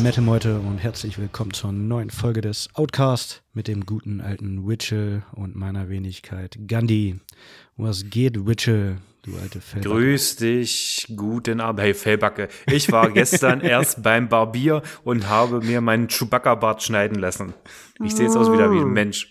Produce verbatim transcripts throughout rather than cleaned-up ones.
Metal Meute und herzlich willkommen zur neuen Folge des Outcast mit dem guten alten Witchell und meiner Wenigkeit Gandhi. Was geht, Witchell, du alte Fellbacke? Grüß dich, guten Abend. Hey, Fellbacke. Ich war gestern erst beim Barbier und habe mir meinen Chewbacca-Bart schneiden lassen. Ich sehe jetzt aus wieder wie ein Mensch.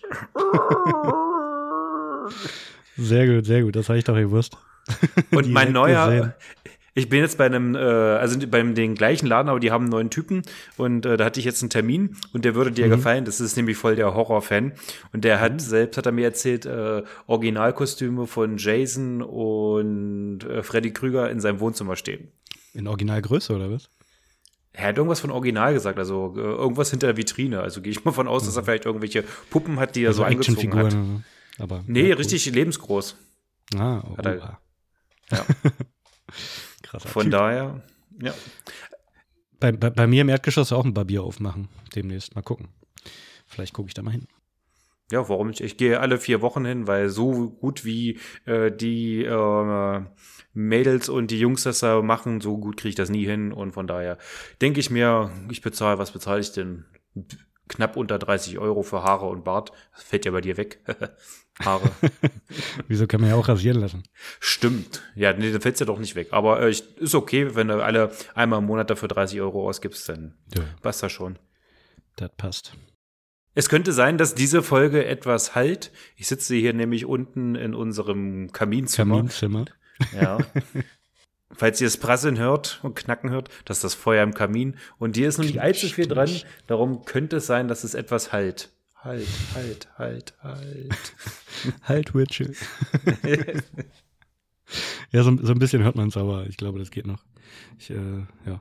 Sehr gut, sehr gut, das habe ich doch gewusst. Und mein neuer, gesehen. Ich bin jetzt bei einem, äh, also beim den gleichen Laden, aber die haben einen neuen Typen und äh, da hatte ich jetzt einen Termin und der würde dir mhm. gefallen. Das ist nämlich voll der Horror-Fan und der hat mhm. selbst, hat er mir erzählt, äh, Originalkostüme von Jason und äh, Freddy Krüger in seinem Wohnzimmer stehen. In Originalgröße oder was? Er hat irgendwas von Original gesagt, also äh, irgendwas hinter der Vitrine. Also gehe ich mal von aus, mhm. dass er vielleicht irgendwelche Puppen hat, die er also so angezogen hat. So. Aber, nee, ja, richtig lebensgroß. Ah, oh, hat er, ja. Krasser Von Typ. daher, ja. Bei, bei, bei mir im Erdgeschoss auch ein Barbier aufmachen demnächst. Mal gucken. Vielleicht gucke ich da mal hin. Ja, warum nicht? Ich gehe alle vier Wochen hin, weil so gut wie äh, die äh, Mädels und die Jungs das da machen, so gut kriege ich das nie hin. Und von daher denke ich mir, ich bezahle, was bezahle ich denn? Knapp unter dreißig Euro für Haare und Bart. Das fällt ja bei dir weg. Haare. Wieso kann man ja auch rasieren lassen? Stimmt. Ja, nee, dann fällt's ja doch nicht weg. Aber äh, ist okay, wenn du alle einmal im Monat dafür dreißig Euro ausgibst, dann ja. passt das schon. Das passt. Es könnte sein, dass diese Folge etwas halt. Ich sitze hier nämlich unten in unserem Kaminzimmer. Kaminzimmer. Ja. Falls ihr es prasseln hört und knacken hört, das ist das Feuer im Kamin. Und hier ist noch nicht allzu viel dran. Darum könnte es sein, dass es etwas halt. Halt, halt, halt, halt. Halt, Witchell. Ja, so, so ein bisschen hört man es, aber ich glaube, das geht noch. Ich, äh, ja.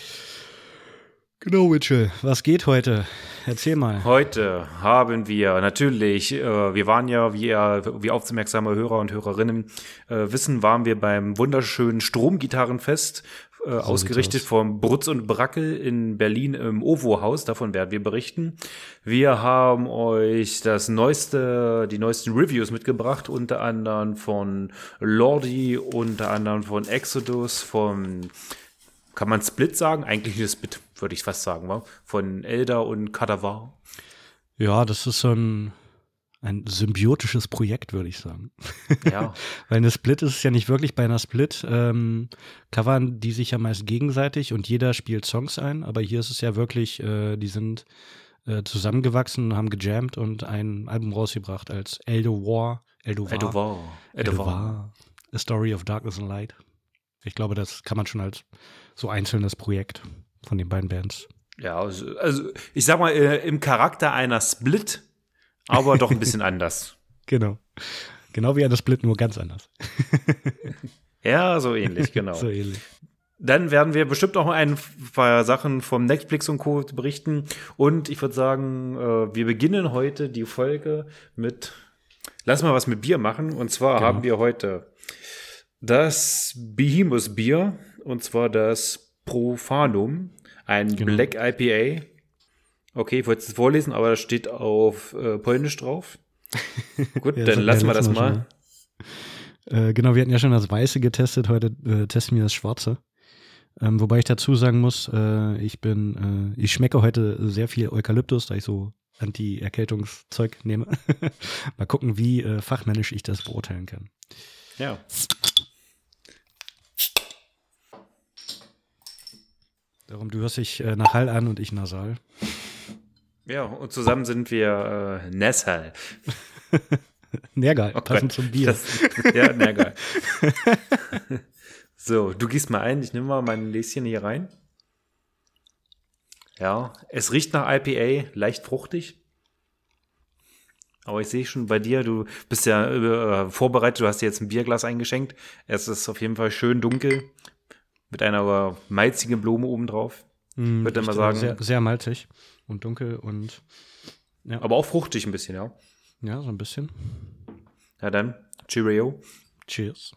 Genau, Witchell. Was geht heute? Erzähl mal. Heute haben wir natürlich, äh, wir waren ja, wie ihr, wie aufmerksame Hörer und Hörerinnen äh, wissen, waren wir beim wunderschönen Stromgitarrenfest, äh, so ausgerichtet vom Brutz und Brackel in Berlin im Ovo-Haus. Davon werden wir berichten. Wir haben euch das neueste, die neuesten Reviews mitgebracht, unter anderem von Lordi, unter anderem von Exodus, von kann man Split sagen? Eigentlich eine Split, würde ich fast sagen, wa? Von Elder und Kadavar. Ja, das ist so ein, ein symbiotisches Projekt, würde ich sagen. Ja. Weil eine Split ist es ja nicht wirklich. Bei einer Split ähm, covern die sich ja meist gegenseitig und jeder spielt Songs ein. Aber hier ist es ja wirklich, äh, die sind äh, zusammengewachsen, haben gejammt und ein Album rausgebracht als Eldovar. Eldovar. Eldovar. Eldovar. A Story of Darkness and Light. Ich glaube, das kann man schon als so einzelnes Projekt von den beiden Bands. Ja, also, also ich sag mal, äh, im Charakter einer Split, aber doch ein bisschen anders. Genau. Genau wie eine Split, nur ganz anders. Ja, so ähnlich, genau. So ähnlich. Dann werden wir bestimmt auch ein paar Sachen vom Netflix und Co. berichten. Und ich würde sagen, äh, wir beginnen heute die Folge mit, lass mal was mit Bier machen. Und zwar genau. haben wir heute das Behemoth Bier, und zwar das Profanum, ein genau. Black I P A. Okay, ich wollte es vorlesen, aber das steht auf äh, Polnisch drauf. Gut, ja, dann lassen wir das mal. Äh, genau, wir hatten ja schon das Weiße getestet, heute äh, testen wir das Schwarze. Ähm, wobei ich dazu sagen muss, äh, ich bin, äh, ich schmecke heute sehr viel Eukalyptus, da ich so Anti-Erkältungszeug nehme. Mal gucken, wie äh, fachmännisch ich das beurteilen kann. Ja. Darum, du hörst dich äh, nach Hall an und ich nasal. Ja, und zusammen sind wir äh, Nasal. Nergal, oh passend Gott, zum Bier. Das, ja, Nergal. So, du gießt mal ein, ich nehme mal mein Läschen hier rein. Ja, es riecht nach I P A, leicht fruchtig. Aber ich sehe schon bei dir, du bist ja äh, vorbereitet, du hast dir jetzt ein Bierglas eingeschenkt. Es ist auf jeden Fall schön dunkel. Mit einer malzigen Blume obendrauf. Mm, würde ich mal sagen. Sehr, sehr malzig und dunkel und ja. Aber auch fruchtig ein bisschen, ja. Ja, so ein bisschen. Ja, dann, Cheerio. Cheers.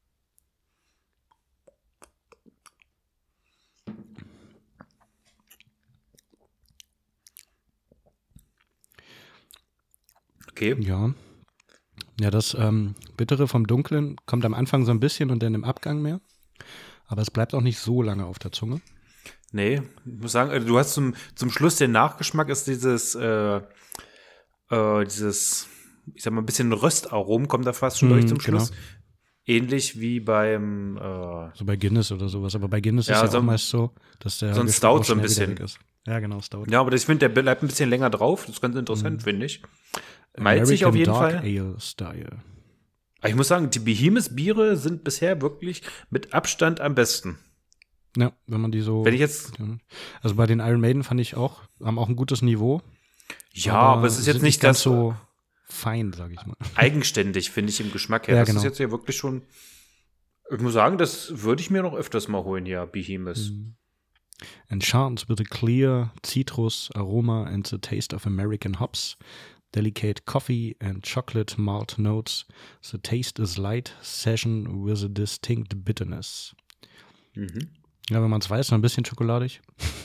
Okay. Ja. Ja, das ähm, Bittere vom Dunklen kommt am Anfang so ein bisschen und dann im Abgang mehr. Aber es bleibt auch nicht so lange auf der Zunge. Nee, ich muss sagen, also du hast zum, zum Schluss den Nachgeschmack, ist dieses, äh, äh, dieses, ich sag mal, ein bisschen Röstaromen kommt da fast schon Mm, durch zum genau. Schluss. Ähnlich wie beim, äh, So bei Guinness oder sowas. Aber bei Guinness Ja, ist ja so auch ein- meist so, dass der so ein Geschmack auch Stout so ein schnell wieder bisschen. weg ist. Ja, genau, Stout. ja, aber ich finde, der bleibt ein bisschen länger drauf. Das ist ganz interessant, Mhm. finde ich. Malzig auf jeden Dark Fall. Ale Style. Aber ich muss sagen, die Behemoth-Biere sind bisher wirklich mit Abstand am besten. Ja, wenn man die so. Wenn ich jetzt, Also bei den Iron Maiden fand ich auch, haben auch ein gutes Niveau. ja, aber es ist jetzt sind nicht ganz das so fein, sag ich mal. eigenständig, finde ich, im Geschmack her. Ja, das genau. ist jetzt ja wirklich schon, ich muss sagen, das würde ich mir noch öfters mal holen, ja, Behemoth. Mhm. Enchanted with a clear citrus aroma and the taste of American hops. Delicate coffee and chocolate malt notes. The taste is light, session with a distinct bitterness. Mhm. Ja, wenn man es weiß, so ein bisschen schokoladig.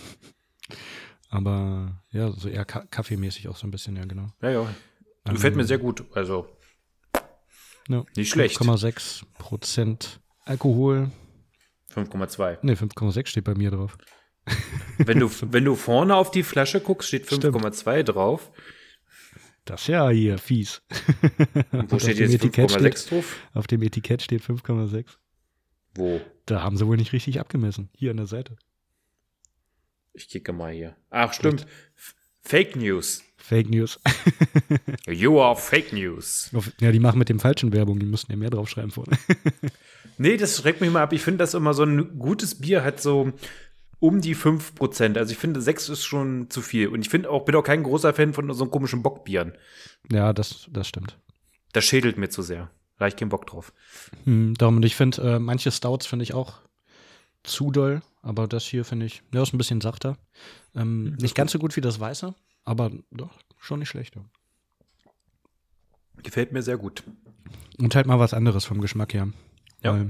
Aber ja, so eher Ka- kaffeemäßig auch so ein bisschen, ja, genau. Ja, ja. Gefällt mir sehr gut. Also, Ja, nicht schlecht. fünf Komma sechs Prozent Alkohol. fünf Komma zwei. Ne, fünf Komma sechs steht bei mir drauf. Wenn du, wenn du vorne auf die Flasche guckst, steht fünf Komma zwei drauf. Das ist ja hier fies. Und wo Und steht auf dem jetzt Etikett fünf Komma sechs drauf? Auf dem Etikett steht fünf Komma sechs. Wo? Da haben sie wohl nicht richtig abgemessen. Hier an der Seite. Ich kicke mal hier. Ach, stimmt. F- Fake News. Fake News. You are Fake News. Ja, die machen mit dem falschen Werbung. Die mussten ja mehr draufschreiben vorne. Nee, das schreckt mich mal ab. Ich finde, dass immer so ein gutes Bier hat so um die fünf Prozent. Also ich finde, sechs ist schon zu viel. Und ich finde auch, bin auch kein großer Fan von so komischen Bockbieren. Ja, das, das stimmt. Das schädelt mir zu sehr. Da hab ich keinen Bock drauf. Hm, darum, und ich finde, äh, manche Stouts finde ich auch zu doll. Aber das hier finde ich, der ist ein bisschen sachter. Ähm, nicht ganz so gut wie das Weiße, aber doch, schon nicht schlecht. Ja. Gefällt mir sehr gut. Und halt mal was anderes vom Geschmack her. Ja. Weil,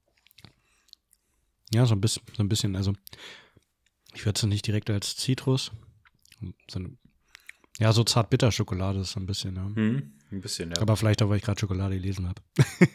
ja, so ein bisschen, so ein bisschen, also ich würde es nicht direkt als Zitrus. So eine, ja, so zart-bitter-Schokolade ist so ein bisschen, ja. Hm, ein bisschen, ja. Aber vielleicht auch, weil ich gerade Schokolade gelesen habe.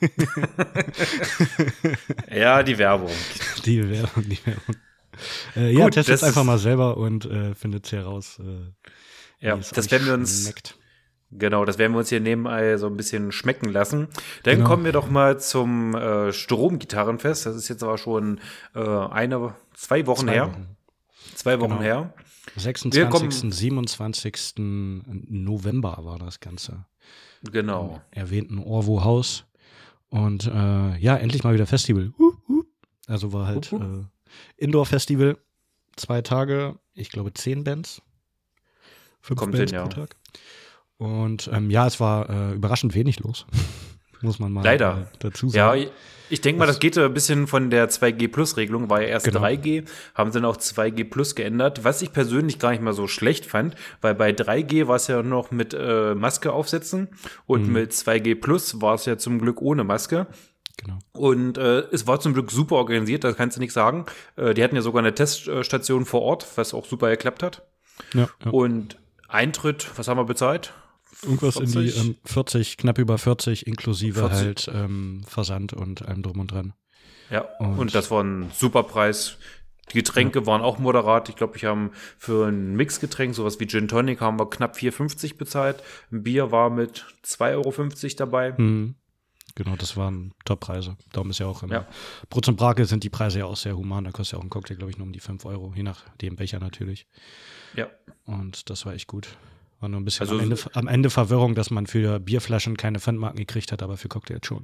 Ja, die Werbung. Die Werbung, die Werbung. Äh, ja, Gut, testet es das einfach ist- mal selber und äh, findet es heraus. Äh, Ja, wie es das euch werden wir uns, schmeckt. genau, das werden wir uns hier nebenbei so ein bisschen schmecken lassen. Dann Genau. kommen wir doch mal zum äh, Stromgitarrenfest. Das ist jetzt aber schon äh, eine, zwei Wochen Zwei her. Wochen. Zwei Wochen Genau. her. sechsundzwanzigsten, siebenundzwanzigsten November war das Ganze. Genau. Im erwähnten Orwo-Haus. Und äh, ja, endlich mal wieder Festival. Uh, uh. Also war halt Uh, uh. äh, Indoor-Festival. Zwei Tage, ich glaube zehn Bands. Fünf Kommt Bands hin, ja. pro Tag. Und ähm, ja, es war äh, überraschend wenig los. Muss man mal Leider. äh, dazu Ja, sagen. ich- ich denke mal, das geht so ein bisschen von der zwei G Plus Regelung, war ja erst Genau. drei G, haben sie dann auch zwei G Plus geändert, was ich persönlich gar nicht mal so schlecht fand, weil bei drei G war es ja noch mit äh, Maske aufsetzen und Mhm. mit zwei G Plus war es ja zum Glück ohne Maske. Genau. Und äh, es war zum Glück super organisiert, das kannst du nicht sagen. Äh, die hatten ja sogar eine Teststation vor Ort, was auch super geklappt hat. Ja, ja. Und Eintritt, was haben wir bezahlt? Irgendwas in die vierzig? ähm, vierzig, knapp über vierzig, inklusive vierzig. halt ähm, Versand und allem drum und dran. Ja, Und- und, das war ein super Preis. Die Getränke waren auch moderat. Ich glaube, ich habe für ein Mixgetränk, sowas wie Gin Tonic, haben wir knapp vier fünfzig bezahlt. Ein Bier war mit zwei Euro fünfzig dabei. Mhm. Genau, das waren Top-Preise. Darum ist ja auch im Ja. Brutz und Brake sind die Preise ja auch sehr human. Da kostet ja auch ein Cocktail, glaube ich, nur um die fünf Euro, je nach dem Becher natürlich. Ja. Und das war echt gut. War nur ein bisschen Also- am, Ende, am Ende Verwirrung, dass man für Bierflaschen keine Pfandmarken gekriegt hat, aber für Cocktails schon.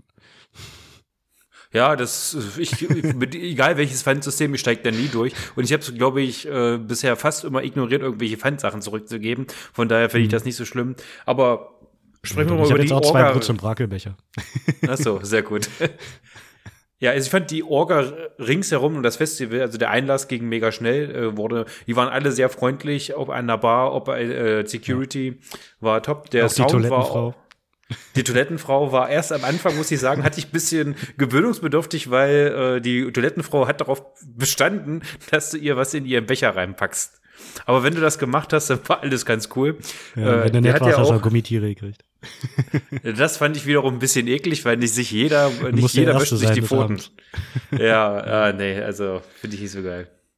Ja, das, ich, mit, egal welches Pfandsystem, ich steige da nie durch. Und ich habe es, glaube ich, äh, bisher fast immer ignoriert, irgendwelche Pfandsachen zurückzugeben. Von daher finde ich das nicht so schlimm. Aber sprechen wir mal ich über habe die jetzt auch zwei Orga. Brutz und Brakelbecher. Ach so, sehr gut. Ja, also ich fand die Orga ringsherum und das Festival, also der Einlass ging mega schnell, äh, wurde, die waren alle sehr freundlich, ob an der Bar, ob bei äh, Security, war top. Der Auch die Sound war Toilettenfrau. Die Toilettenfrau war erst am Anfang, muss ich sagen, hatte ich ein bisschen gewöhnungsbedürftig, weil äh, die Toilettenfrau hat darauf bestanden, dass du ihr was in ihren Becher reinpackst. Aber wenn du das gemacht hast, dann war alles ganz cool. Ja, Äh, wenn du die nett hat warst, ja hast du auch, auch Gummitiere gekriegt. das fand ich wiederum ein bisschen eklig, weil nicht sich jeder, nicht musst der jeder Erste wäscht sich sein die des Pfoten. Abends. Ja, ah, nee, also finde ich nicht so geil.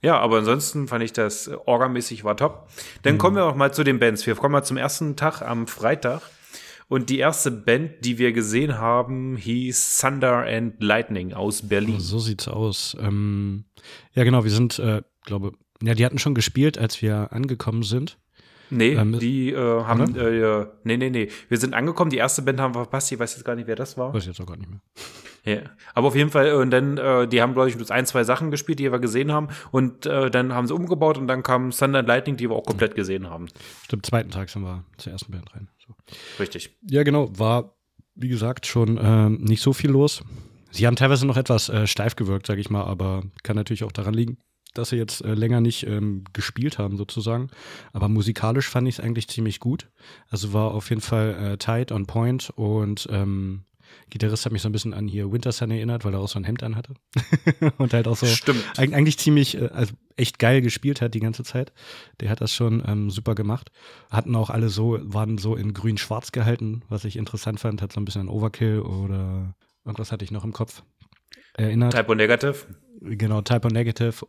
Ja, aber ansonsten fand ich das äh, orgamäßig war top. Dann mhm. kommen wir auch mal zu den Bands. Wir kommen mal zum ersten Tag am Freitag. Und die erste Band, die wir gesehen haben, hieß Thunder and Lightning aus Berlin. So sieht's aus. Ähm, ja, genau, wir sind, äh, glaube, ja, die hatten schon gespielt, als wir angekommen sind. Nee, ähm, die äh, haben, äh, nee, nee, nee. Wir sind angekommen, die erste Band haben wir verpasst, ich weiß jetzt gar nicht, wer das war. Weiß ich jetzt auch gar nicht mehr. Ja, aber auf jeden Fall, und dann, äh, die haben, glaube ich, bloß ein, zwei Sachen gespielt, die wir gesehen haben. Und äh, dann haben sie umgebaut und dann kam Thunder and Lightning, die wir auch komplett gesehen haben. Stimmt, zweiten Tag sind wir zur ersten Band rein. So. Richtig. Ja, genau, war, wie gesagt, schon ähm, nicht so viel los. Sie haben teilweise noch etwas äh, steif gewirkt, sage ich mal, aber kann natürlich auch daran liegen, dass sie jetzt äh, länger nicht ähm, gespielt haben, sozusagen. Aber musikalisch fand ich es eigentlich ziemlich gut. Also war auf jeden Fall äh, tight, on point und ähm, Gitarrist hat mich so ein bisschen an hier Winter Sun erinnert, weil er auch so ein Hemd anhatte. Und halt auch so Stimmt. eigentlich ziemlich, äh, also echt geil gespielt hat die ganze Zeit. Der hat das schon ähm, super gemacht. Hatten auch alle so, waren so in grün-schwarz gehalten, was ich interessant fand. Hat so ein bisschen an Overkill oder irgendwas hatte ich noch im Kopf erinnert. Type O Negative. Genau, Type O Negative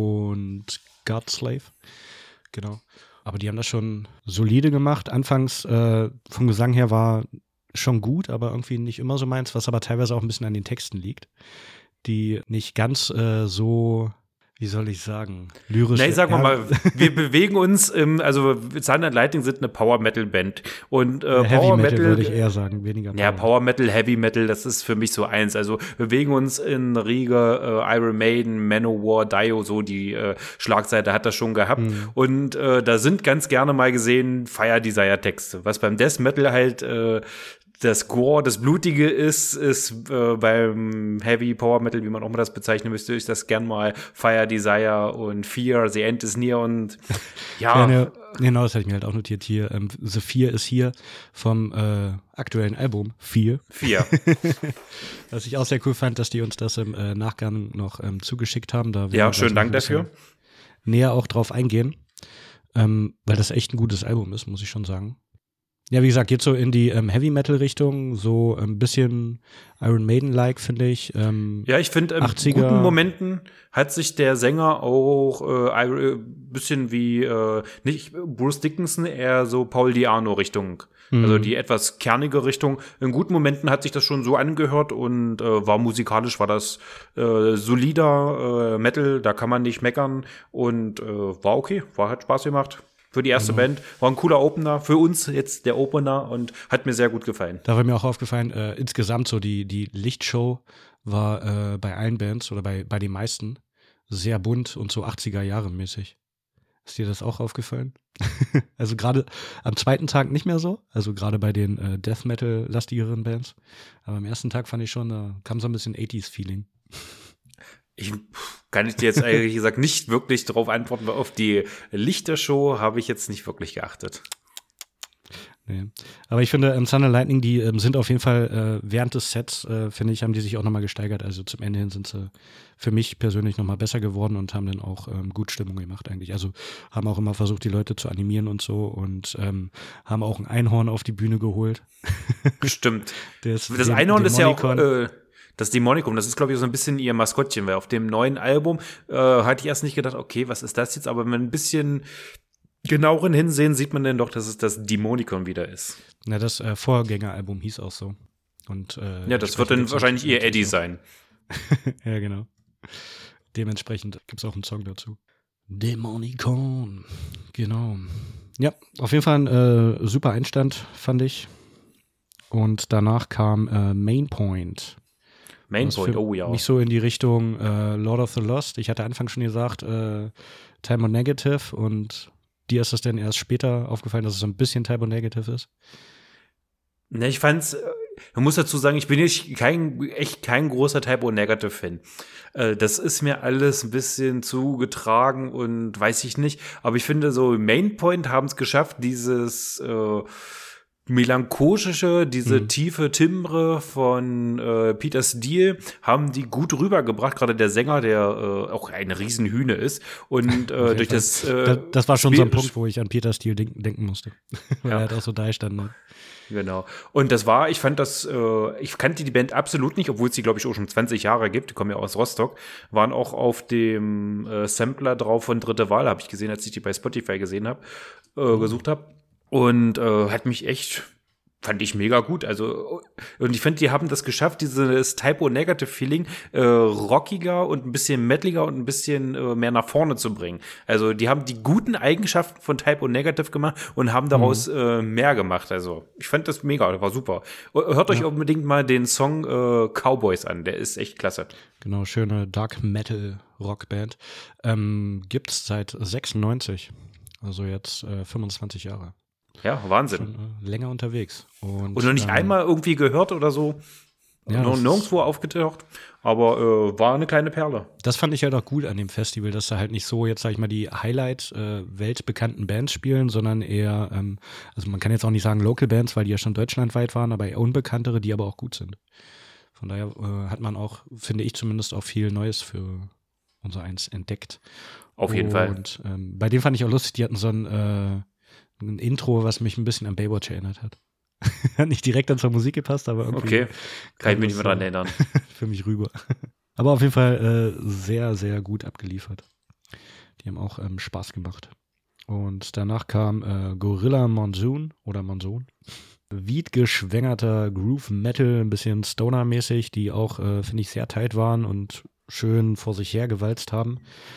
und Godslave. Genau. Aber die haben das schon solide gemacht. Anfangs äh, vom Gesang her war schon gut, aber irgendwie nicht immer so meins, was aber teilweise auch ein bisschen an den Texten liegt, die nicht ganz äh, so, wie soll ich sagen, lyrisch. Nee, sagen wir mal, wir bewegen uns, im, also Thunder and Lightning sind eine Power-Metal-Band und äh, Heavy Power Metal Metal würde ich eher sagen, weniger Power. Ja, Power Metal, Heavy Metal, das ist für mich so eins. Also wir bewegen uns in Riege, äh, Iron Maiden, Manowar, Dio, so die äh, Schlagseite hat das schon gehabt. Mhm. Und äh, da sind ganz gerne mal gesehen Fire Desire Texte, was beim Death Metal halt äh, das Gore, das Blutige ist, ist äh, beim Heavy Power Metal, wie man auch mal das bezeichnen müsste, ist das gern mal Fire Desire und Fear, The End is Near und ja. ja ne, genau, das hatte ich mir halt auch notiert hier. Ähm, The Fear ist hier vom äh, aktuellen Album Fear. Fear. Was ich auch sehr cool fand, dass die uns das im äh, Nachgang noch ähm, zugeschickt haben. Da ja, schönen Dank dafür. Näher auch drauf eingehen, ähm, weil das echt ein gutes Album ist, muss ich schon sagen. Ja, wie gesagt, geht so in die ähm, Heavy-Metal-Richtung, so ein bisschen Iron Maiden-like, finde ich. Ähm, ja, ich finde, in achtziger guten Momenten hat sich der Sänger auch ein äh, bisschen wie, äh, nicht Bruce Dickinson, eher so Paul Di'Anno-Richtung. Mhm. Also die etwas kernige Richtung. In guten Momenten hat sich das schon so angehört und äh, war musikalisch, war das äh, solider äh, Metal, da kann man nicht meckern und äh, war okay, war, hat Spaß gemacht. Für die erste genau. Band. War ein cooler Opener. Für uns jetzt der Opener und hat mir sehr gut gefallen. Da war mir auch aufgefallen, äh, insgesamt so die, die Lichtshow war äh, bei allen Bands oder bei, bei den meisten sehr bunt und so achtziger Jahre mäßig. Ist dir das auch aufgefallen? Also gerade am zweiten Tag nicht mehr so. Also gerade bei den äh, Death Metal-lastigeren Bands. Aber am ersten Tag fand ich schon, da kam so ein bisschen achtziger-Feeling. Ich kann ich dir jetzt ehrlich gesagt nicht wirklich darauf antworten, weil auf die Lichtershow habe ich jetzt nicht wirklich geachtet. Nee. Aber ich finde, ähm, Thunder and Lightning, die ähm, sind auf jeden Fall äh, während des Sets, äh, finde ich, haben die sich auch nochmal gesteigert. Also zum Ende hin sind sie für mich persönlich nochmal besser geworden und haben dann auch ähm, gut Stimmung gemacht eigentlich. Also haben auch immer versucht, die Leute zu animieren und so und ähm, haben auch ein Einhorn auf die Bühne geholt. Stimmt. das das Einhorn ist ja auch äh, das Dämonikum, das ist, glaube ich, so ein bisschen ihr Maskottchen, weil auf dem neuen Album äh, hatte ich erst nicht gedacht, okay, was ist das jetzt? Aber wenn man ein bisschen genaueren hinsehen, sieht man dann doch, dass es das Dämonikon wieder ist. Na, das äh, Vorgängeralbum hieß auch so. Und, äh, ja, das wird dann wahrscheinlich ihr Eddie sein. Ja, genau. Dementsprechend gibt es auch einen Song dazu. Dämonikon. Genau. Ja, auf jeden Fall ein äh, super Einstand, fand ich. Und danach kam äh, Mainpoint. Mainpoint, oh ja. Nicht so in die Richtung äh, Lord of the Lost. Ich hatte anfangs schon gesagt, äh, Type O Negative und dir ist das denn erst später aufgefallen, dass es so ein bisschen Type O Negative ist? Ne, ich fand's, man muss dazu sagen, ich bin nicht kein, echt kein großer Type O Negative Fan. Äh, das ist mir alles ein bisschen zu getragen und weiß ich nicht. Aber ich finde, so Mainpoint haben es geschafft, dieses äh, melancholische, diese Mhm. tiefe Timbre von äh, Peter Steele haben die gut rübergebracht, gerade der Sänger, der äh, auch eine Riesenhühne ist und äh, durch das, äh, das das war schon so ein Spiel- Punkt, wo ich an Peter Steele denken, denken musste. Weil Ja. er halt auch so da stand. Ne? Genau. Und das war, ich fand das, äh, ich kannte die Band absolut nicht, obwohl es die, glaube ich, auch schon zwanzig Jahre gibt. Die kommen ja aus Rostock. Waren auch auf dem äh, Sampler drauf von Dritte Wahl, habe ich gesehen, als ich die bei Spotify gesehen habe, äh, gesucht habe. Und äh, hat mich echt, fand ich mega gut. Also, und ich finde, die haben das geschafft, dieses Typo-Negative-Feeling äh, rockiger und ein bisschen metaliger und ein bisschen äh, mehr nach vorne zu bringen. Also, die haben die guten Eigenschaften von Typo-Negative gemacht und haben daraus mhm. äh, mehr gemacht. Also, ich fand das mega, das war super. Hört euch Ja. unbedingt mal den Song äh, Cowboys an, der ist echt klasse. Genau, schöne Dark Metal Rockband. Ähm, gibt's seit sechsundneunzig, also jetzt äh, fünfundzwanzig Jahre. Ja, Wahnsinn. Schon, äh, länger unterwegs. Und, Und noch nicht ähm, einmal irgendwie gehört oder so. Ja, Noch das- nirgendwo aufgetaucht. Aber äh, war eine kleine Perle. Das fand ich halt auch gut an dem Festival, dass da halt nicht so jetzt, sag ich mal, die Highlight äh, weltbekannten Bands spielen, sondern eher, ähm, also man kann jetzt auch nicht sagen Local Bands, weil die ja schon deutschlandweit waren, aber eher unbekanntere, die aber auch gut sind. Von daher äh, hat man auch, finde ich zumindest, auch viel Neues für unser Eins entdeckt. Auf jeden Und, Fall. Und ähm, bei dem fand ich auch lustig, die hatten so ein, äh, ein Intro, was mich ein bisschen an Baywatch erinnert hat. Hat nicht direkt an zur Musik gepasst, aber irgendwie Okay, kann ich mich nicht mehr das, dran äh, erinnern. für mich rüber. Aber auf jeden Fall äh, sehr, sehr gut abgeliefert. Die haben auch ähm, Spaß gemacht. Und danach kam äh, Gorilla Monsoon oder Monsoon. Weed-geschwängerter Groove Metal, ein bisschen Stoner-mäßig, die auch, äh, finde ich, sehr tight waren und schön vor sich her gewalzt haben.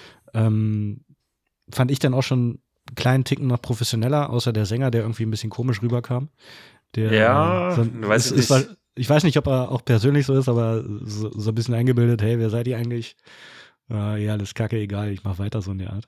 Ähm, fand ich dann auch schon einen kleinen Ticken noch professioneller, außer der Sänger, der irgendwie ein bisschen komisch rüberkam. Der, Ja, äh, so, weiß ist, ich ist, nicht. war- ich weiß nicht, ob er auch persönlich so ist, aber so, so ein bisschen eingebildet, hey, wer seid ihr eigentlich? Äh, ja, alles kacke, egal, ich mach weiter so in der Art.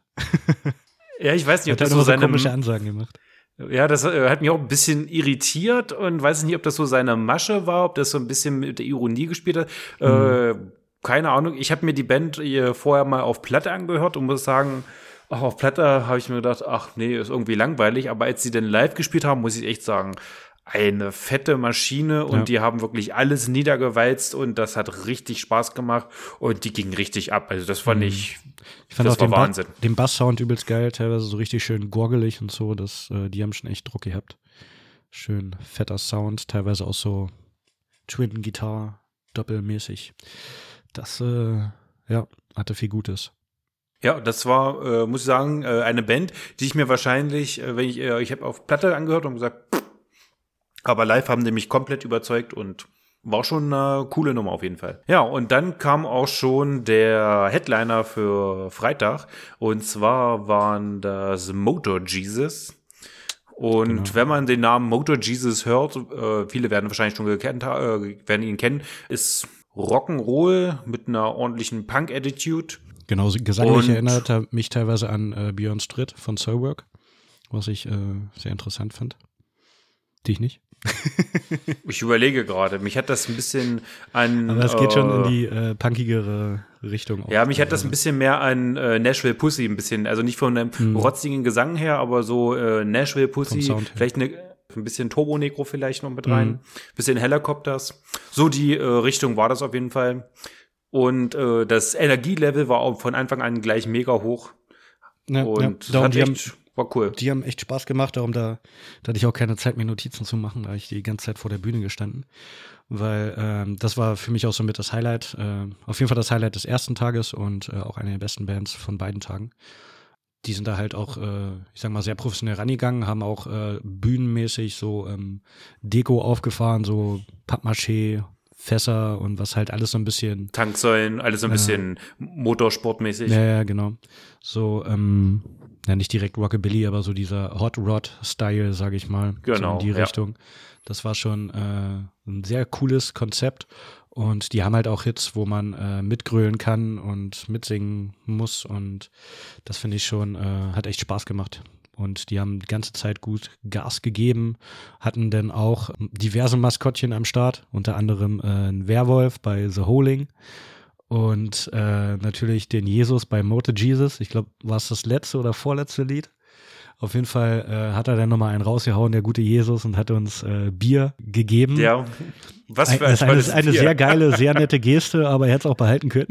Ja, ich weiß nicht, ob Hat das halt so immer so seine komische Ansagen gemacht. Ja, das äh, hat mich auch ein bisschen irritiert und weiß nicht, ob das so seine Masche war, ob das so ein bisschen mit der Ironie gespielt hat. Mhm. Äh, keine Ahnung. Ich habe mir die Band äh, vorher mal auf Platte angehört und muss sagen, ach, auf Platte habe ich mir gedacht, ach nee, ist irgendwie langweilig. Aber als sie dann live gespielt haben, muss ich echt sagen, eine fette Maschine und Ja. die haben wirklich alles niedergewalzt und das hat richtig Spaß gemacht und die gingen richtig ab. Also das fand Mhm. ich, Ich fand das auch den, war Ba- Wahnsinn. den Bass-Sound übelst geil, teilweise so richtig schön gorgelig und so. Das, äh, die haben schon echt Druck gehabt. Schön fetter Sound, teilweise auch so Twin-Gitarre, doppelmäßig. Das, äh, ja, hatte viel Gutes. Ja, das war, äh, muss ich sagen, äh, eine Band, die ich mir wahrscheinlich, äh, wenn ich, äh, ich habe auf Platte angehört und gesagt, pff, aber live haben die mich komplett überzeugt und war schon eine coole Nummer auf jeden Fall. Ja, und dann kam auch schon der Headliner für Freitag und zwar waren das Motor Jesus. Und Genau. wenn man den Namen Motor Jesus hört, äh, viele werden wahrscheinlich schon gekannt, äh, werden ihn kennen, ist Rock'n'Roll mit einer ordentlichen Punk-Attitude. Genau, so gesanglich Und- erinnert er mich teilweise an äh, Björn Stritt von Soulwork, was ich äh, sehr interessant fand. Dich nicht? Ich überlege gerade, mich hat das ein bisschen an. Aber es geht äh, schon in die äh, punkigere Richtung. auch Ja, mich hat das ein teilweise. bisschen mehr an äh, Nashville Pussy ein bisschen, also nicht von einem Hm. rotzigen Gesang her, aber so äh, Nashville Vom Pussy, Sound her. vielleicht eine, ein bisschen Turbo Negro vielleicht noch mit rein, Mhm. bisschen Helicopters. So die äh, Richtung war das auf jeden Fall. Und äh, das Energielevel war auch von Anfang an gleich mega hoch. Ja, Und ja, das darum, hat die, haben, echt, war cool. die haben echt Spaß gemacht, darum da, da hatte ich auch keine Zeit, mir Notizen zu machen, da habe ich die ganze Zeit vor der Bühne gestanden. Weil ähm, das war für mich auch so mit das Highlight, äh, auf jeden Fall das Highlight des ersten Tages und äh, auch eine der besten Bands von beiden Tagen. Die sind da halt auch, äh, ich sag mal, sehr professionell rangegangen, haben auch äh, bühnenmäßig so ähm, Deko aufgefahren, so Pappmaché, Fässer und was halt alles so ein bisschen Tanksäulen, alles so ein Ja. bisschen motorsportmäßig. Ja, ja, genau. So, ähm, ja, nicht direkt Rockabilly, aber so dieser Hot Rod-Style, sage ich mal. Genau, So in die ja. Richtung. Das war schon äh, ein sehr cooles Konzept. Und die haben halt auch Hits, wo man äh, mitgrölen kann und mitsingen muss. Und das finde ich schon, äh, hat echt Spaß gemacht. Und die haben die ganze Zeit gut Gas gegeben, hatten dann auch diverse Maskottchen am Start, unter anderem äh, ein Werwolf bei The Holing und äh, natürlich den Jesus bei Motor Jesus. Ich glaube, war es das letzte oder vorletzte Lied. Auf Auf jeden Fall äh, hat er dann nochmal einen rausgehauen, der gute Jesus, und hat uns äh, Bier gegeben. Ja, was für ein, ein Das ist eine, eine sehr geile, sehr nette Geste, aber er hätte es auch behalten können.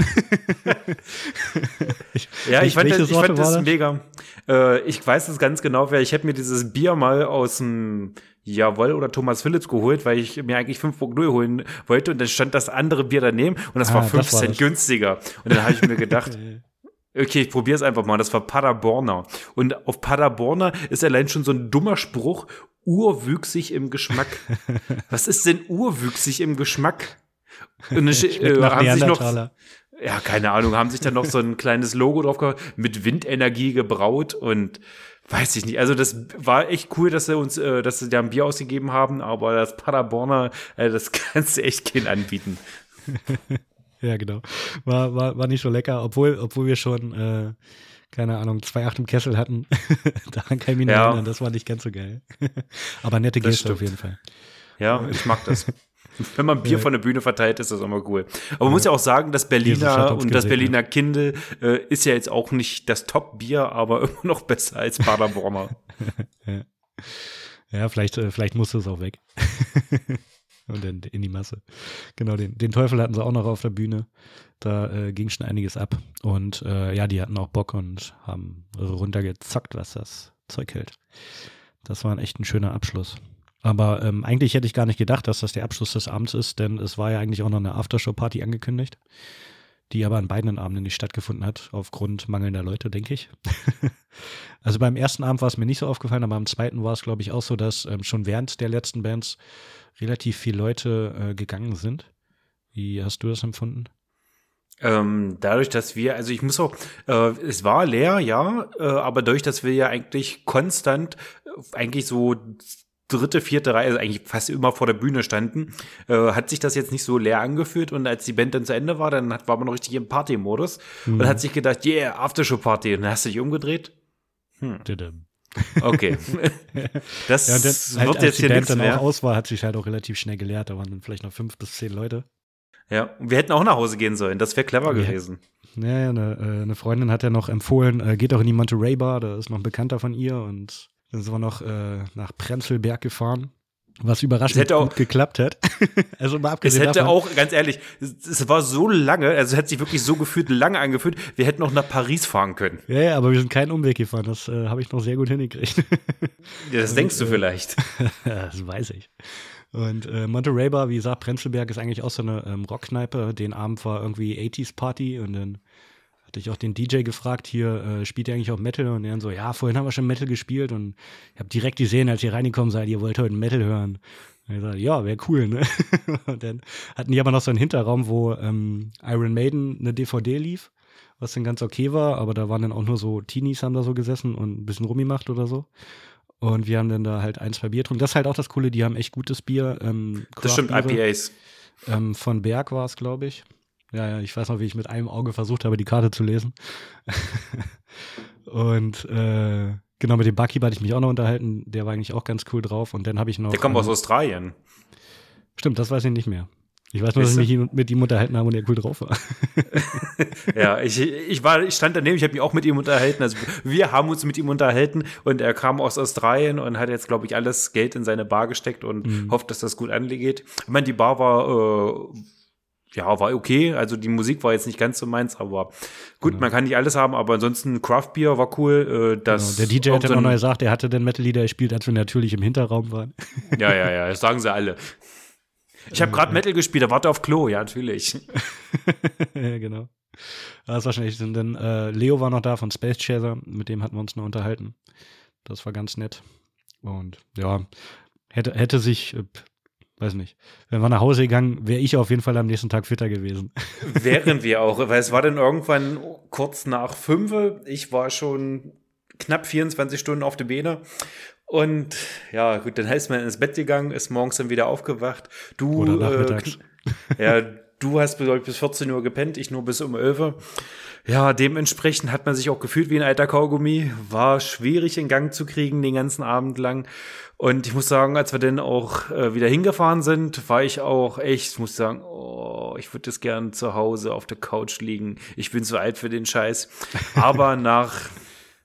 ich, ja, ich fand, das, ich fand das mega. Äh, ich weiß es ganz genau, weil ich habe mir dieses Bier mal aus dem Jawohl oder Thomas Phillips geholt, weil ich mir eigentlich fünf Punkt null holen wollte und dann stand das andere Bier daneben und das ah, war fünf Cent günstiger. Und dann habe ich mir gedacht, okay, ich probiere es einfach mal. Das war Paderborner. Und auf Paderborner ist allein schon so ein dummer Spruch, urwüchsig im Geschmack. Was ist denn urwüchsig im Geschmack? Und äh, haben sich noch, ja, keine Ahnung, haben sich dann noch so ein kleines Logo drauf gehabt, mit Windenergie gebraut und weiß ich nicht. Also das war echt cool, dass sie uns, äh, dass sie da ein Bier ausgegeben haben, aber das Paderborner, äh, das kannst du echt keinen anbieten. Ja, genau. War, war, war nicht so lecker, obwohl, obwohl wir schon, äh, keine Ahnung, zwei Komma acht im Kessel hatten. Daran kann ich mich nicht ja. erinnern, das war nicht ganz so geil. Aber nette Geste auf jeden Fall. Ja, ich mag das. Wenn man Bier von der Bühne verteilt, ist das immer cool. Aber man muss ja auch sagen, das Berliner und das Berliner Kindl äh, ist ja jetzt auch nicht das Top-Bier, aber immer noch besser als Paderborner. ja. ja, vielleicht, äh, vielleicht musste es auch weg. Und dann in die Masse. Genau, den, den Teufel hatten sie auch noch auf der Bühne. Da äh, ging schon einiges ab. Und äh, ja, die hatten auch Bock und haben runtergezockt, was das Zeug hält. Das war ein echt ein schöner Abschluss. Aber ähm, eigentlich hätte ich gar nicht gedacht, dass das der Abschluss des Abends ist, denn es war ja eigentlich auch noch eine Aftershow-Party angekündigt, die aber an beiden Abenden nicht stattgefunden hat, aufgrund mangelnder Leute, denke ich. Also beim ersten Abend war es mir nicht so aufgefallen, aber am zweiten war es, glaube ich, auch so, dass ähm, schon während der letzten Bands relativ viele Leute äh, gegangen sind. Wie hast du das empfunden? Ähm, dadurch, dass wir, also ich muss auch, äh, es war leer, ja, äh, aber dadurch, dass wir ja eigentlich konstant, äh, eigentlich so dritte, vierte Reihe, also eigentlich fast immer vor der Bühne standen, äh, hat sich das jetzt nicht so leer angefühlt und als die Band dann zu Ende war, dann hat, war man noch richtig im Party-Modus mhm. und hat sich gedacht, yeah, Aftershow-Party, und dann hast du dich umgedreht. Hm. Okay. Das ja, und dann, wird halt, jetzt hier nichts mehr. Als die Band dann mehr. auch aus war, hat sich halt auch relativ schnell geleert, da waren dann vielleicht noch fünf bis zehn Leute. Ja, und wir hätten auch nach Hause gehen sollen, das wäre clever ja. gewesen. Ja, ja eine, eine Freundin hat ja noch empfohlen, äh, geht doch in die Monterey Bar, da ist noch ein Bekannter von ihr, und dann sind wir noch äh, nach Prenzlberg gefahren, was überraschend auch, gut geklappt hat. Also mal abgesehen Es hätte davon, auch, ganz ehrlich, es, es war so lange, also es hat sich wirklich so gefühlt, lange angefühlt, wir hätten noch nach Paris fahren können. Ja, ja, aber wir sind keinen Umweg gefahren, das äh, habe ich noch sehr gut hingekriegt. Ja, das und, denkst du äh, vielleicht. Ja, das weiß ich. Und äh, Monterey Bar, wie gesagt, Prenzlberg ist eigentlich auch so eine ähm, Rockkneipe. Den Abend war irgendwie achtziger Party und dann hatte ich auch den D J gefragt, hier, äh, spielt ihr eigentlich auch Metal? Und er dann so, ja, vorhin haben wir schon Metal gespielt und ich habe direkt gesehen, als ihr reingekommen seid, ihr wollt heute Metal hören. Und ich sagte, ja, wäre cool, ne? Und dann hatten die aber noch so einen Hinterraum, wo ähm, Iron Maiden eine D V D lief, was dann ganz okay war, aber da waren dann auch nur so Teenies haben da so gesessen und ein bisschen rumgemacht oder so. Und wir haben dann da halt ein, zwei Bier getrunken. Das ist halt auch das Coole, die haben echt gutes Bier. Ähm, das stimmt, I P As. Ähm, von Berg war es, glaube ich. Ja, ja, ich weiß noch, wie ich mit einem Auge versucht habe, die Karte zu lesen. Und äh, genau, mit dem Barkeeper hatte ich mich auch noch unterhalten. Der war eigentlich auch ganz cool drauf. Und dann habe ich noch. Der kommt ähm, aus Australien. Stimmt, das weiß ich nicht mehr. Ich weiß nur, dass ich mich mit ihm unterhalten habe und er cool drauf war. Ja, ich, ich, war, ich stand daneben, ich habe mich auch mit ihm unterhalten. Also wir haben uns mit ihm unterhalten und er kam aus Australien und hat jetzt, glaube ich, alles Geld in seine Bar gesteckt und mhm. hofft, dass das gut angeht. Ich meine, die Bar war, äh, ja, war okay. Also die Musik war jetzt nicht ganz so meins, aber gut, genau. Man kann nicht alles haben. Aber ansonsten Craft Beer war cool. Äh, das genau. Der D J hat ja so noch gesagt, er hatte den Metal-Lieder gespielt, als wir natürlich im Hinterraum waren. Ja, ja, ja, das sagen sie alle. Ich habe gerade Metal gespielt, da warte auf Klo, ja, natürlich. Ja, genau. Das war schon echt. Und dann äh, Leo war noch da von Space Chaser, mit dem hatten wir uns noch unterhalten. Das war ganz nett. Und ja, hätte, hätte sich, äh, weiß nicht, wenn wir nach Hause gegangen, wäre ich auf jeden Fall am nächsten Tag fitter gewesen. Wären wir auch, weil es war dann irgendwann kurz nach fünf. Ich war schon knapp vierundzwanzig Stunden auf der Beine. Und ja, gut, dann ist man ins Bett gegangen, ist morgens dann wieder aufgewacht. Du, Oder nachmittags. Äh, ja, du hast bis vierzehn Uhr gepennt, ich nur bis um elf. Ja, dementsprechend hat man sich auch gefühlt wie ein alter Kaugummi. War schwierig in Gang zu kriegen den ganzen Abend lang. Und ich muss sagen, als wir dann auch äh, wieder hingefahren sind, war ich auch echt, muss sagen, oh, ich würde das gern zu Hause auf der Couch liegen. Ich bin zu alt für den Scheiß. Aber nach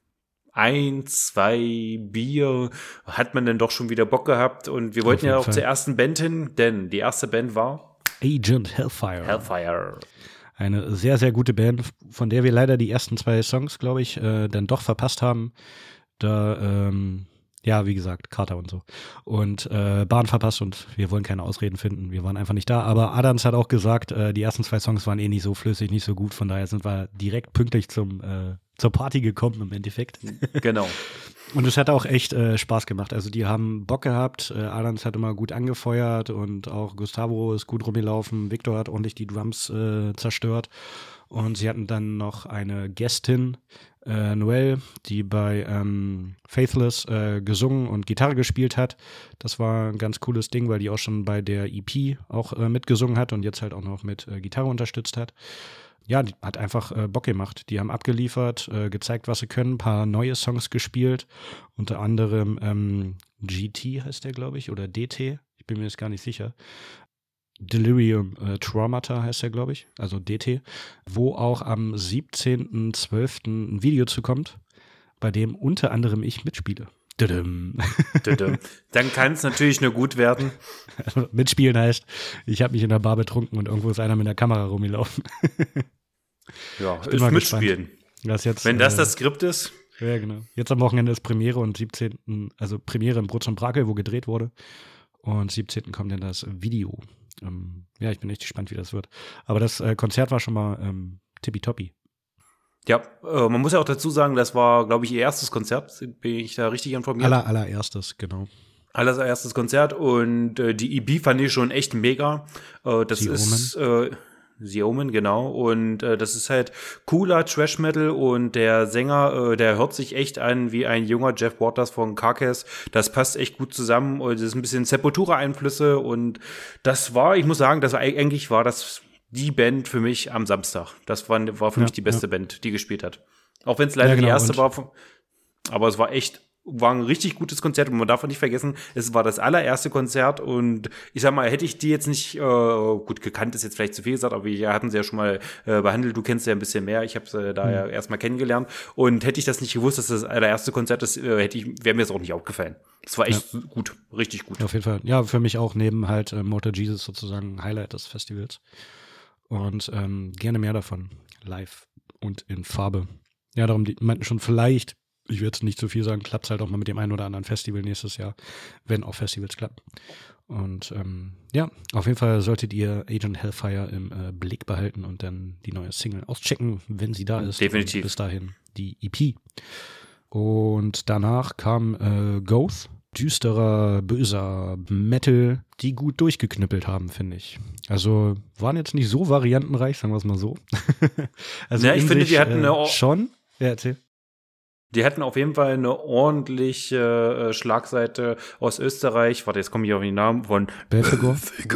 ein, zwei Bier hat man dann doch schon wieder Bock gehabt. Und wir wollten ja auch Fall. zur ersten Band hin, denn die erste Band war Agent Hellfire. Hellfire. Eine sehr, sehr gute Band, von der wir leider die ersten zwei Songs, glaube ich, äh, dann doch verpasst haben. Da, ähm, ja, wie gesagt, Kater und so. Und äh, Bahn verpasst und wir wollen keine Ausreden finden. Wir waren einfach nicht da. Aber Adams hat auch gesagt, äh, die ersten zwei Songs waren eh nicht so flüssig, nicht so gut. Von daher sind wir direkt pünktlich zum äh, zur Party gekommen im Endeffekt. Genau. Und es hat auch echt äh, Spaß gemacht. Also die haben Bock gehabt. Äh, Adams hat immer gut angefeuert und auch Gustavo ist gut rumgelaufen. Victor hat ordentlich die Drums äh, zerstört. Und sie hatten dann noch eine Gästin, äh, Noelle, die bei ähm, Faithless äh, gesungen und Gitarre gespielt hat. Das war ein ganz cooles Ding, weil die auch schon bei der E P auch äh, mitgesungen hat und jetzt halt auch noch mit äh, Gitarre unterstützt hat. Ja, die hat einfach äh, Bock gemacht. Die haben abgeliefert, äh, gezeigt, was sie können, ein paar neue Songs gespielt. Unter anderem ähm, G T heißt der, glaube ich, oder D T. Ich bin mir jetzt gar nicht sicher. Delirium äh, Traumata heißt er, glaube ich, also D T, wo auch am siebzehnten zwölften ein Video zu kommt, bei dem unter anderem ich mitspiele. Dann kann es natürlich nur gut werden. Also, mitspielen heißt, ich habe mich in der Bar betrunken und irgendwo ist einer mit der Kamera rumgelaufen. Ja, ist mitspielen. Das jetzt, Wenn das äh, das Skript ist. Ja, genau. Jetzt am Wochenende ist Premiere und siebzehnten also Premiere in Brutz und Brakel, wo gedreht wurde. Und siebzehnten kommt dann das Video. Ähm, ja, ich bin echt gespannt, wie das wird. Aber das äh, Konzert war schon mal ähm, tippitoppi. Ja, äh, man muss ja auch dazu sagen, das war, glaube ich, ihr erstes Konzert. Bin ich da richtig informiert? Aller, allererstes, genau. Allererstes Konzert und äh, die E P fand ich schon echt mega. Äh, das The ist äh, The Omen, genau. Und äh, das ist halt cooler Trash-Metal und der Sänger, äh, der hört sich echt an wie ein junger Jeff Waters von Carcass. Das passt echt gut zusammen und es ist ein bisschen Sepultura-Einflüsse und das war, ich muss sagen, das war eigentlich war das die Band für mich am Samstag. Das war, war für ja, mich die beste ja. Band, die gespielt hat. Auch wenn es leider ja, genau. die erste und war, aber es war echt war ein richtig gutes Konzert und man darf nicht vergessen, es war das allererste Konzert und ich sag mal, hätte ich die jetzt nicht, äh, gut, gekannt ist jetzt vielleicht zu viel gesagt, aber wir hatten sie ja schon mal äh, behandelt, du kennst sie ja ein bisschen mehr, ich habe sie da mhm. ja erstmal kennengelernt und hätte ich das nicht gewusst, dass das allererste Konzert ist, äh, hätte ich, wäre mir das auch nicht aufgefallen. Es war echt ja. gut, richtig gut. Ja, auf jeden Fall, ja, für mich auch neben halt äh, Motor Jesus sozusagen Highlight des Festivals und ähm, gerne mehr davon, live und in Farbe. Ja, darum, die meinten schon vielleicht, ich würde jetzt nicht zu viel sagen, klappt es halt auch mal mit dem einen oder anderen Festival nächstes Jahr, wenn auch Festivals klappen. Und ähm, ja, auf jeden Fall solltet ihr Agent Hellfire im äh, Blick behalten und dann die neue Single auschecken, wenn sie da ist. Definitiv. Und bis dahin die E P. Und danach kam äh, Ghost, düsterer, böser Metal, die gut durchgeknüppelt haben, finde ich. Also waren jetzt nicht so variantenreich, sagen wir es mal so. Also ja, ich finde, sich, die hatten äh, eine schon. Ja, erzähl. Die hatten auf jeden Fall eine ordentliche äh, Schlagseite aus Österreich. Warte, jetzt komme ich auf den Namen von Belfegor.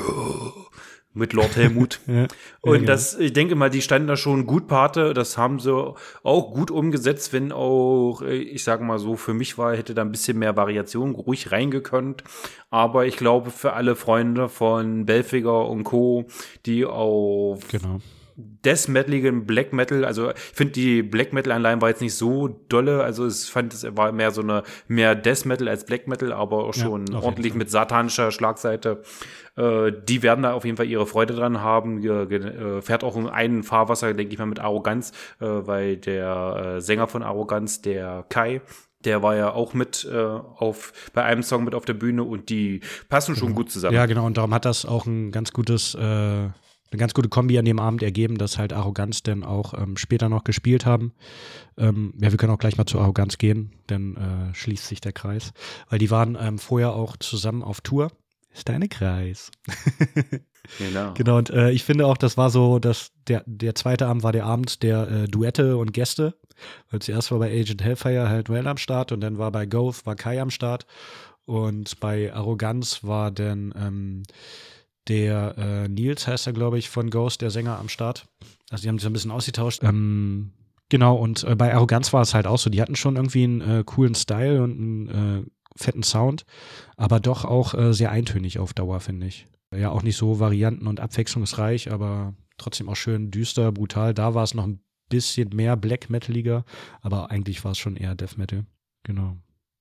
Mit Lord Helmut. ja, und ja, das, ich denke mal, die standen da schon gut Pate. Das haben sie auch gut umgesetzt, wenn auch, ich sage mal so, für mich war, hätte da ein bisschen mehr Variation ruhig reingekönnt. Aber ich glaube, für alle Freunde von Belfiger und Co., die auf genau. Death Metaligen Black Metal, also ich finde die Black Metal Anleihen war jetzt nicht so dolle, also ich fand es war mehr so eine mehr Death Metal als Black Metal, aber auch schon ja, ordentlich mit satanischer Schlagseite. Äh, die werden da auf jeden Fall ihre Freude dran haben. Äh, fährt auch in einen Fahrwasser, denke ich mal, mit Arroganz, äh, weil der äh, Sänger von Arroganz, der Kai, der war ja auch mit äh, auf bei einem Song mit auf der Bühne und die passen schon genau. gut zusammen. Ja, genau, und darum hat das auch ein ganz gutes äh eine ganz gute Kombi an dem Abend ergeben, dass halt Arroganz dann auch ähm, später noch gespielt haben. Ähm, ja, wir können auch gleich mal zu Arroganz gehen, dann äh, schließt sich der Kreis. Weil die waren ähm, vorher auch zusammen auf Tour. Ist deine Kreis. Genau. Genau, und äh, ich finde auch, das war so, dass der, der zweite Abend war der Abend der äh, Duette und Gäste. Weil zuerst war bei Agent Hellfire halt Noelle am Start und dann war bei Ghost war Kai am Start. Und bei Arroganz war dann ähm, der äh, Nils heißt er, glaube ich, von Ghost, der Sänger am Start. Also die haben sich ein bisschen ausgetauscht. Ähm, genau, und äh, bei Arroganz war es halt auch so. Die hatten schon irgendwie einen äh, coolen Style und einen äh, fetten Sound, aber doch auch äh, sehr eintönig auf Dauer, finde ich. Ja, auch nicht so varianten- und abwechslungsreich, aber trotzdem auch schön düster, brutal. Da war es noch ein bisschen mehr Black Metaliger, aber eigentlich war es schon eher Death Metal. Genau.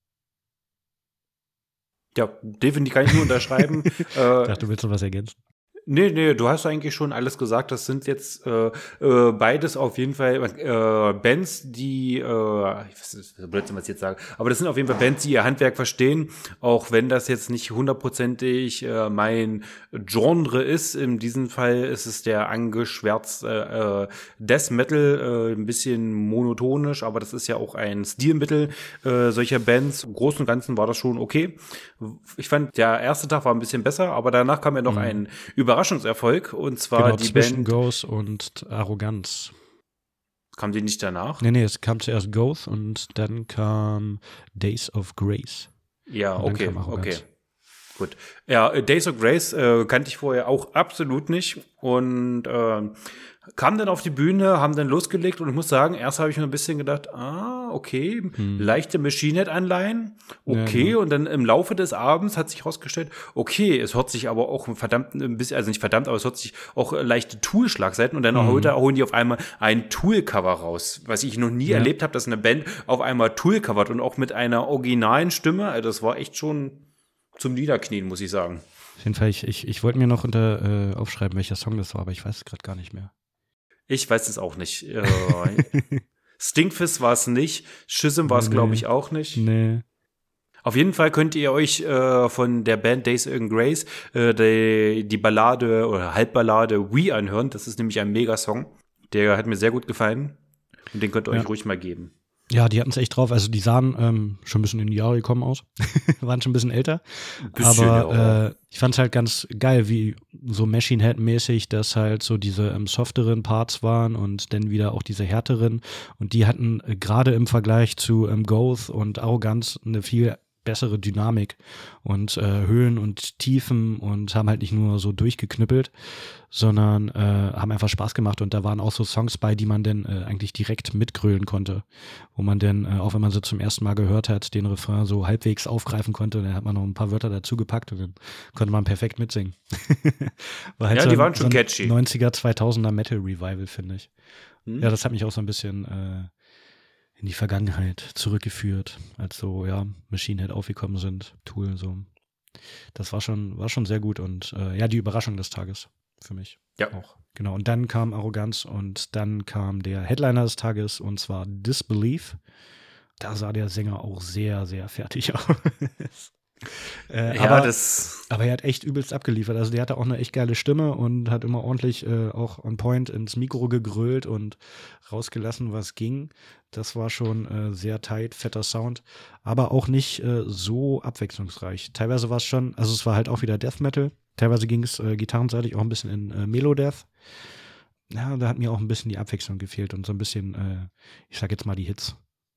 Ja, definitiv kann ich nur unterschreiben. Ich dachte, du willst noch was ergänzen. Nee, nee, du hast eigentlich schon alles gesagt. Das sind jetzt äh, äh, beides auf jeden Fall äh, Bands, die, äh, ich weiß nicht, Blödsinn, was ich jetzt sage, aber das sind auf jeden Fall Bands, die ihr Handwerk verstehen, auch wenn das jetzt nicht hundertprozentig äh, mein Genre ist. In diesem Fall ist es der angeschwärzte äh, Death Metal, äh, ein bisschen monotonisch, aber das ist ja auch ein Stilmittel äh, solcher Bands. Im Großen und Ganzen war das schon okay. Ich fand, der erste Tag war ein bisschen besser, aber danach kam ja noch mhm. ein Überraschungserfolg, und zwar genau, die zwischen Band Ghost und Arroganz. Kam die nicht danach? Nee, nee, es kam zuerst Ghost und dann kam Days of Grace. Ja, okay, okay. Gut. Ja, Days of Grace äh, kannte ich vorher auch absolut nicht und äh, kam dann auf die Bühne, haben dann losgelegt und ich muss sagen, erst habe ich mir ein bisschen gedacht, ah, okay, hm. leichte Machine Head-Anleihen, okay, ja, genau. Und dann im Laufe des Abends hat sich herausgestellt, okay, es hört sich aber auch verdammt ein bisschen, also nicht verdammt, aber es hört sich auch leichte Tool-Schlagseiten und dann mhm. heute holen die auf einmal ein Tool-Cover raus, was ich noch nie ja. erlebt habe, dass eine Band auf einmal Tool covert und auch mit einer originalen Stimme, also das war echt schon zum Niederknien, muss ich sagen. Auf jeden Fall, ich, ich, ich wollte mir noch unter äh, aufschreiben, welcher Song das war, aber ich weiß es gerade gar nicht mehr. Ich weiß es auch nicht. Äh, Stinkfist war es nicht. Schism war es, nee, glaube ich, auch nicht. Nee. Auf jeden Fall könnt ihr euch äh, von der Band Days in Grace äh, die, die Ballade oder Halbballade We anhören. Das ist nämlich ein Megasong. Der hat mir sehr gut gefallen. Und den könnt ihr ja. euch ruhig mal geben. Ja, die hatten es echt drauf. Also die sahen ähm, schon ein bisschen in die Jahre gekommen aus. Waren schon ein bisschen älter. Ein bisschen, aber ja, äh, ich fand es halt ganz geil, wie so Machine Head-mäßig, dass halt so diese ähm, softeren Parts waren und dann wieder auch diese härteren. Und die hatten äh, gerade im Vergleich zu ähm, Ghost und Arroganz eine viel bessere Dynamik und äh, Höhen und Tiefen und haben halt nicht nur so durchgeknüppelt, sondern äh, haben einfach Spaß gemacht und da waren auch so Songs bei, die man dann äh, eigentlich direkt mitgrölen konnte, wo man dann, äh, auch wenn man sie zum ersten Mal gehört hat, den Refrain so halbwegs aufgreifen konnte, dann hat man noch ein paar Wörter dazu gepackt und dann konnte man perfekt mitsingen. War halt ja, so die ein, waren schon so ein catchy. neunziger, zweitausender Metal Revival, finde ich. Hm? Ja, das hat mich auch so ein bisschen äh, in die Vergangenheit zurückgeführt, als so, ja, Machine Head aufgekommen sind, Tool, so. Das war schon, war schon sehr gut und äh, ja, die Überraschung des Tages für mich. Ja. Auch. Genau. Und dann kam Arroganz und dann kam der Headliner des Tages und zwar Disbelief. Da sah der Sänger auch sehr, sehr fertig aus. Äh, ja, aber, das aber er hat echt übelst abgeliefert. Also der hatte auch eine echt geile Stimme und hat immer ordentlich äh, auch on point ins Mikro gegrölt und rausgelassen, was ging. Das war schon äh, sehr tight, fetter Sound, aber auch nicht äh, so abwechslungsreich. Teilweise war es schon, also es war halt auch wieder Death Metal. Teilweise ging es äh, gitarrenseitig auch ein bisschen in äh, Melodeath. Ja, da hat mir auch ein bisschen die Abwechslung gefehlt und so ein bisschen, äh, ich sag jetzt mal die Hits.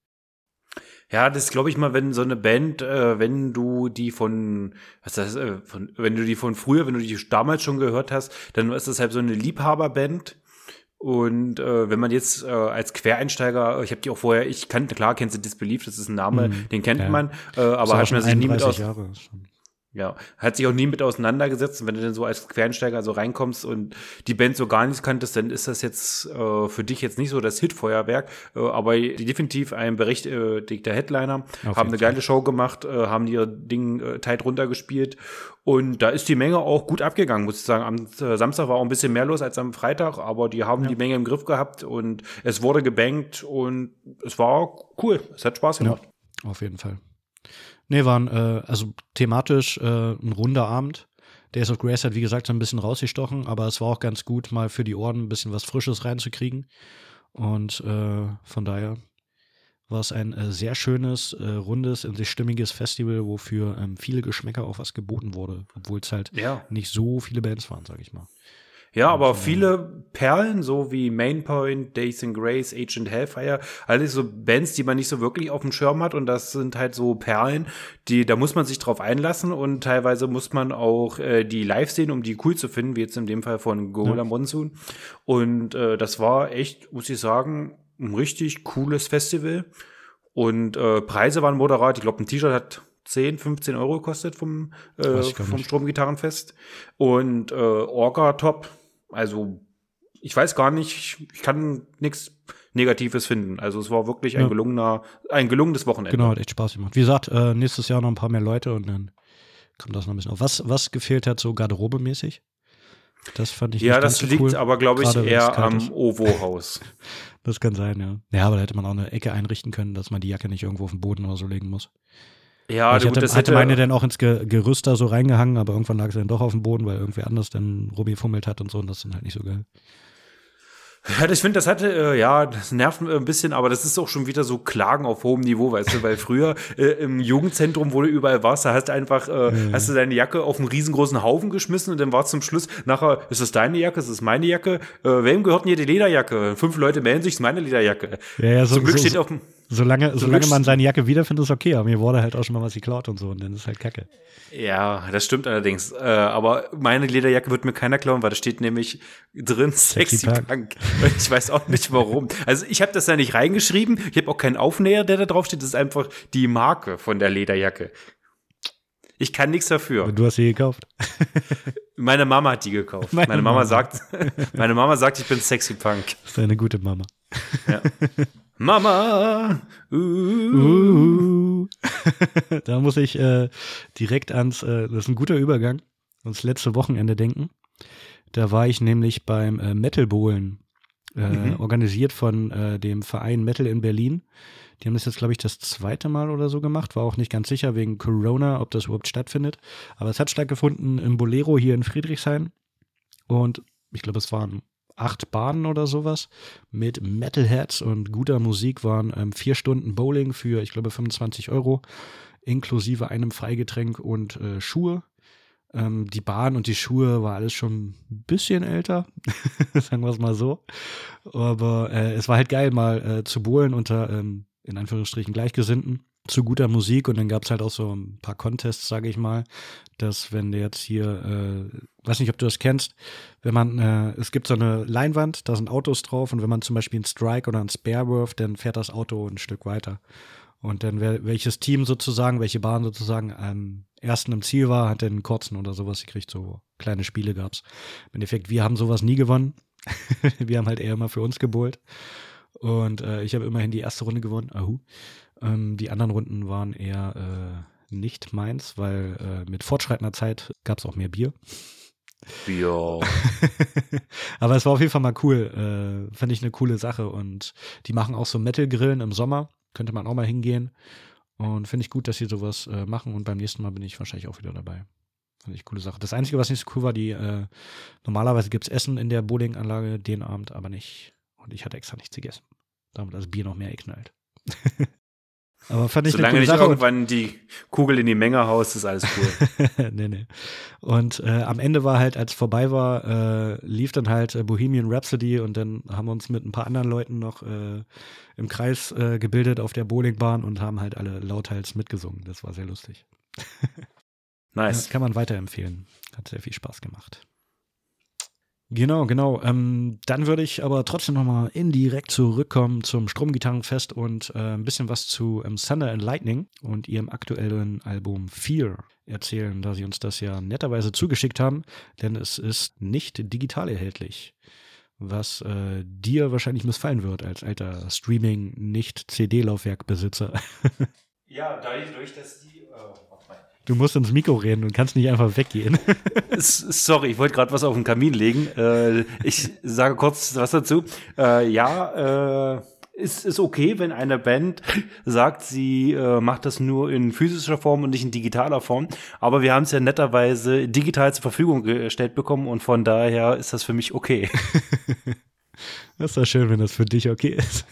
Ja, das glaube ich mal, wenn so eine Band, äh, wenn du die von, was heißt, äh, von, wenn du die von früher, wenn du die damals schon gehört hast, dann ist das halt so eine Liebhaberband. Und äh, wenn man jetzt äh, als Quereinsteiger, ich habe die auch vorher, ich kannte, klar, kennst du Disbelief, das ist ein Name, mhm, den kennt ja. man, äh, aber hat man sich nie mit aus. Jahre schon. Ja, hat sich auch nie mit auseinandergesetzt. Und wenn du dann so als Quereinsteiger so reinkommst und die Band so gar nicht kanntest, dann ist das jetzt äh, für dich jetzt nicht so das Hitfeuerwerk. Äh, aber die definitiv ein berechtigter Headliner, auf haben eine geile Show gemacht, äh, haben ihr Ding äh, tight runtergespielt. Und da ist die Menge auch gut abgegangen, muss ich sagen. Am äh, Samstag war auch ein bisschen mehr los als am Freitag, aber die haben ja. die Menge im Griff gehabt und es wurde gebankt und es war cool. Es hat Spaß gemacht. Ja, auf jeden Fall. Nee, waren äh, also thematisch äh, ein runder Abend. Days of Grace hat, wie gesagt, so ein bisschen rausgestochen, aber es war auch ganz gut, mal für die Ohren ein bisschen was Frisches reinzukriegen. Und äh, von daher war es ein äh, sehr schönes, äh, rundes, in sich stimmiges Festival, wofür ähm, viele Geschmäcker auch was geboten wurde, obwohl es halt ja. nicht so viele Bands waren, sag ich mal. Ja, aber viele Perlen, so wie Mainpoint, Days in Grace, Agent Hellfire, alles so Bands, die man nicht so wirklich auf dem Schirm hat und das sind halt so Perlen, die, da muss man sich drauf einlassen und teilweise muss man auch äh, die live sehen, um die cool zu finden, wie jetzt in dem Fall von Gola ja. Monsoon. Und äh, das war echt, muss ich sagen, ein richtig cooles Festival und äh, Preise waren moderat. Ich glaube, ein T-Shirt hat zehn, fünfzehn Euro gekostet vom, äh, vom Stromgitarrenfest und äh, Orga top. Also ich weiß gar nicht, ich kann nichts Negatives finden. Also es war wirklich ein ja. gelungener, ein gelungenes Wochenende. Genau, hat echt Spaß gemacht. Wie gesagt, äh, nächstes Jahr noch ein paar mehr Leute und dann kommt das noch ein bisschen auf. Was, was gefehlt hat, so garderobemäßig? Das fand ich Ja, nicht das ganz so liegt cool, aber, glaube ich, gerade wenn es eher kalt am ist. Ovo-Haus. Das kann sein, ja. Ja, aber da hätte man auch eine Ecke einrichten können, dass man die Jacke nicht irgendwo auf den Boden oder so legen muss. Ja, Weil ich gut, hatte, das hatte hätte meine dann auch ins Ge Gerüst da so reingehangen, aber irgendwann lag sie dann doch auf dem Boden, weil irgendwer anders dann rumgefummelt hat und so und das ist dann halt nicht so geil. Ja, ich finde, das hatte, äh, ja, das nervt ein bisschen, aber das ist auch schon wieder so Klagen auf hohem Niveau, weißt du, weil früher äh, im Jugendzentrum, wo du überall warst, da hast du einfach, äh, mhm. hast du deine Jacke auf einen riesengroßen Haufen geschmissen und dann war zum Schluss, nachher, ist das deine Jacke, ist das meine Jacke, äh, wem gehört denn hier die Lederjacke? Fünf Leute melden sich, ist meine Lederjacke. Ja, ja, so, zum Glück so, steht auf dem Solange, Zum solange Glück- man seine Jacke wiederfindet, ist okay, aber mir wurde halt auch schon mal was geklaut und so und dann ist halt kacke. Ja, das stimmt allerdings. Äh, aber meine Lederjacke wird mir keiner klauen, weil da steht nämlich drin Sexy, Sexy Punk. Punk. Und ich weiß auch nicht warum. Also ich habe das da nicht reingeschrieben. Ich habe auch keinen Aufnäher, der da drauf steht. Das ist einfach die Marke von der Lederjacke. Ich kann nichts dafür. Du hast sie gekauft. Meine Mama hat die gekauft. Meine Meine, Mama, Mama. sagt, meine Mama sagt, ich bin Sexy Punk. Das ist eine gute Mama. Ja. Mama. Uh. Uh. Da muss ich äh, direkt ans, äh, das ist ein guter Übergang, ans letzte Wochenende denken. Da war ich nämlich beim äh, Metal Bowlen, äh, Mhm. organisiert von äh, dem Verein Metal in Berlin. Die haben das jetzt, glaube ich, das zweite Mal oder so gemacht. War auch nicht ganz sicher wegen Corona, ob das überhaupt stattfindet. Aber es hat stattgefunden im Bolero hier in Friedrichshain. Und ich glaube, es waren acht Bahnen oder sowas mit Metalheads und guter Musik, waren ähm, vier Stunden Bowling für, ich glaube, fünfundzwanzig Euro, inklusive einem Freigetränk und äh, Schuhe. Ähm, die Bahn und die Schuhe war alles schon ein bisschen älter, sagen wir es mal so. Aber äh, es war halt geil, mal äh, zu bowlen unter, ähm, in Anführungsstrichen, Gleichgesinnten zu guter Musik. Und dann gab es halt auch so ein paar Contests, sage ich mal, dass wenn der jetzt hier, äh, weiß nicht, ob du das kennst, wenn man, äh, es gibt so eine Leinwand, da sind Autos drauf und wenn man zum Beispiel einen Strike oder einen Spare wirft, dann fährt das Auto ein Stück weiter. Und dann wer, welches Team sozusagen, welche Bahn sozusagen am ersten im Ziel war, hat dann einen kurzen oder sowas gekriegt, so kleine Spiele gab's. Im Endeffekt, wir haben sowas nie gewonnen. Wir haben halt eher immer für uns gebowlt. Und äh, ich habe immerhin die erste Runde gewonnen. Ahu. Ähm, die anderen Runden waren eher äh, nicht meins, weil äh, mit fortschreitender Zeit gab es auch mehr Bier. Ja. Aber es war auf jeden Fall mal cool. Äh, fand ich eine coole Sache. Und die machen auch so Metal-Grillen im Sommer. Könnte man auch mal hingehen. Und finde ich gut, dass sie sowas äh, machen. Und beim nächsten Mal bin ich wahrscheinlich auch wieder dabei. Finde ich coole Sache. Das Einzige, was nicht so cool war, die äh, normalerweise gibt es Essen in der Bowlinganlage den Abend, aber nicht. Und ich hatte extra nichts gegessen. Damit das Bier noch mehr geknallt. Aber fand ich Solange eine nicht coole Sache. irgendwann die Kugel in die Menge haust, ist alles cool. nee, nee. Und äh, am Ende war halt, als vorbei war, äh, lief dann halt äh, Bohemian Rhapsody und dann haben wir uns mit ein paar anderen Leuten noch äh, im Kreis äh, gebildet auf der Bowlingbahn und haben halt alle lauthals mitgesungen. Das war sehr lustig. Nice. Ja, kann man weiterempfehlen. Hat sehr viel Spaß gemacht. Genau, genau. Ähm, dann würde ich aber trotzdem nochmal indirekt zurückkommen zum Stromgitarrenfest und äh, ein bisschen was zu ähm, Thunder and Lightning und ihrem aktuellen Album Fear erzählen, da sie uns das ja netterweise zugeschickt haben, denn es ist nicht digital erhältlich, was äh, dir wahrscheinlich missfallen wird als alter Streaming-Nicht-C D-Laufwerkbesitzer. Ja, dadurch, dass die. Oh, warte mal. Du musst ins Mikro reden und kannst nicht einfach weggehen. Sorry, ich wollte gerade was auf den Kamin legen. Äh, ich sage kurz was dazu. Äh, ja, äh, ist, ist okay, wenn eine Band sagt, sie äh, macht das nur in physischer Form und nicht in digitaler Form. Aber wir haben es ja netterweise digital zur Verfügung gestellt bekommen und von daher ist das für mich okay. Das ist doch schön, wenn das für dich okay ist.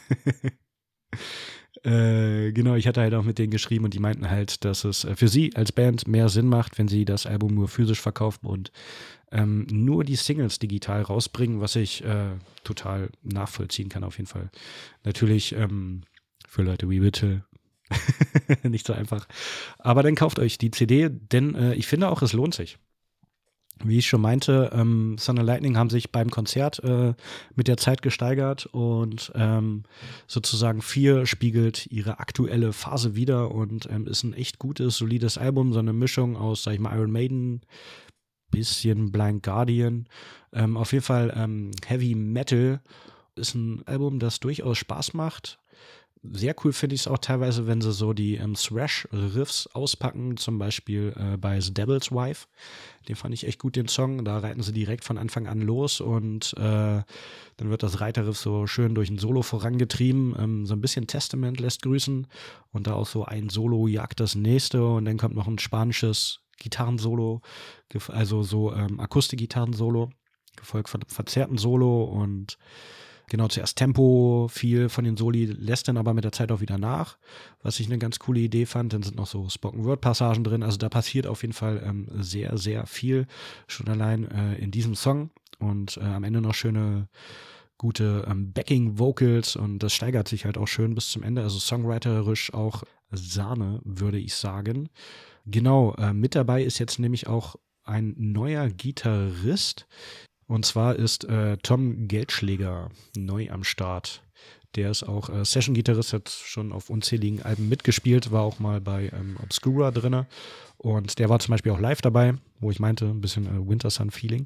Äh, genau, ich hatte halt auch mit denen geschrieben und die meinten halt, dass es für sie als Band mehr Sinn macht, wenn sie das Album nur physisch verkaufen und ähm, nur die Singles digital rausbringen, was ich äh, total nachvollziehen kann auf jeden Fall. Natürlich ähm, für Leute wie Whittle nicht so einfach. Aber dann kauft euch die C D, denn äh, ich finde auch, es lohnt sich. Wie ich schon meinte, ähm, Thunder Lightning haben sich beim Konzert äh, mit der Zeit gesteigert und ähm, sozusagen Fear spiegelt ihre aktuelle Phase wider und ähm, ist ein echt gutes, solides Album, so eine Mischung aus, sag ich mal, Iron Maiden, bisschen Blind Guardian. Ähm, auf jeden Fall ähm, Heavy Metal ist ein Album, das durchaus Spaß macht. Sehr cool finde ich es auch teilweise, wenn sie so die ähm, Thrash-Riffs auspacken, zum Beispiel äh, bei The Devil's Wife. Den fand ich echt gut, den Song. Da reiten sie direkt von Anfang an los und äh, dann wird das Reiterriff so schön durch ein Solo vorangetrieben. Ähm, so ein bisschen Testament lässt grüßen und da auch so ein Solo jagt das nächste und dann kommt noch ein spanisches Gitarrensolo, also so ähm, Akustik-Gitarrensolo, gefolgt von einem verzerrten Solo und genau, zuerst Tempo, viel von den Soli lässt dann aber mit der Zeit auch wieder nach, was ich eine ganz coole Idee fand. Dann sind noch so Spoken-Word-Passagen drin, also da passiert auf jeden Fall ähm, sehr, sehr viel, schon allein äh, in diesem Song und äh, am Ende noch schöne, gute ähm, Backing-Vocals und das steigert sich halt auch schön bis zum Ende, also songwriterisch auch Sahne, würde ich sagen. Genau, äh, mit dabei ist jetzt nämlich auch ein neuer Gitarrist. Und zwar ist äh, Tom Geldschläger neu am Start. Der ist auch äh, Session-Gitarrist, hat schon auf unzähligen Alben mitgespielt, war auch mal bei ähm, Obscura drin. Und der war zum Beispiel auch live dabei, wo ich meinte, ein bisschen äh, Winter Sun-Feeling.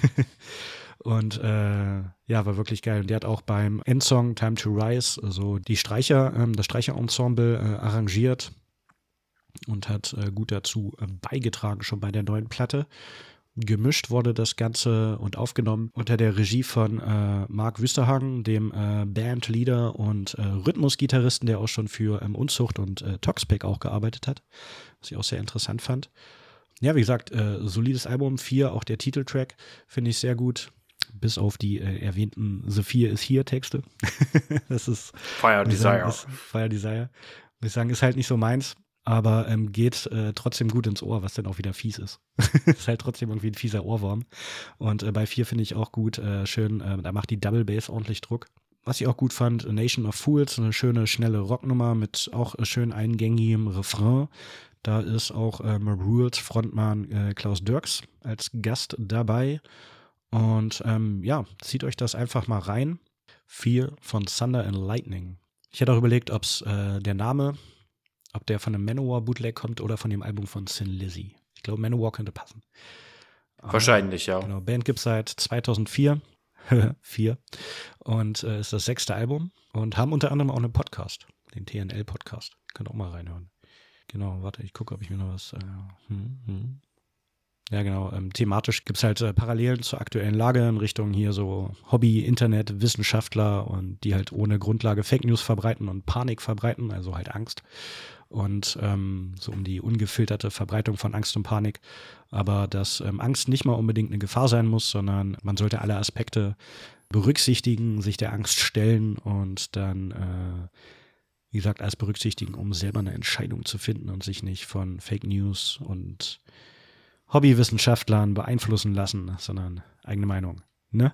Und äh, ja, war wirklich geil. Und der hat auch beim Endsong Time to Rise also die Streicher, ähm, das Streicherensemble äh, arrangiert und hat äh, gut dazu äh, beigetragen, schon bei der neuen Platte. Gemischt wurde das Ganze und aufgenommen unter der Regie von äh, Mark Wüsterhagen, dem äh, Bandleader und äh, Rhythmusgitarristen, der auch schon für ähm, Unzucht und äh, Toxpack auch gearbeitet hat, was ich auch sehr interessant fand. Ja, wie gesagt, äh, solides Album, vier, auch der Titeltrack finde ich sehr gut, bis auf die äh, erwähnten The Fear is Here Texte. Das ist Fire Desire. Sagen, ist Fire Desire. Muss ich sagen, ist halt nicht so meins. Aber ähm, geht äh, trotzdem gut ins Ohr, was dann auch wieder fies ist. Ist halt trotzdem irgendwie ein fieser Ohrwurm. Und äh, bei vier finde ich auch gut, äh, schön, äh, da macht die Double Bass ordentlich Druck. Was ich auch gut fand, A Nation of Fools, eine schöne, schnelle Rocknummer mit auch äh, schön eingängigem Refrain. Da ist auch äh, Rules Frontmann äh, Klaus Dirks als Gast dabei. Und ähm, ja, zieht euch das einfach mal rein. vier von Thunder and Lightning. Ich hätte auch überlegt, ob es äh, der Name... ob der von einem Manowar-Bootleg kommt oder von dem Album von Thin Lizzy. Ich glaube, Manowar könnte passen. Wahrscheinlich, ja. Genau, Band gibt es seit zweitausendvier. Vier. Und äh, ist das sechste Album. Und haben unter anderem auch einen Podcast. Den T N L-Podcast. Könnt auch mal reinhören. Genau, warte, ich gucke, ob ich mir noch was... Äh, hm, hm. Ja, genau. Ähm, thematisch gibt es halt äh, Parallelen zur aktuellen Lage in Richtung hier so Hobby, Internet, Wissenschaftler und die halt ohne Grundlage Fake News verbreiten und Panik verbreiten, also halt Angst. Und ähm, so um die ungefilterte Verbreitung von Angst und Panik. Aber dass ähm, Angst nicht mal unbedingt eine Gefahr sein muss, sondern man sollte alle Aspekte berücksichtigen, sich der Angst stellen und dann, äh, wie gesagt, alles berücksichtigen, um selber eine Entscheidung zu finden und sich nicht von Fake News und Hobbywissenschaftlern beeinflussen lassen, sondern eigene Meinung. Ne?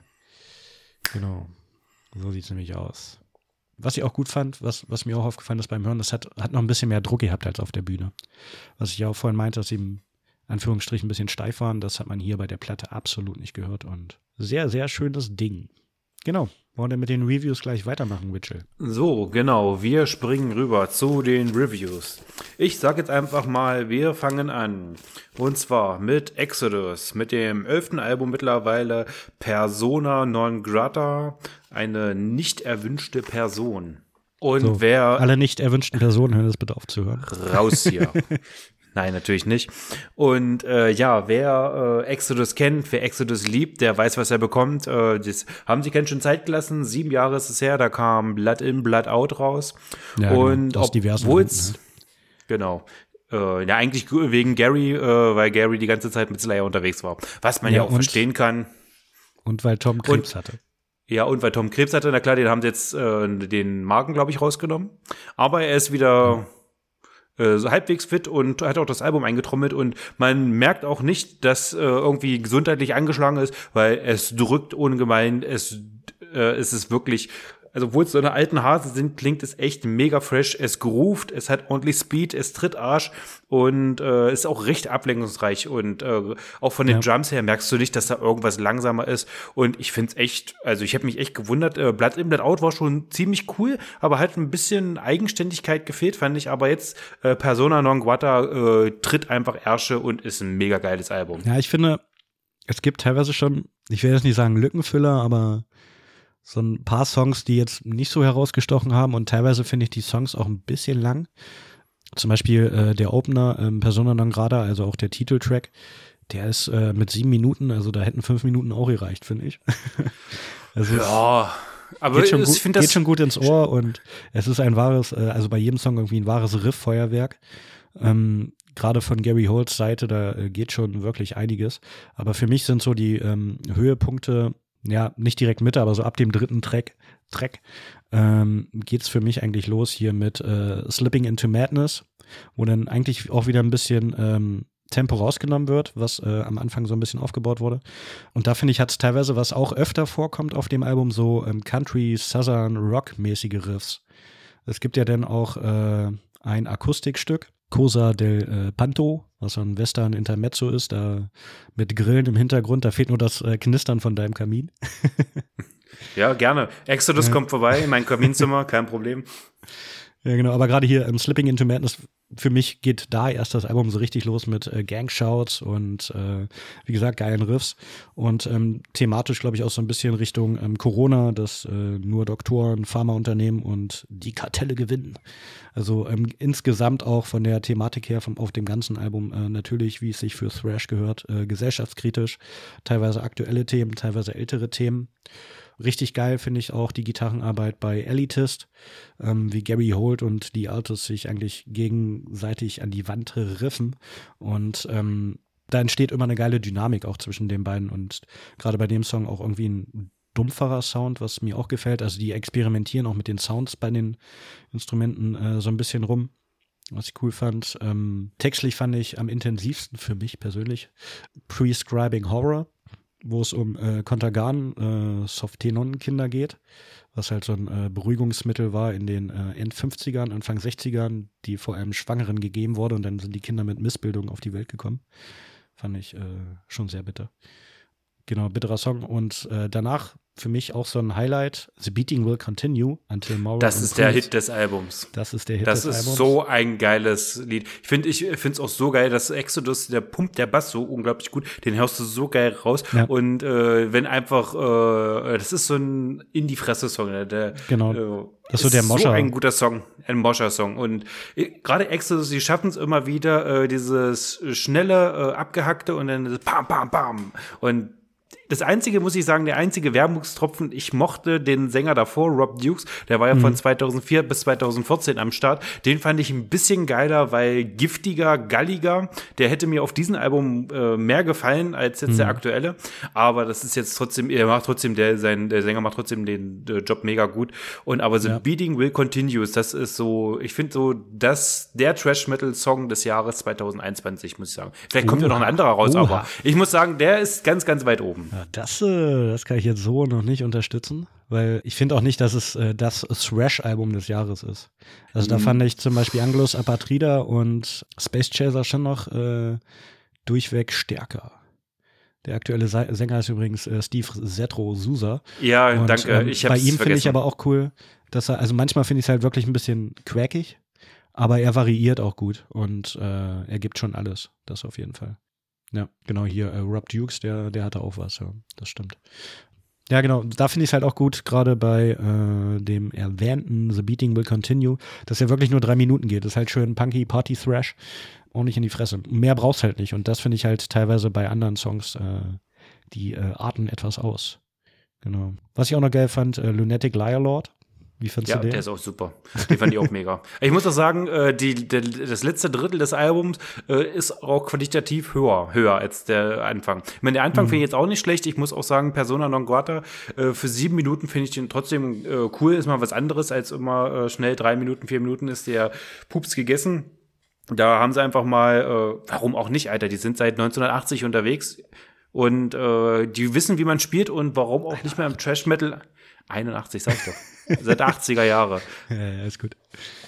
Genau. So sieht es nämlich aus. Was ich auch gut fand, was, was mir auch aufgefallen ist beim Hören, das hat, hat noch ein bisschen mehr Druck gehabt als auf der Bühne. Was ich ja auch vorhin meinte, dass sie im Anführungsstrichen ein bisschen steif waren, das hat man hier bei der Platte absolut nicht gehört und sehr, sehr schönes Ding. Genau. Wollen wir mit den Reviews gleich weitermachen, Witchell? So, genau. Wir springen rüber zu den Reviews. Ich sag jetzt einfach mal, wir fangen an. Und zwar mit Exodus, mit dem elften Album mittlerweile, Persona non grata, eine nicht erwünschte Person. Und so, wer... Alle nicht erwünschten Personen hören das bitte auf zu hören. Raus hier. Nein, natürlich nicht. Und äh, ja, wer äh, Exodus kennt, wer Exodus liebt, der weiß, was er bekommt. Äh, das haben sie ganz schön Zeit gelassen. Sieben Jahre ist es her, da kam Blood In, Blood Out raus. Ja, und aus diversen obwohl Gründen, es, genau, äh, ja eigentlich wegen Gary, äh, weil Gary die ganze Zeit mit Slayer unterwegs war. Was man ja, ja auch und, verstehen kann. Und weil Tom Krebs und, hatte. Ja, und weil Tom Krebs hatte, na klar, den haben sie jetzt äh, den Magen, glaube ich, rausgenommen. Aber er ist wieder... Ja. So halbwegs fit und hat auch das Album eingetrommelt und man merkt auch nicht, dass äh, irgendwie gesundheitlich angeschlagen ist, weil es drückt ungemein, es, äh, es ist wirklich, also obwohl es so eine alten Hase sind, klingt es echt mega fresh, es groovt, es hat ordentlich Speed, es tritt Arsch und äh, ist auch recht ablenkungsreich und äh, auch von den ja. Drums her merkst du nicht, dass da irgendwas langsamer ist und ich find's echt, also ich habe mich echt gewundert, äh, Blood In, Blood Out war schon ziemlich cool, aber halt ein bisschen Eigenständigkeit gefehlt, fand ich, aber jetzt äh, Persona non grata äh, tritt einfach Ärsche und ist ein mega geiles Album. Ja, ich finde, Es gibt teilweise schon, ich will jetzt nicht sagen Lückenfüller, aber so ein paar Songs, die jetzt nicht so herausgestochen haben und teilweise finde ich die Songs auch ein bisschen lang. Zum Beispiel äh, der Opener, ähm, Persona non grata, also auch der Titeltrack, der ist äh, mit sieben Minuten, also da hätten fünf Minuten auch gereicht, finde ich. Also ja, aber geht, schon ich gut, finde geht das schon gut ins Ohr und es ist ein wahres, äh, also bei jedem Song irgendwie ein wahres Riff-Feuerwerk. Ähm, Gerade von Gary Holts Seite, da äh, geht schon wirklich einiges. Aber für mich sind so die ähm, Höhepunkte, ja, nicht direkt Mitte, aber so ab dem dritten Track, Track ähm, geht's für mich eigentlich los hier mit äh, Slipping into Madness, wo dann eigentlich auch wieder ein bisschen ähm, Tempo rausgenommen wird, was äh, am Anfang so ein bisschen aufgebaut wurde. Und da finde ich, hat es teilweise, was auch öfter vorkommt auf dem Album, so ähm, Country, Southern, Rock-mäßige Riffs. Es gibt ja dann auch äh, ein Akustikstück, Cosa del äh, Panto, was so ein Western-Intermezzo ist, da mit Grillen im Hintergrund, da fehlt nur das äh, Knistern von deinem Kamin. Ja, gerne. Exodus ja. kommt vorbei in mein Kaminzimmer, kein Problem. Ja, genau, aber gerade hier im Slipping into Madness, für mich geht da erst das Album so richtig los mit äh, Gang-Shouts und äh, wie gesagt, geilen Riffs und ähm, thematisch, glaube ich, auch so ein bisschen Richtung ähm, Corona, dass äh, nur Doktoren, Pharmaunternehmen und die Kartelle gewinnen. Also ähm, insgesamt auch von der Thematik her vom, auf dem ganzen Album äh, natürlich, wie es sich für Thrash gehört, äh, gesellschaftskritisch, teilweise aktuelle Themen, teilweise ältere Themen. Richtig geil finde ich auch die Gitarrenarbeit bei Elitist, ähm, wie Gary Holt und die Altos sich eigentlich gegenseitig an die Wand riffen und ähm, da entsteht immer eine geile Dynamik auch zwischen den beiden und gerade bei dem Song auch irgendwie ein dumpferer Sound, was mir auch gefällt. Also die experimentieren auch mit den Sounds bei den Instrumenten äh, so ein bisschen rum, was ich cool fand. Ähm, textlich fand ich am intensivsten für mich persönlich Prescribing Horror, wo es um äh, Contergan, äh, Softenon-Kinder geht, was halt so ein äh, Beruhigungsmittel war in den äh, End-fünfzigern, Anfang sechzigern, die vor allem Schwangeren gegeben wurde und dann sind die Kinder mit Missbildung auf die Welt gekommen. Fand ich äh, schon sehr bitter. Genau, bitterer Song. Und äh, danach für mich auch so ein Highlight, The Beating Will Continue Until Morrow. Das ist der Hit des Albums. Das ist der Hit das des Albums. Das ist so ein geiles Lied. Ich finde ich finde es auch so geil, dass Exodus, der pumpt der Bass so unglaublich gut, den hörst du so geil raus. Ja. Und äh, wenn einfach, äh, das ist so ein In-die-Fresse-Song. Der, genau, äh, das ist so der Moscher. So ein guter Song, ein Moscher-Song. Und äh, gerade Exodus, die schaffen es immer wieder, äh, dieses schnelle, äh, abgehackte und dann das Pam, Pam, Pam. Und das einzige, muss ich sagen, der einzige Wermutstropfen, ich mochte den Sänger davor, Rob Dukes, der war ja mhm. von zweitausendvier bis zweitausendvierzehn am Start. Den fand ich ein bisschen geiler, weil giftiger, galliger. Der hätte mir auf diesem Album äh, mehr gefallen als jetzt mhm. der aktuelle. Aber das ist jetzt trotzdem, er macht trotzdem, der, sein, der Sänger macht trotzdem den äh, Job mega gut. Und aber The ja. Beating Will Continues, das ist so, ich finde so, das, der Trash-Metal-Song des Jahres zweitausendeinundzwanzig, muss ich sagen. Vielleicht kommt ja noch ein anderer raus, Uha. aber ich muss sagen, der ist ganz, ganz weit oben. Ja, das, äh, das kann ich jetzt so noch nicht unterstützen, weil ich finde auch nicht, dass es äh, das Thrash-Album des Jahres ist. Also mhm. da fand ich zum Beispiel Angelus Apatrida und Space Chaser schon noch äh, durchweg stärker. Der aktuelle Sänger ist übrigens äh, Steve Zetro Sousa. Ja, und, danke. Ähm, ich bei ihm finde ich aber auch cool, dass er, also manchmal finde ich es halt wirklich ein bisschen quäkig, aber er variiert auch gut und äh, er gibt schon alles. Das auf jeden Fall. Ja, genau, hier äh, Rob Dukes, der, der hatte auch was, ja, das stimmt. Ja, genau, da finde ich es halt auch gut, gerade bei äh, dem erwähnten The Beating Will Continue, dass er wirklich nur drei Minuten geht. Das ist halt schön punky Party-Thrash, ordentlich in die Fresse. Mehr brauchst halt nicht und das finde ich halt teilweise bei anderen Songs, äh, die äh, arten etwas aus. Genau. Was ich auch noch geil fand, äh, Lunatic Liar Lord. Wie findest ja, du den? Der ist auch super. Den fand ich auch mega. Ich muss auch sagen, äh, die, der, das letzte Drittel des Albums äh, ist auch qualitativ höher, höher als der Anfang. Ich meine, der Anfang mhm. finde ich jetzt auch nicht schlecht. Ich muss auch sagen, Persona non grata, äh, für sieben Minuten finde ich den trotzdem äh, cool. Ist mal was anderes, als immer äh, schnell drei Minuten, vier Minuten ist der Pups gegessen. Da haben sie einfach mal, äh, warum auch nicht, Alter, die sind seit neunzehnhundertachtzig unterwegs und äh, die wissen, wie man spielt und warum auch nicht mehr im Trash-Metal. einundachtzig, sag ich doch. Seit achtziger Jahre. Ja, ja, ist gut.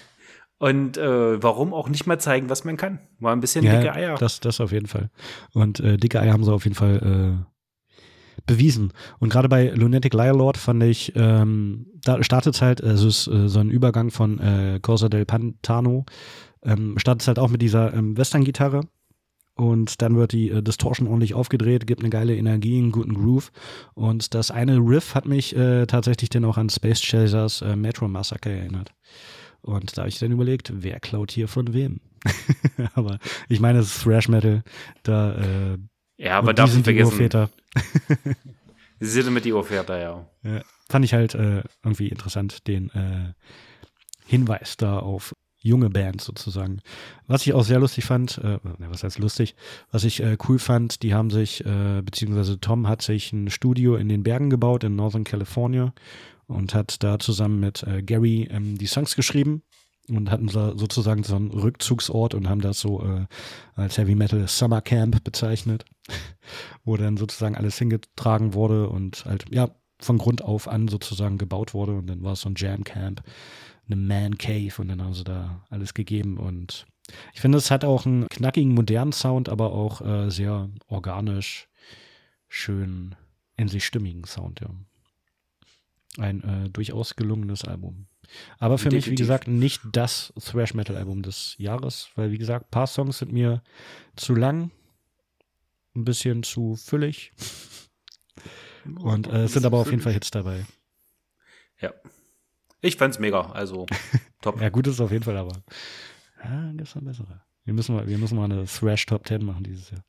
Und äh, warum auch nicht mal zeigen, was man kann? Mal ein bisschen ja, dicke Eier. Das, das auf jeden Fall. Und äh, dicke Eier haben sie auf jeden Fall äh, bewiesen. Und gerade bei Lunatic Liar Lord fand ich, ähm, da startet es halt, also es ist äh, so ein Übergang von äh, Cosa del Pantano, ähm, startet es halt auch mit dieser ähm, Western-Gitarre. und dann wird die äh, Distortion ordentlich aufgedreht, gibt eine geile Energie, einen guten Groove und das eine Riff hat mich äh, tatsächlich dann auch an Space Chasers äh, Metro Massacre erinnert. Und da habe ich dann überlegt, wer klaut hier von wem? Aber ich meine, es ist Thrash Metal, da äh, ja, aber darf nicht vergessen. Urväter. Sie sind mit die Urväter, ja. ja. Fand ich halt äh, irgendwie interessant, den äh, Hinweis da auf junge Bands sozusagen. Was ich auch sehr lustig fand, äh, was heißt lustig, was ich äh, cool fand, die haben sich, äh, beziehungsweise Tom hat sich ein Studio in den Bergen gebaut in Northern California und hat da zusammen mit äh, Gary ähm, die Songs geschrieben und hatten so, sozusagen so einen Rückzugsort und haben das so äh, als Heavy Metal Summer Camp bezeichnet, wo dann sozusagen alles hingetragen wurde und halt, ja, von Grund auf an sozusagen gebaut wurde und dann war es so ein Jam Camp, eine Man Cave und dann haben sie da alles gegeben und ich finde, es hat auch einen knackigen, modernen Sound, aber auch äh, sehr organisch, schön, in sich stimmigen Sound, ja. Ein äh, durchaus gelungenes Album. Aber für Definitiv. mich, wie gesagt, nicht das Thrash-Metal-Album des Jahres, weil, wie gesagt, ein paar Songs sind mir zu lang, ein bisschen zu füllig und äh, es sind aber auf jeden Fall Hits dabei. Ja. Ich fand's mega, also top. Ja, gut ist es auf jeden Fall, aber ja, gibt's noch bessere. Wir müssen mal, wir müssen mal eine Thrash Top Ten machen dieses Jahr.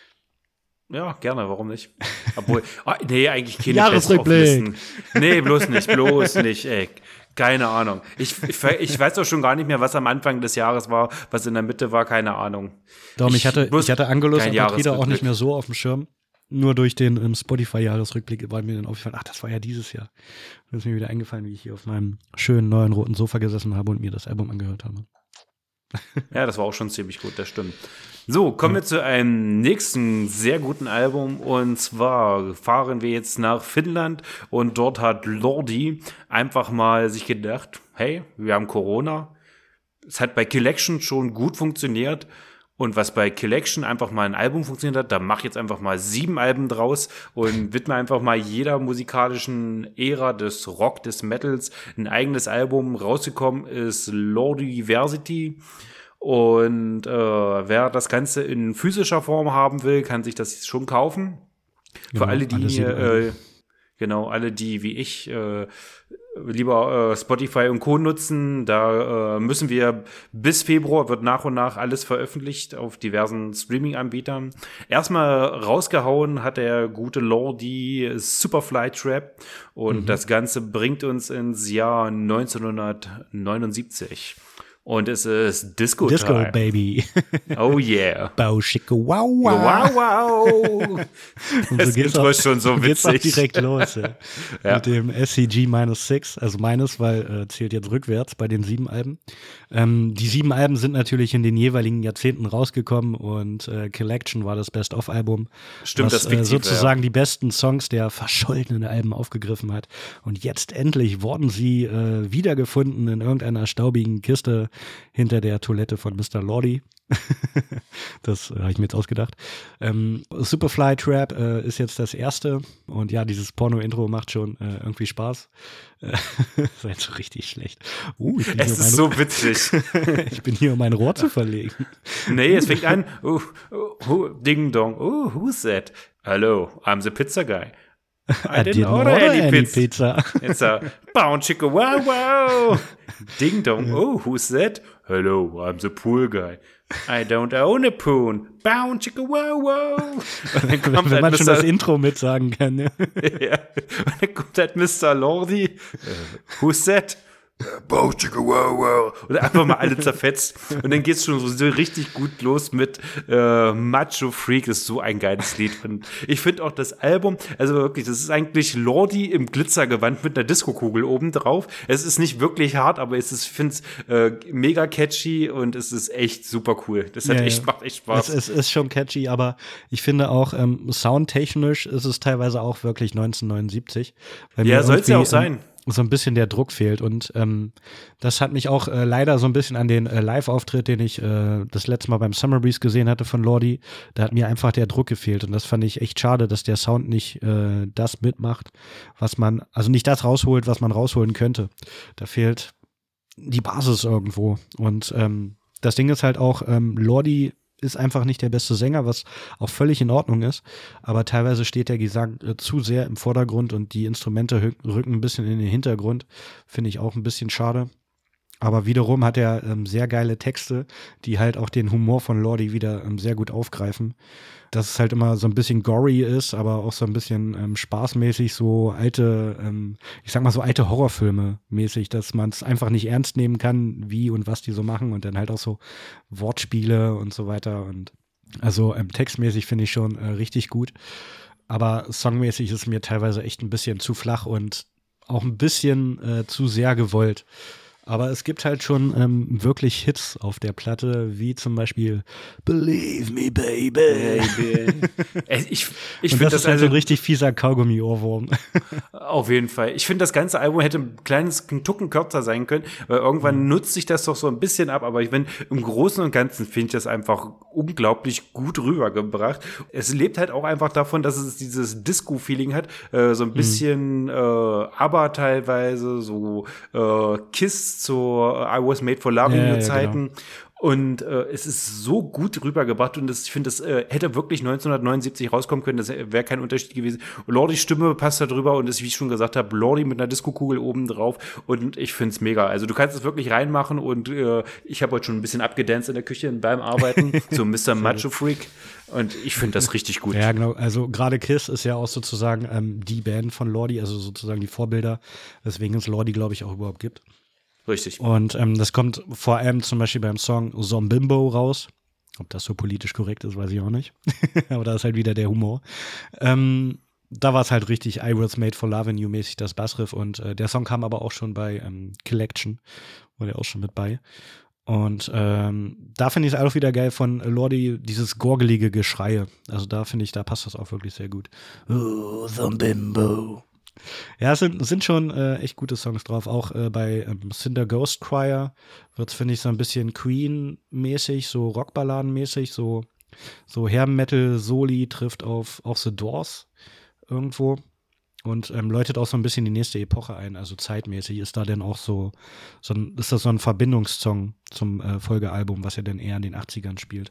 Ja, gerne, warum nicht? Obwohl, oh, nee, eigentlich keine Jahresrückblick. Nee, bloß nicht, bloß nicht, ey. Keine Ahnung. Ich, ich, ich weiß doch schon gar nicht mehr, was am Anfang des Jahres war, was in der Mitte war, keine Ahnung. Darum, ich, ich hatte, ich hatte Angelus und Patrida auch nicht mehr so auf dem Schirm. Nur durch den um, Spotify-Jahresrückblick war mir dann aufgefallen, ach, das war ja dieses Jahr. Dann ist mir wieder eingefallen, wie ich hier auf meinem schönen neuen roten Sofa gesessen habe und mir das Album angehört habe. Ja, das war auch schon ziemlich gut, das stimmt. So, kommen wir zu einem nächsten sehr guten Album und zwar fahren wir jetzt nach Finnland und dort hat Lordi einfach mal sich gedacht, hey, wir haben Corona. Es hat bei Collection schon gut funktioniert. Und was bei Collection einfach mal ein Album funktioniert hat, da mach jetzt einfach mal sieben Alben draus und widme einfach mal jeder musikalischen Ära des Rock, des Metals ein eigenes Album. Rausgekommen ist Lordiversity. Und äh, wer das Ganze in physischer Form haben will, kann sich das schon kaufen. Für ja, alle, die äh, genau, alle, die wie ich äh, lieber äh, Spotify und Co. nutzen, da äh, müssen wir bis Februar wird nach und nach alles veröffentlicht auf diversen Streaming-Anbietern. Erstmal rausgehauen hat der gute Lordi Superfly Trap und mhm. das Ganze bringt uns ins Jahr neunzehnhundertneunundsiebzig. Und es ist Disco Time. Disco, Baby. Oh yeah. Bauschicke, wow, wow. Wow, wow. Und das so Intro auch, ist schon so witzig. Geht's auch direkt los, ja. Ja. Mit dem S C G minus six, also minus, weil äh, zählt jetzt rückwärts bei den sieben Alben. Ähm, die sieben Alben sind natürlich in den jeweiligen Jahrzehnten rausgekommen und äh, Collection war das Best-of-Album. Stimmt, was, das fiktiv, äh, sozusagen ja. die besten Songs der verschollenen Alben aufgegriffen hat. Und jetzt endlich wurden sie äh, wiedergefunden in irgendeiner staubigen Kiste hinter der Toilette von Mister Lordi. Das äh, habe ich mir jetzt ausgedacht. Ähm, Superfly Trap äh, ist jetzt das erste. Und ja, dieses Porno-Intro macht schon äh, irgendwie Spaß. Äh, ist halt so richtig schlecht. Uh, ich bin es ist um so witzig. Ich bin hier, um mein Rohr zu verlegen. Nee, es fängt an. Uh, uh, uh, Ding Dong. Oh, who's that? Hello, I'm the pizza guy. I, I didn't, didn't order, order any, any pizza. pizza. It's a bound chicka wow wow. Ding dong. Oh, who's that? Hello, I'm the pool guy. I don't own a poon. Bound chicka wow wow. Wenn man schon Mister das Intro mitsagen kann. Ja. Ja. Und dann kommt halt Mister Lordi. Uh, who's that? Bow, chicka, wow, wow. Und einfach mal alle zerfetzt. Und dann geht's schon so richtig gut los mit äh, Macho Freak. Das ist so ein geiles Lied. Und ich finde auch das Album, also wirklich, das ist eigentlich Lordi im Glitzergewand mit einer Disco-Kugel oben drauf. Es ist nicht wirklich hart, aber es ist, ich finde es äh, mega catchy und es ist echt super cool. Das hat ja, echt, ja. macht echt Spaß. Es, es ist schon catchy, aber ich finde auch, ähm, soundtechnisch ist es teilweise auch wirklich neunzehnhundertneunundsiebzig. Ja, soll es ja auch sein. Ähm, so ein bisschen der Druck fehlt und ähm, das hat mich auch äh, leider so ein bisschen an den äh, Live-Auftritt, den ich äh, das letzte Mal beim Summer Breeze gesehen hatte von Lordi, da hat mir einfach der Druck gefehlt und das fand ich echt schade, dass der Sound nicht äh, das mitmacht, was man, also nicht das rausholt, was man rausholen könnte. Da fehlt die Basis irgendwo und ähm, das Ding ist halt auch, ähm, Lordi ist einfach nicht der beste Sänger, was auch völlig in Ordnung ist. Aber teilweise steht der Gesang äh, zu sehr im Vordergrund und die Instrumente hü- rücken ein bisschen in den Hintergrund. Finde ich auch ein bisschen schade. Aber wiederum hat er ähm, sehr geile Texte, die halt auch den Humor von Lordi wieder ähm, sehr gut aufgreifen. Dass es halt immer so ein bisschen gory ist, aber auch so ein bisschen ähm, spaßmäßig, so alte, ähm, ich sag mal so alte Horrorfilme mäßig, dass man es einfach nicht ernst nehmen kann, wie und was die so machen und dann halt auch so Wortspiele und so weiter. Und also ähm, textmäßig finde ich schon äh, richtig gut. Aber songmäßig ist mir teilweise echt ein bisschen zu flach und auch ein bisschen äh, zu sehr gewollt. Aber es gibt halt schon ähm, wirklich Hits auf der Platte, wie zum Beispiel Believe Me, Baby. Baby. ich ich finde das, das ist halt also so ein richtig fieser Kaugummi-Ohrwurm. Auf jeden Fall. Ich finde, das ganze Album hätte ein kleines ein Tucken kürzer sein können, weil irgendwann mhm. nutzt sich das doch so ein bisschen ab. Aber ich finde, im Großen und Ganzen finde ich das einfach unglaublich gut rübergebracht. Es lebt halt auch einfach davon, dass es dieses Disco-Feeling hat, äh, so ein bisschen mhm. äh, ABBA teilweise, so äh, Kiss zu I Was Made for Loving ja, You Zeiten. Ja, genau. Und äh, es ist so gut rübergebracht und das, ich finde, das äh, hätte wirklich neunzehnhundertneunundsiebzig rauskommen können, das wäre kein Unterschied gewesen. Lordis Stimme passt da drüber und ist, wie ich schon gesagt habe, Lordi mit einer Disco-Kugel oben drauf und ich finde es mega. Also du kannst es wirklich reinmachen und äh, ich habe heute schon ein bisschen abgedanced in der Küche beim Arbeiten, so Mister Macho Freak und ich finde das richtig gut. Ja, genau, also gerade Kiss ist ja auch sozusagen ähm, die Band von Lordi, also sozusagen die Vorbilder, weswegen es Lordi, glaube ich, auch überhaupt gibt. Richtig. Und ähm, das kommt vor allem zum Beispiel beim Song Zombimbo raus. Ob das so politisch korrekt ist, weiß ich auch nicht. Aber da ist halt wieder der Humor. Ähm, da war es halt richtig I Was Made for Loving You mäßig das Bassriff. Und äh, der Song kam aber auch schon bei ähm, Collection. War der auch schon mit bei. Und ähm, da finde ich es auch wieder geil von Lordi, dieses gorgelige Geschreie. Also da finde ich, da passt das auch wirklich sehr gut. Oh, Zombimbo. Ja, es sind, sind schon äh, echt gute Songs drauf. Auch äh, bei ähm, Cinder Ghost Choir wird es, finde ich, so ein bisschen Queen-mäßig, so Rockballaden-mäßig, so, so Hair-Metal-Soli trifft auf auch The Doors irgendwo und ähm, läutet auch so ein bisschen die nächste Epoche ein. Also zeitmäßig ist da denn auch so, so ein, ist das so ein Verbindungssong zum äh, Folgealbum, was ja dann eher in den achtzigern spielt.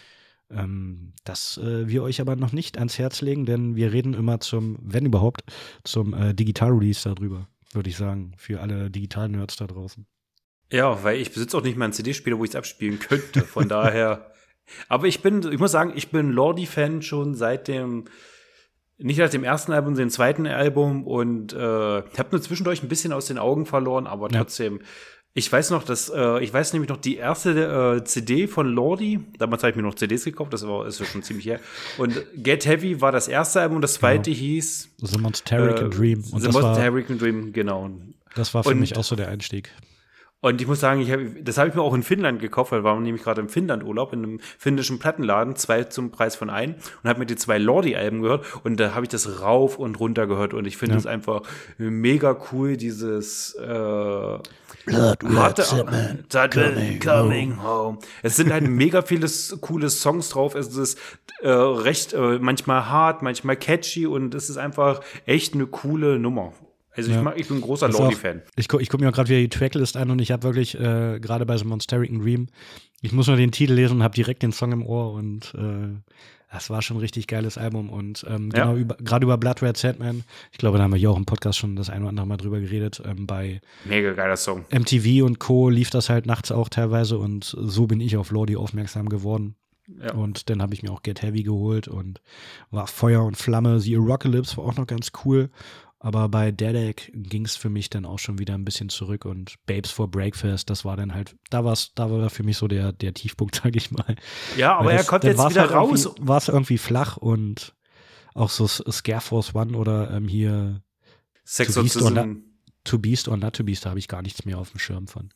Ähm, das äh, wir euch aber noch nicht ans Herz legen, denn wir reden immer zum, wenn überhaupt, zum äh, Digital-Release darüber, würde ich sagen, für alle Digital-Nerds da draußen. Ja, weil ich besitze auch nicht mal einen C D-Spieler, wo ich es abspielen könnte, von daher. Aber ich bin, ich muss sagen, ich bin Lordi-Fan schon seit dem, nicht seit dem ersten Album, sondern dem zweiten Album und äh, habe nur zwischendurch ein bisschen aus den Augen verloren, aber trotzdem. Ja. Ich weiß noch, dass äh, ich weiß nämlich noch die erste äh, C D von Lordi. Damals habe ich mir noch C Ds gekauft, das war ist ja schon ziemlich her. Und Get Heavy war das erste Album, das zweite genau. hieß The Monster-Hurricane äh, Dream. Und The Monster-Hurricane Dream, genau. Das war für und, mich auch so der Einstieg. Und ich muss sagen, ich hab, das habe ich mir auch in Finnland gekauft, weil wir waren nämlich gerade im Finnland-Urlaub, in einem finnischen Plattenladen, zwei zum Preis von einem und habe mir die zwei Lordi-Alben gehört und da habe ich das rauf und runter gehört und ich finde es ja. einfach mega cool, dieses äh, Blood, Blood, Blood, coming, coming home. Es sind halt mega viele coole Songs drauf. Es ist äh, recht äh, manchmal hart, manchmal catchy und es ist einfach echt eine coole Nummer. Also ich, ja. mag, ich bin ein großer Lordi-Fan. Ich, gu- ich gucke mir auch gerade wieder die Tracklist an und ich habe wirklich äh, gerade bei so Monster-Hurricane Dream, ich muss nur den Titel lesen und habe direkt den Song im Ohr und äh, das war schon ein richtig geiles Album und ähm, ja. genau über, gerade über Blood Red Sandman, ich glaube, da haben wir hier auch im Podcast schon das ein oder andere Mal drüber geredet, ähm, bei mega geiler Song. M T V und Co. lief das halt nachts auch teilweise und so bin ich auf Lordi aufmerksam geworden. Ja. Und dann habe ich mir auch Get Heavy geholt und war Feuer und Flamme. The Apocalypse war auch noch ganz cool. Aber bei Dedek ging es für mich dann auch schon wieder ein bisschen zurück und Babes for Breakfast, das war dann halt, da war's, da war für mich so der, der Tiefpunkt, sag ich mal. Ja, aber das, er kommt jetzt wieder halt raus. War es irgendwie flach und auch so Scare Force One oder ähm, hier Sexorcism. To, to Beast or Not to Beast, da habe ich gar nichts mehr auf dem Schirm von.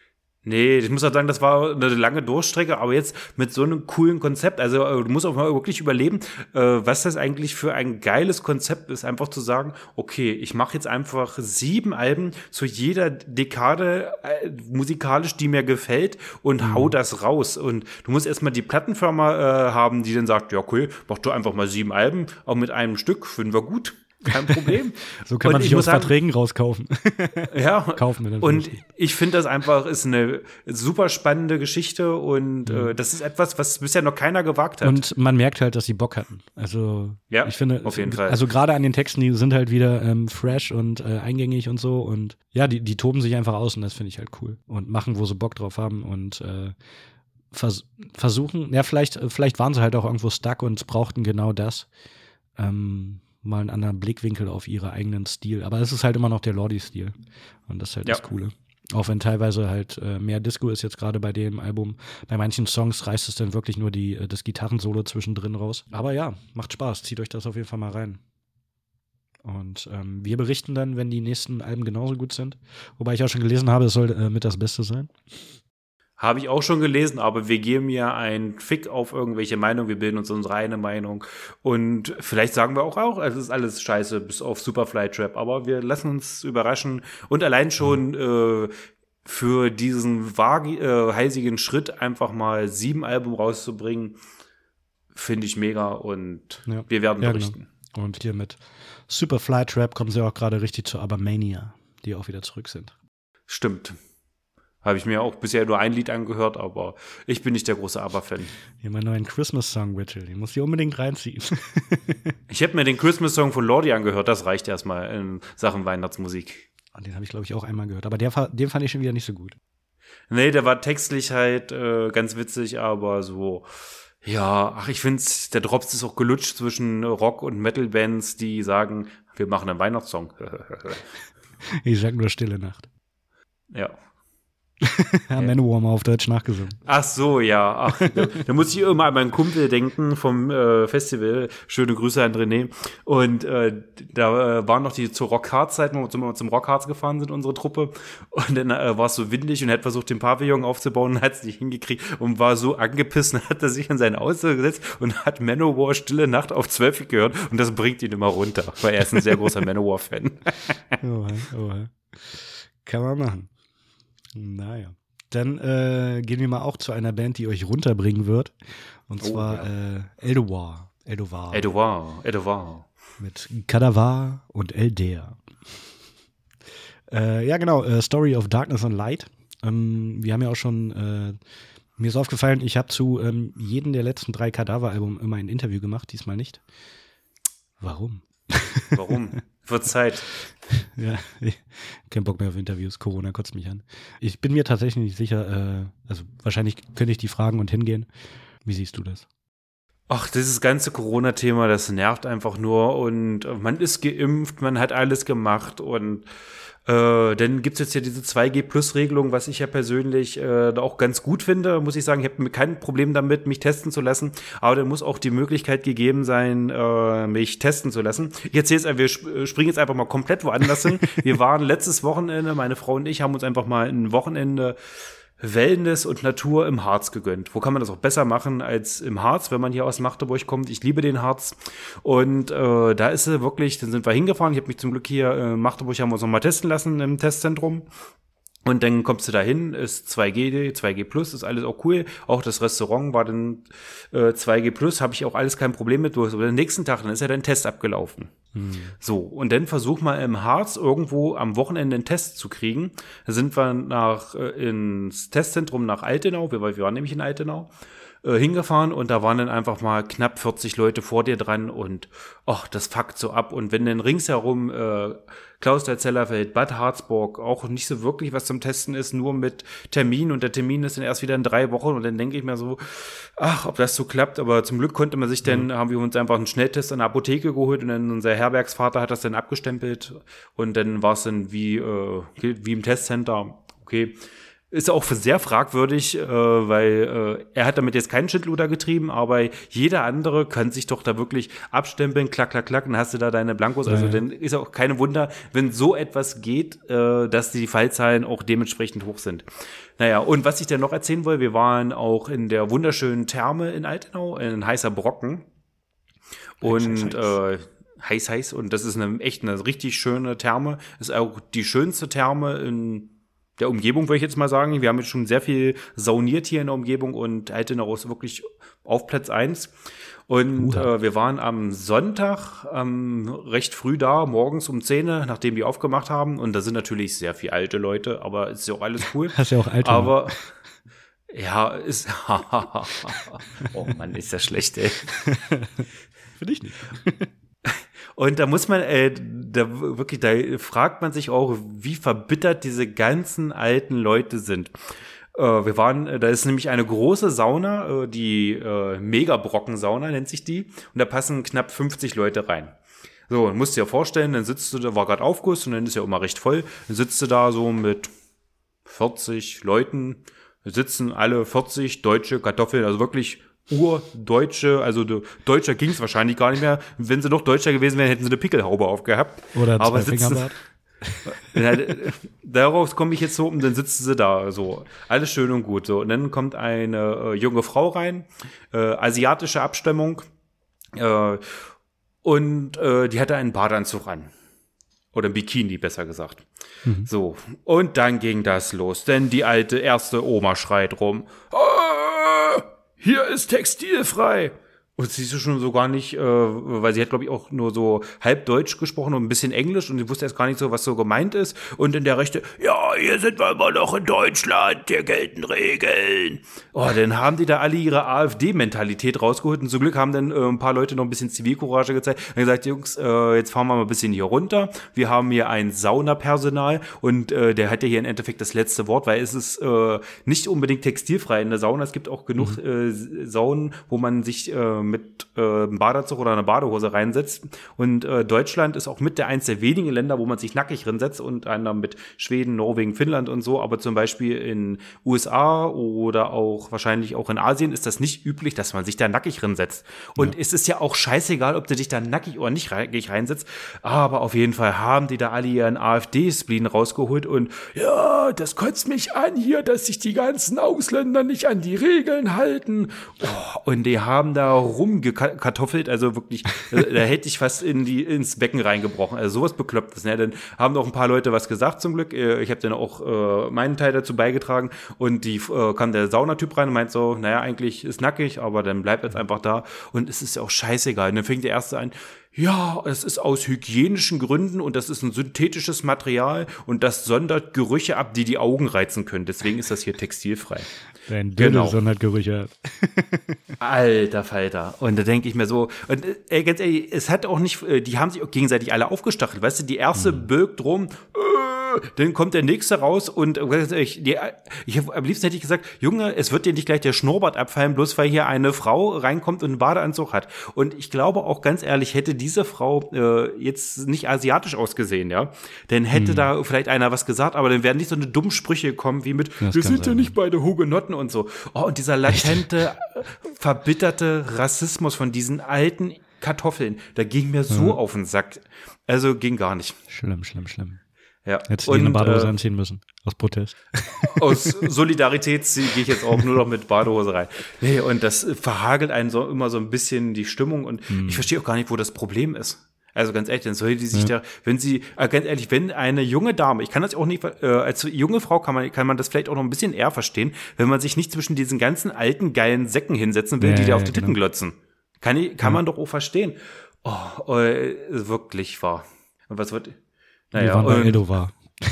Nee, ich muss auch sagen, das war eine lange Durchstrecke, aber jetzt mit so einem coolen Konzept, also du musst auch mal wirklich überleben, äh, was das eigentlich für ein geiles Konzept ist, einfach zu sagen, okay, ich mache jetzt einfach sieben Alben zu jeder Dekade äh, musikalisch, die mir gefällt und mhm. hau das raus. Und du musst erstmal die Plattenfirma äh, haben, die dann sagt, ja okay, mach du einfach mal sieben Alben, auch mit einem Stück, finden wir gut. kein Problem. So kann und man sich aus sagen, Verträgen rauskaufen. Ja, Kaufen wir dann und ich finde das einfach ist eine super spannende Geschichte und mhm. äh, das ist etwas, was bisher noch keiner gewagt hat. Und man merkt halt, dass sie Bock hatten. Also ja, ich finde, auf jeden es, Fall. Also gerade an den Texten, die sind halt wieder ähm, fresh und äh, eingängig und so und ja, die, die toben sich einfach aus und das finde ich halt cool und machen, wo sie Bock drauf haben und äh, vers- versuchen, ja vielleicht, vielleicht waren sie halt auch irgendwo stuck und brauchten genau das. Ähm, mal einen anderen Blickwinkel auf ihre eigenen Stil. Aber es ist halt immer noch der Lordi-Stil. Und das ist halt ja. das Coole. Auch wenn teilweise halt äh, mehr Disco ist jetzt gerade bei dem Album. Bei manchen Songs reißt es dann wirklich nur die, das Gitarrensolo zwischendrin raus. Aber ja, macht Spaß. Zieht euch das auf jeden Fall mal rein. Und ähm, wir berichten dann, wenn die nächsten Alben genauso gut sind. Wobei ich auch schon gelesen habe, es soll äh, mit das Beste sein. Habe ich auch schon gelesen, aber wir geben ja einen Fick auf irgendwelche Meinungen, wir bilden uns unsere eigene Meinung und vielleicht sagen wir auch, auch es ist alles scheiße, bis auf Superfly Trap, aber wir lassen uns überraschen und allein schon äh, für diesen vagi- äh, heisigen Schritt einfach mal sieben Alben rauszubringen, finde ich mega und ja. wir werden ja, berichten. Genau. Und hier mit Superfly Trap kommen sie auch gerade richtig zu Abermania, die auch wieder zurück sind. Stimmt. Habe ich mir auch bisher nur ein Lied angehört, aber ich bin nicht der große ABBA-Fan. Hier meinen neuen Christmas-Song, Richard. Den muss ich unbedingt reinziehen. Ich habe mir den Christmas-Song von Lordi angehört. Das reicht erstmal in Sachen Weihnachtsmusik. Und den habe ich, glaube ich, auch einmal gehört. Aber der, den fand ich schon wieder nicht so gut. Nee, der war textlich halt äh, ganz witzig, aber so, ja, ach, ich finde, der Drops ist auch gelutscht zwischen Rock- und Metal-Bands, die sagen, wir machen einen Weihnachtssong. Ich sag nur Stille Nacht. Ja. Ja, Manowar mal auf Deutsch nachgesungen. Ach so, ja. Ach, da, da muss ich immer an meinen Kumpel denken vom äh, Festival. Schöne Grüße an René. Und äh, da äh, waren noch die zur Rockharz-Zeit, wo wir zum, zum Rockharz gefahren sind, unsere Truppe. Und dann äh, war es so windig und er hat versucht, den Pavillon aufzubauen und hat es nicht hingekriegt und war so angepisst und hat er sich an sein Auto gesetzt und hat Manowar Stille Nacht auf zwölf gehört und das bringt ihn immer runter, weil er ist ein sehr großer Manowar-Fan. Oha, oha. Kann man machen. Naja. Dann äh, gehen wir mal auch zu einer Band, die euch runterbringen wird. Und oh, zwar ja. äh, Eldovar. Eldovar. Eldovar. Eldovar. Mit Kadavar und Elder. Äh, ja, genau. Äh, Story of Darkness and Light. Ähm, wir haben ja auch schon, äh, mir ist aufgefallen, ich habe zu ähm, jedem der letzten drei Kadaver-Alben immer ein Interview gemacht, diesmal nicht. Warum? Warum? Wird Zeit. Ja, kein Bock mehr auf Interviews. Corona kotzt mich an. Ich bin mir tatsächlich nicht sicher, äh, also wahrscheinlich könnte ich die fragen und hingehen. Wie siehst du das? Ach, dieses ganze Corona-Thema, das nervt einfach nur und man ist geimpft, man hat alles gemacht und Äh, dann gibt's jetzt ja diese zwei G Plus Regelung, was ich ja persönlich äh, auch ganz gut finde, muss ich sagen. Ich habe kein Problem damit, mich testen zu lassen, aber dann muss auch die Möglichkeit gegeben sein, äh, mich testen zu lassen. Ich erzähle jetzt, wir sp- springen jetzt einfach mal komplett woanders hin. Wir waren letztes Wochenende, meine Frau und ich haben uns einfach mal ein Wochenende Wellness und Natur im Harz gegönnt. Wo kann man das auch besser machen als im Harz, wenn man hier aus Magdeburg kommt? Ich liebe den Harz. Und äh, da ist sie wirklich, dann sind wir hingefahren. Ich habe mich zum Glück hier in äh, Magdeburg, haben wir uns noch mal testen lassen im Testzentrum. Und dann kommst du da hin, ist zwei G, zwei G Plus, ist alles auch cool. Auch das Restaurant war dann äh, zwei G Plus, habe ich auch alles kein Problem mit. Aber den nächsten Tag, dann ist ja dein Test abgelaufen. Hm. So, und dann versuch mal im Harz irgendwo am Wochenende einen Test zu kriegen. Da sind wir nach äh, ins Testzentrum nach Altenau, wir, wir waren nämlich in Altenau, äh, hingefahren und da waren dann einfach mal knapp vierzig Leute vor dir dran und ach, das fuckt so ab. Und wenn dann ringsherum äh, Klausthal-Zellerfeld, Bad Harzburg auch nicht so wirklich was zum Testen ist, nur mit Termin und der Termin ist dann erst wieder in drei Wochen und dann denke ich mir so, ach, ob das so klappt, aber zum Glück konnte man sich dann, mhm. haben wir uns einfach einen Schnelltest an der Apotheke geholt und dann unser Herbergsvater hat das dann abgestempelt und dann war es dann wie, äh, wie im Testcenter, okay. Ist auch sehr fragwürdig, äh, weil äh, er hat damit jetzt keinen Schindluder getrieben, aber jeder andere kann sich doch da wirklich abstempeln, klack, klack, klack, dann hast du da deine Blankos. Also ja. Dann ist auch keine Wunder, wenn so etwas geht, äh, dass die Fallzahlen auch dementsprechend hoch sind. Naja, und was ich dann noch erzählen will, wir waren auch in der wunderschönen Therme in Altenau, in Heißer Brocken. Und heiß, heiß. Äh, heiß, heiß. Und das ist eine echt eine richtig schöne Therme. Ist auch die schönste Therme in der Umgebung, würde ich jetzt mal sagen. Wir haben jetzt schon sehr viel sauniert hier in der Umgebung und Altenau ist wirklich auf Platz eins. Und äh, wir waren am Sonntag ähm, recht früh da, morgens um zehn, nachdem die aufgemacht haben. Und da sind natürlich sehr viele alte Leute, aber ist ja auch alles cool. Hast ja auch alte. Aber ja, ist oh Mann, ist das schlecht, ey. Für dich nicht. Und da muss man, äh, da wirklich, da fragt man sich auch, wie verbittert diese ganzen alten Leute sind. Äh, wir waren, da ist nämlich eine große Sauna, äh, die äh, Megabrocken-Sauna nennt sich die, und da passen knapp fünfzig Leute rein. So, und musst dir ja vorstellen, dann sitzt du, da war gerade Aufguss und dann ist ja immer recht voll, dann sitzt du da so mit vierzig Leuten, sitzen alle vierzig deutsche Kartoffeln, also wirklich urdeutsche, also de, Deutscher ging es wahrscheinlich gar nicht mehr. Wenn sie noch Deutscher gewesen wären, hätten sie eine Pickelhaube aufgehabt. Oder ein aber Zweifingerbart. Darauf komme ich jetzt so und dann sitzen sie da, so alles schön und gut. So und dann kommt eine äh, junge Frau rein, äh, asiatische Abstammung, äh, und äh, die hatte einen Badeanzug an. Oder ein Bikini, besser gesagt. Mhm. So, und dann ging das los, denn die alte erste Oma schreit rum, ah, hier ist textilfrei. Und sie ist schon so gar nicht, äh, weil sie hat, glaube ich, auch nur so halb Deutsch gesprochen und ein bisschen Englisch und sie wusste erst gar nicht so, was so gemeint ist. Und in der Rechte, ja, hier sind wir immer noch in Deutschland, hier gelten Regeln. Oh, dann haben die da alle ihre AfD-Mentalität rausgeholt und zum Glück haben dann äh, ein paar Leute noch ein bisschen Zivilcourage gezeigt und gesagt, Jungs, äh, jetzt fahren wir mal ein bisschen hier runter. Wir haben hier ein Saunapersonal und äh, der hat ja hier im Endeffekt das letzte Wort, weil es ist äh, nicht unbedingt textilfrei in der Sauna. Es gibt auch genug mhm. äh, Saunen, wo man sich äh, mit äh, einem Badeanzug oder einer Badehose reinsetzt. Und äh, Deutschland ist auch mit der eins der wenigen Länder, wo man sich nackig rinsetzt, und einer mit Schweden, Norwegen, Finnland und so. Aber zum Beispiel in U S A oder auch wahrscheinlich auch in Asien ist das nicht üblich, dass man sich da nackig rinsetzt. Und ja. es ist ja auch scheißegal, ob du dich da nackig oder nicht nackig reinsetzt. Aber auf jeden Fall haben die da alle ihren AfD-Spleen rausgeholt und ja, das kotzt mich an hier, dass sich die ganzen Ausländer nicht an die Regeln halten. Oh, und die haben da rumgekartoffelt, also wirklich, da hätte ich fast in die, ins Becken reingebrochen. Also sowas Beklopptes. Ne? Dann haben noch ein paar Leute was gesagt zum Glück. Ich habe dann auch äh, meinen Teil dazu beigetragen und die äh, kam der Saunatyp rein und meint so, naja, eigentlich ist nackig, aber dann bleibt jetzt einfach da und es ist ja auch scheißegal. Und dann fängt der Erste an, ja, es ist aus hygienischen Gründen und das ist ein synthetisches Material und das sondert Gerüche ab, die die Augen reizen können. Deswegen ist das hier textilfrei. Dein Dödel genau. sondert Gerüche ab. Alter Falter. Und da denke ich mir so, und ey, ganz ehrlich, es hat auch nicht, die haben sich auch gegenseitig alle aufgestachelt. Weißt du, die erste mhm. bölkt rum, äh, dann kommt der nächste raus und ich, die, ich hab, am liebsten hätte ich gesagt, Junge, es wird dir nicht gleich der Schnurrbart abfallen, bloß weil hier eine Frau reinkommt und einen Badeanzug hat. Und ich glaube auch ganz ehrlich, hätte diese Frau äh, jetzt nicht asiatisch ausgesehen, ja, dann hätte hm. da vielleicht einer was gesagt, aber dann wären nicht so eine dummen Sprüche gekommen wie mit, das wir sind sein. ja nicht beide Hugenotten und so. Oh, und dieser latente, verbitterte Rassismus von diesen alten Kartoffeln, da ging mir so mhm. auf den Sack. Also ging gar nicht. Schlimm, schlimm, schlimm. Ja. Hättest du eine Badehose äh, anziehen müssen, aus Protest. Aus Solidarität gehe ich jetzt auch nur noch mit Badehose rein. Nee, und das verhagelt einen so immer so ein bisschen die Stimmung und hm. ich verstehe auch gar nicht, wo das Problem ist. Also ganz ehrlich, dann soll die sich ja. da, wenn sie, äh, ganz ehrlich, wenn eine junge Dame, ich kann das auch nicht, äh, als junge Frau kann man, kann man das vielleicht auch noch ein bisschen eher verstehen, wenn man sich nicht zwischen diesen ganzen alten, geilen Säcken hinsetzen will, ja, die da auf die Titten genau. glotzen. Kann, ich, kann ja. man doch auch verstehen. Oh, äh, wirklich wahr. Und was wird, naja, wir waren bei Edo war.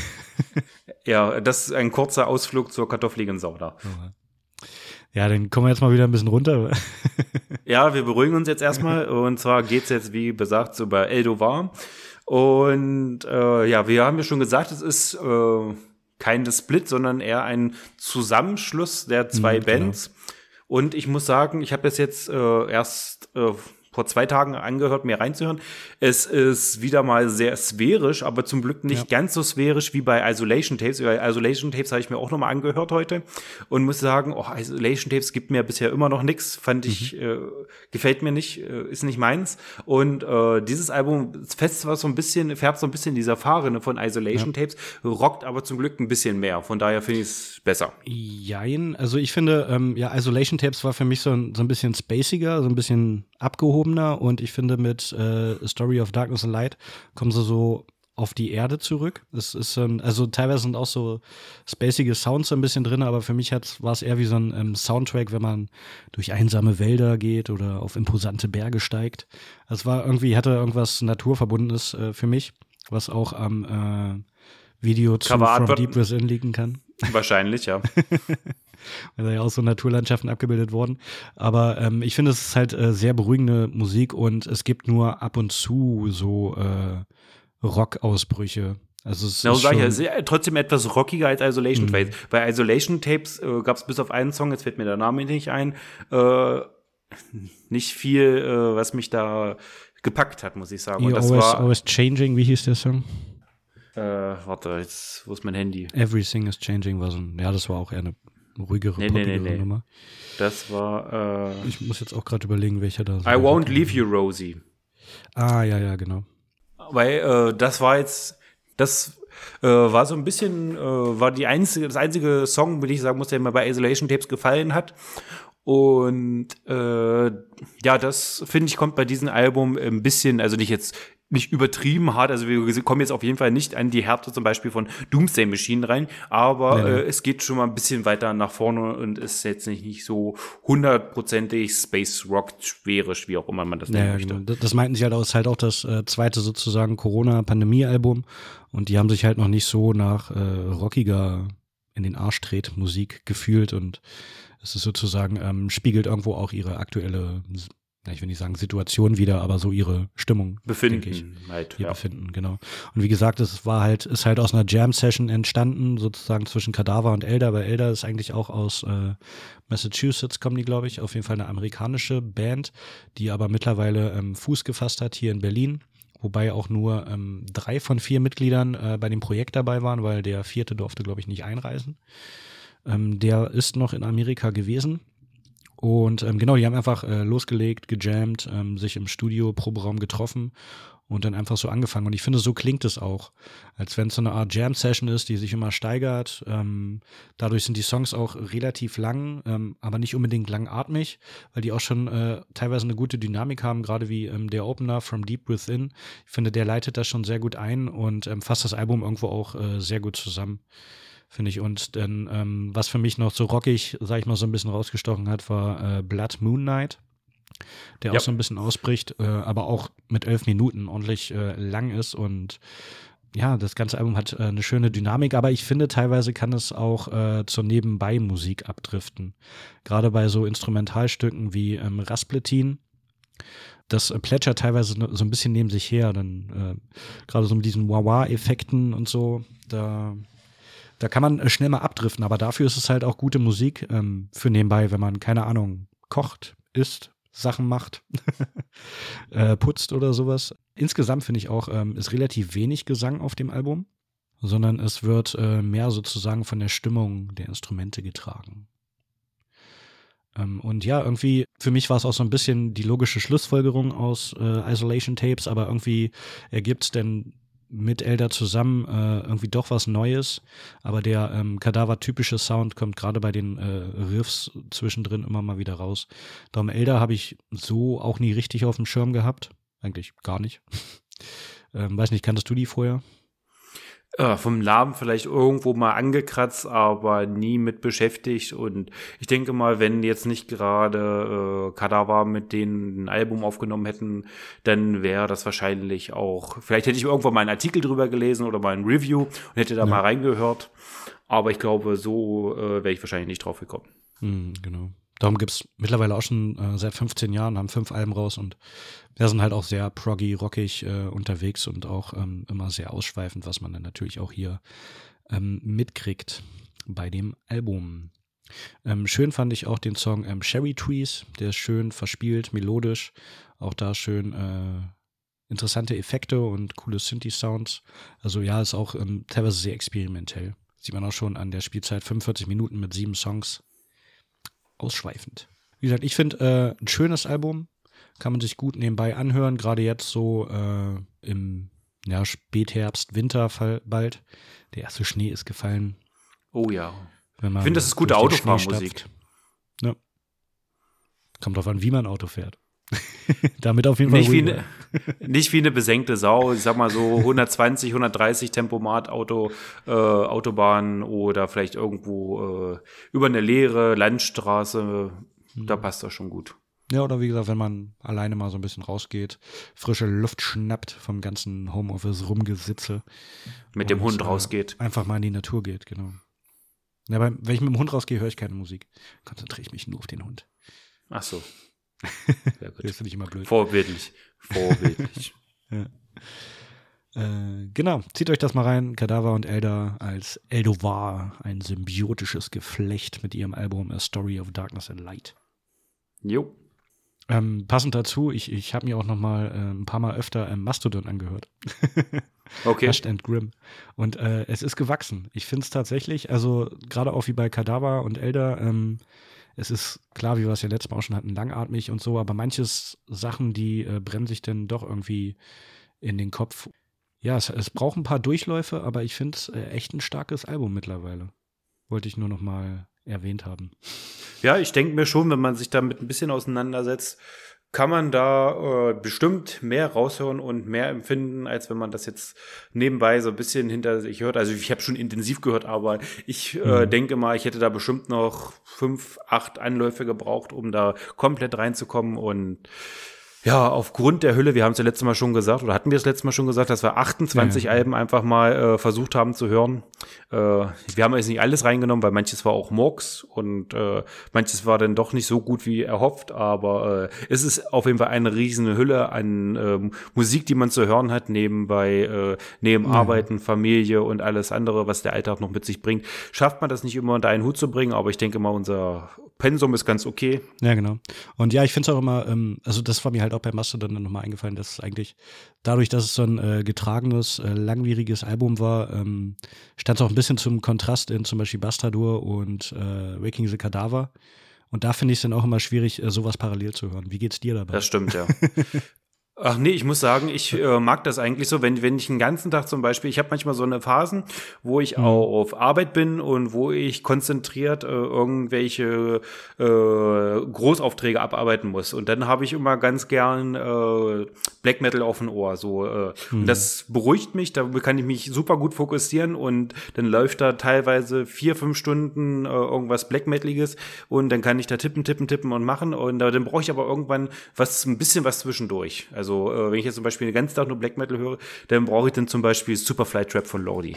Ja, das ist ein kurzer Ausflug zur kartoffeligen Sauna. Ja, dann kommen wir jetzt mal wieder ein bisschen runter. Ja, wir beruhigen uns jetzt erstmal. Und zwar geht's jetzt, wie besagt, so bei Eldo war. Und äh, ja, wir haben ja schon gesagt, es ist äh, kein Split, sondern eher ein Zusammenschluss der zwei mhm, Bands. Genau. Und ich muss sagen, ich habe das jetzt äh, erst äh, vor zwei Tagen angehört, mir reinzuhören. Es ist wieder mal sehr sphärisch, aber zum Glück nicht ja. ganz so sphärisch wie bei Isolation Tapes. Bei Isolation Tapes habe ich mir auch nochmal angehört heute und muss sagen, oh, Isolation Tapes gibt mir bisher immer noch nichts. Fand ich, mhm. äh, gefällt mir nicht, äh, ist nicht meins. Und äh, dieses Album fest zwar so ein bisschen, färbt so ein bisschen dieser Fahrrinne von Isolation ja. Tapes, rockt aber zum Glück ein bisschen mehr. Von daher finde ich es besser. Jein, also ich finde, ähm, ja, Isolation Tapes war für mich so ein, so ein bisschen spaciger, so ein bisschen abgehobener und ich finde mit äh, Story of Darkness and Light kommen sie so auf die Erde zurück. Es ist ähm, also teilweise sind auch so spacige Sounds so ein bisschen drin, aber für mich war es eher wie so ein ähm, Soundtrack, wenn man durch einsame Wälder geht oder auf imposante Berge steigt. Es war irgendwie, hatte irgendwas Naturverbundenes äh, für mich, was auch am äh, Video zu From Deep Within liegen kann. Wahrscheinlich, ja. Weil da ja auch so Naturlandschaften abgebildet wurden. Aber ähm, ich finde, es ist halt äh, sehr beruhigende Musik und es gibt nur ab und zu so äh, Rock-Ausbrüche. Also es no, ist sag schon, ich, ja, trotzdem etwas rockiger als Isolation Tapes. Mhm. Bei Isolation Tapes äh, gab es bis auf einen Song, jetzt fällt mir der Name nicht ein, äh, nicht viel, äh, was mich da gepackt hat, muss ich sagen. Und das always, war always Changing, wie hieß der Song? Äh, warte, jetzt, wo ist mein Handy? Everything is Changing war so ein, ja, das war auch eher eine ruhigere, nee, poppigere nee, nee, nee. Nummer. Das war, äh, ich muss jetzt auch gerade überlegen, welcher da I Won't Leave You, Rosie. Ah, ja, ja, genau. Weil, äh, das war jetzt, das äh, war so ein bisschen, äh, war die einzige, das einzige Song, will ich sagen muss, der mir bei Isolation Tapes gefallen hat. Und äh, ja, das finde ich kommt bei diesem Album ein bisschen, also nicht jetzt nicht übertrieben hart, also wir kommen jetzt auf jeden Fall nicht an die Härte zum Beispiel von Doomsday Machine rein, aber nee, nee. Äh, es geht schon mal ein bisschen weiter nach vorne und ist jetzt nicht, nicht so hundertprozentig Space Rock schwerisch, wie auch immer man das nennen ja, möchte. Genau. Das meinten sie halt auch, ist halt auch das äh, zweite sozusagen Corona-Pandemie-Album und die haben sich halt noch nicht so nach äh, rockiger in den Arsch dreht Musik gefühlt und es ist sozusagen, ähm, spiegelt irgendwo auch ihre aktuelle, ich will nicht sagen Situation wieder, aber so ihre Stimmung. Befinden ich. halt. Ihr ja. Befinden, genau. Und wie gesagt, es war halt, ist halt aus einer Jam-Session entstanden, sozusagen zwischen Kadaver und Elder, weil Elder ist eigentlich auch aus äh, Massachusetts, kommen die, glaube ich, auf jeden Fall eine amerikanische Band, die aber mittlerweile ähm, Fuß gefasst hat hier in Berlin. Wobei auch nur ähm, drei von vier Mitgliedern äh, bei dem Projekt dabei waren, weil der vierte durfte, glaube ich, nicht einreisen. Ähm, der ist noch in Amerika gewesen. Und ähm, genau, die haben einfach äh, losgelegt, gejammt, ähm, sich im Studio, Proberaum getroffen und dann einfach so angefangen. Und ich finde, so klingt es auch, als wenn es so eine Art Jam-Session ist, die sich immer steigert. Ähm, dadurch sind die Songs auch relativ lang, ähm, aber nicht unbedingt langatmig, weil die auch schon äh, teilweise eine gute Dynamik haben, gerade wie ähm, der Opener From Deep Within. Ich finde, der leitet das schon sehr gut ein und ähm, fasst das Album irgendwo auch äh, sehr gut zusammen, finde ich. Und dann, ähm, was für mich noch so rockig, sag ich mal, so ein bisschen rausgestochen hat, war äh, Blood Moon Night, der ja. auch so ein bisschen ausbricht, äh, aber auch mit elf Minuten ordentlich äh, lang ist. Und ja, das ganze Album hat äh, eine schöne Dynamik, aber ich finde, teilweise kann es auch äh, zur Nebenbei-Musik abdriften. Gerade bei so Instrumentalstücken wie ähm, Rasputin. Das äh, plätschert teilweise so ein bisschen neben sich her. Dann äh, gerade so mit diesen Wah-Wah-Effekten und so, da Da kann man schnell mal abdriften, aber dafür ist es halt auch gute Musik ähm, für nebenbei, wenn man, keine Ahnung, kocht, isst, Sachen macht, äh, putzt oder sowas. Insgesamt finde ich auch, ähm, ist relativ wenig Gesang auf dem Album, sondern es wird äh, mehr sozusagen von der Stimmung der Instrumente getragen. Ähm, und ja, irgendwie, für mich war es auch so ein bisschen die logische Schlussfolgerung aus äh, Isolation Tapes, aber irgendwie ergibt es denn mit Elder zusammen äh, irgendwie doch was Neues, aber der ähm, Kadaver-typische Sound kommt gerade bei den äh, Riffs zwischendrin immer mal wieder raus. Darum Elder habe ich so auch nie richtig auf dem Schirm gehabt, eigentlich gar nicht. ähm, weiß nicht, kanntest du die vorher? Äh, vom Namen vielleicht irgendwo mal angekratzt, aber nie mit beschäftigt. Und ich denke mal, wenn jetzt nicht gerade äh, Kadaver mit denen ein Album aufgenommen hätten, dann wäre das wahrscheinlich auch, vielleicht hätte ich irgendwann mal einen Artikel drüber gelesen oder mal ein Review und hätte da ja. mal reingehört. Aber ich glaube, so äh, wäre ich wahrscheinlich nicht drauf gekommen. Mhm, genau. Darum gibt es mittlerweile auch schon äh, seit fünfzehn Jahren, haben fünf Alben raus und wir sind halt auch sehr proggy, rockig äh, unterwegs und auch ähm, immer sehr ausschweifend, was man dann natürlich auch hier ähm, mitkriegt bei dem Album. Ähm, schön fand ich auch den Song ähm, Cherry Trees, der ist schön verspielt, melodisch, auch da schön äh, interessante Effekte und coole Synthi-Sounds. Also ja, ist auch ähm, teilweise sehr experimentell. Sieht man auch schon an der Spielzeit, fünfundvierzig Minuten mit sieben Songs. Ausschweifend. Wie gesagt, ich finde äh, ein schönes Album, kann man sich gut nebenbei anhören, gerade jetzt so äh, im ja, Spätherbst, Winter bald. Der erste Schnee ist gefallen. Oh ja. Wenn man ich finde, das ist gute Autofahrmusik. Ja. Kommt drauf an, wie man Auto fährt. Damit auf jeden Fall nicht wie, ne, nicht wie eine besenkte Sau, ich sag mal so hundertzwanzig, hundertdreißig Tempomat Auto, äh, Autobahn oder vielleicht irgendwo äh, über eine leere Landstraße, mhm. da passt das schon gut. Ja, oder wie gesagt, wenn man alleine mal so ein bisschen rausgeht, frische Luft schnappt vom ganzen Homeoffice Rumgesitze. Mit dem Hund äh, rausgeht. Einfach mal in die Natur geht, genau. Ja, aber wenn ich mit dem Hund rausgehe, höre ich keine Musik. Konzentriere ich mich nur auf den Hund. Ach so. Sehr gut. Das finde ich immer blöd. Vorbildlich. Vorbildlich. Ja. Äh, genau, zieht euch das mal rein. Kadaver und Elder als Eldovar, ein symbiotisches Geflecht mit ihrem Album A Story of Darkness and Light. Jo. Ähm, passend dazu, ich, ich habe mir auch noch mal äh, ein paar Mal öfter ähm, Mastodon angehört. Okay. Hushed and Grim. Und äh, es ist gewachsen. Ich finde es tatsächlich, also gerade auch wie bei Kadaver und Elder, ähm, es ist klar, wie wir es ja letztes Mal auch schon hatten, langatmig und so, aber manches Sachen, die äh, brennen sich dann doch irgendwie in den Kopf. Ja, es, es braucht ein paar Durchläufe, aber ich finde es äh, echt ein starkes Album mittlerweile. Wollte ich nur noch mal erwähnt haben. Ja, ich denke mir schon, wenn man sich damit ein bisschen auseinandersetzt, kann man da äh, bestimmt mehr raushören und mehr empfinden, als wenn man das jetzt nebenbei so ein bisschen hinter sich hört. Also ich habe schon intensiv gehört, aber ich äh, mhm. denke mal, ich hätte da bestimmt noch fünf, acht Anläufe gebraucht, um da komplett reinzukommen. Und ja, aufgrund der Hülle, wir haben es ja letztes Mal schon gesagt, oder hatten wir es letztes Mal schon gesagt, dass wir achtundzwanzig ja. Alben einfach mal äh, versucht haben zu hören. Äh, wir haben jetzt nicht alles reingenommen, weil manches war auch Murks und äh, manches war dann doch nicht so gut wie erhofft, aber äh, es ist auf jeden Fall eine riesen Hülle an äh, Musik, die man zu hören hat, nebenbei, äh, neben ja. Arbeiten, Familie und alles andere, was der Alltag noch mit sich bringt. Schafft man das nicht immer unter einen Hut zu bringen, aber ich denke mal, unser Pensum ist ganz okay. Ja, genau. Und ja, ich finde es auch immer, ähm, also das war mir halt auch bei Mastodon dann nochmal eingefallen, dass es eigentlich dadurch, dass es so ein äh, getragenes, äh, langwieriges Album war, ähm, stand es auch ein bisschen zum Kontrast in zum Beispiel Bastardor und äh, Waking the Cadaver. Und da finde ich es dann auch immer schwierig, äh, sowas parallel zu hören. Wie geht's dir dabei? Das stimmt, ja. Ach nee, ich muss sagen, ich äh, mag das eigentlich so, wenn wenn ich den ganzen Tag zum Beispiel, ich habe manchmal so eine Phasen, wo ich mhm. auch auf Arbeit bin und wo ich konzentriert äh, irgendwelche äh, Großaufträge abarbeiten muss. Und dann habe ich immer ganz gern äh, Black Metal auf dem Ohr. So, äh, mhm. Und das beruhigt mich, da kann ich mich super gut fokussieren und dann läuft da teilweise vier, fünf Stunden äh, irgendwas Black Metaliges und dann kann ich da tippen, tippen, tippen und machen. Und äh, dann brauche ich aber irgendwann was, ein bisschen was zwischendurch. Also Also, äh, wenn ich jetzt zum Beispiel den ganzen Tag nur Black Metal höre, dann brauche ich dann zum Beispiel Superfly Trap von Lordi.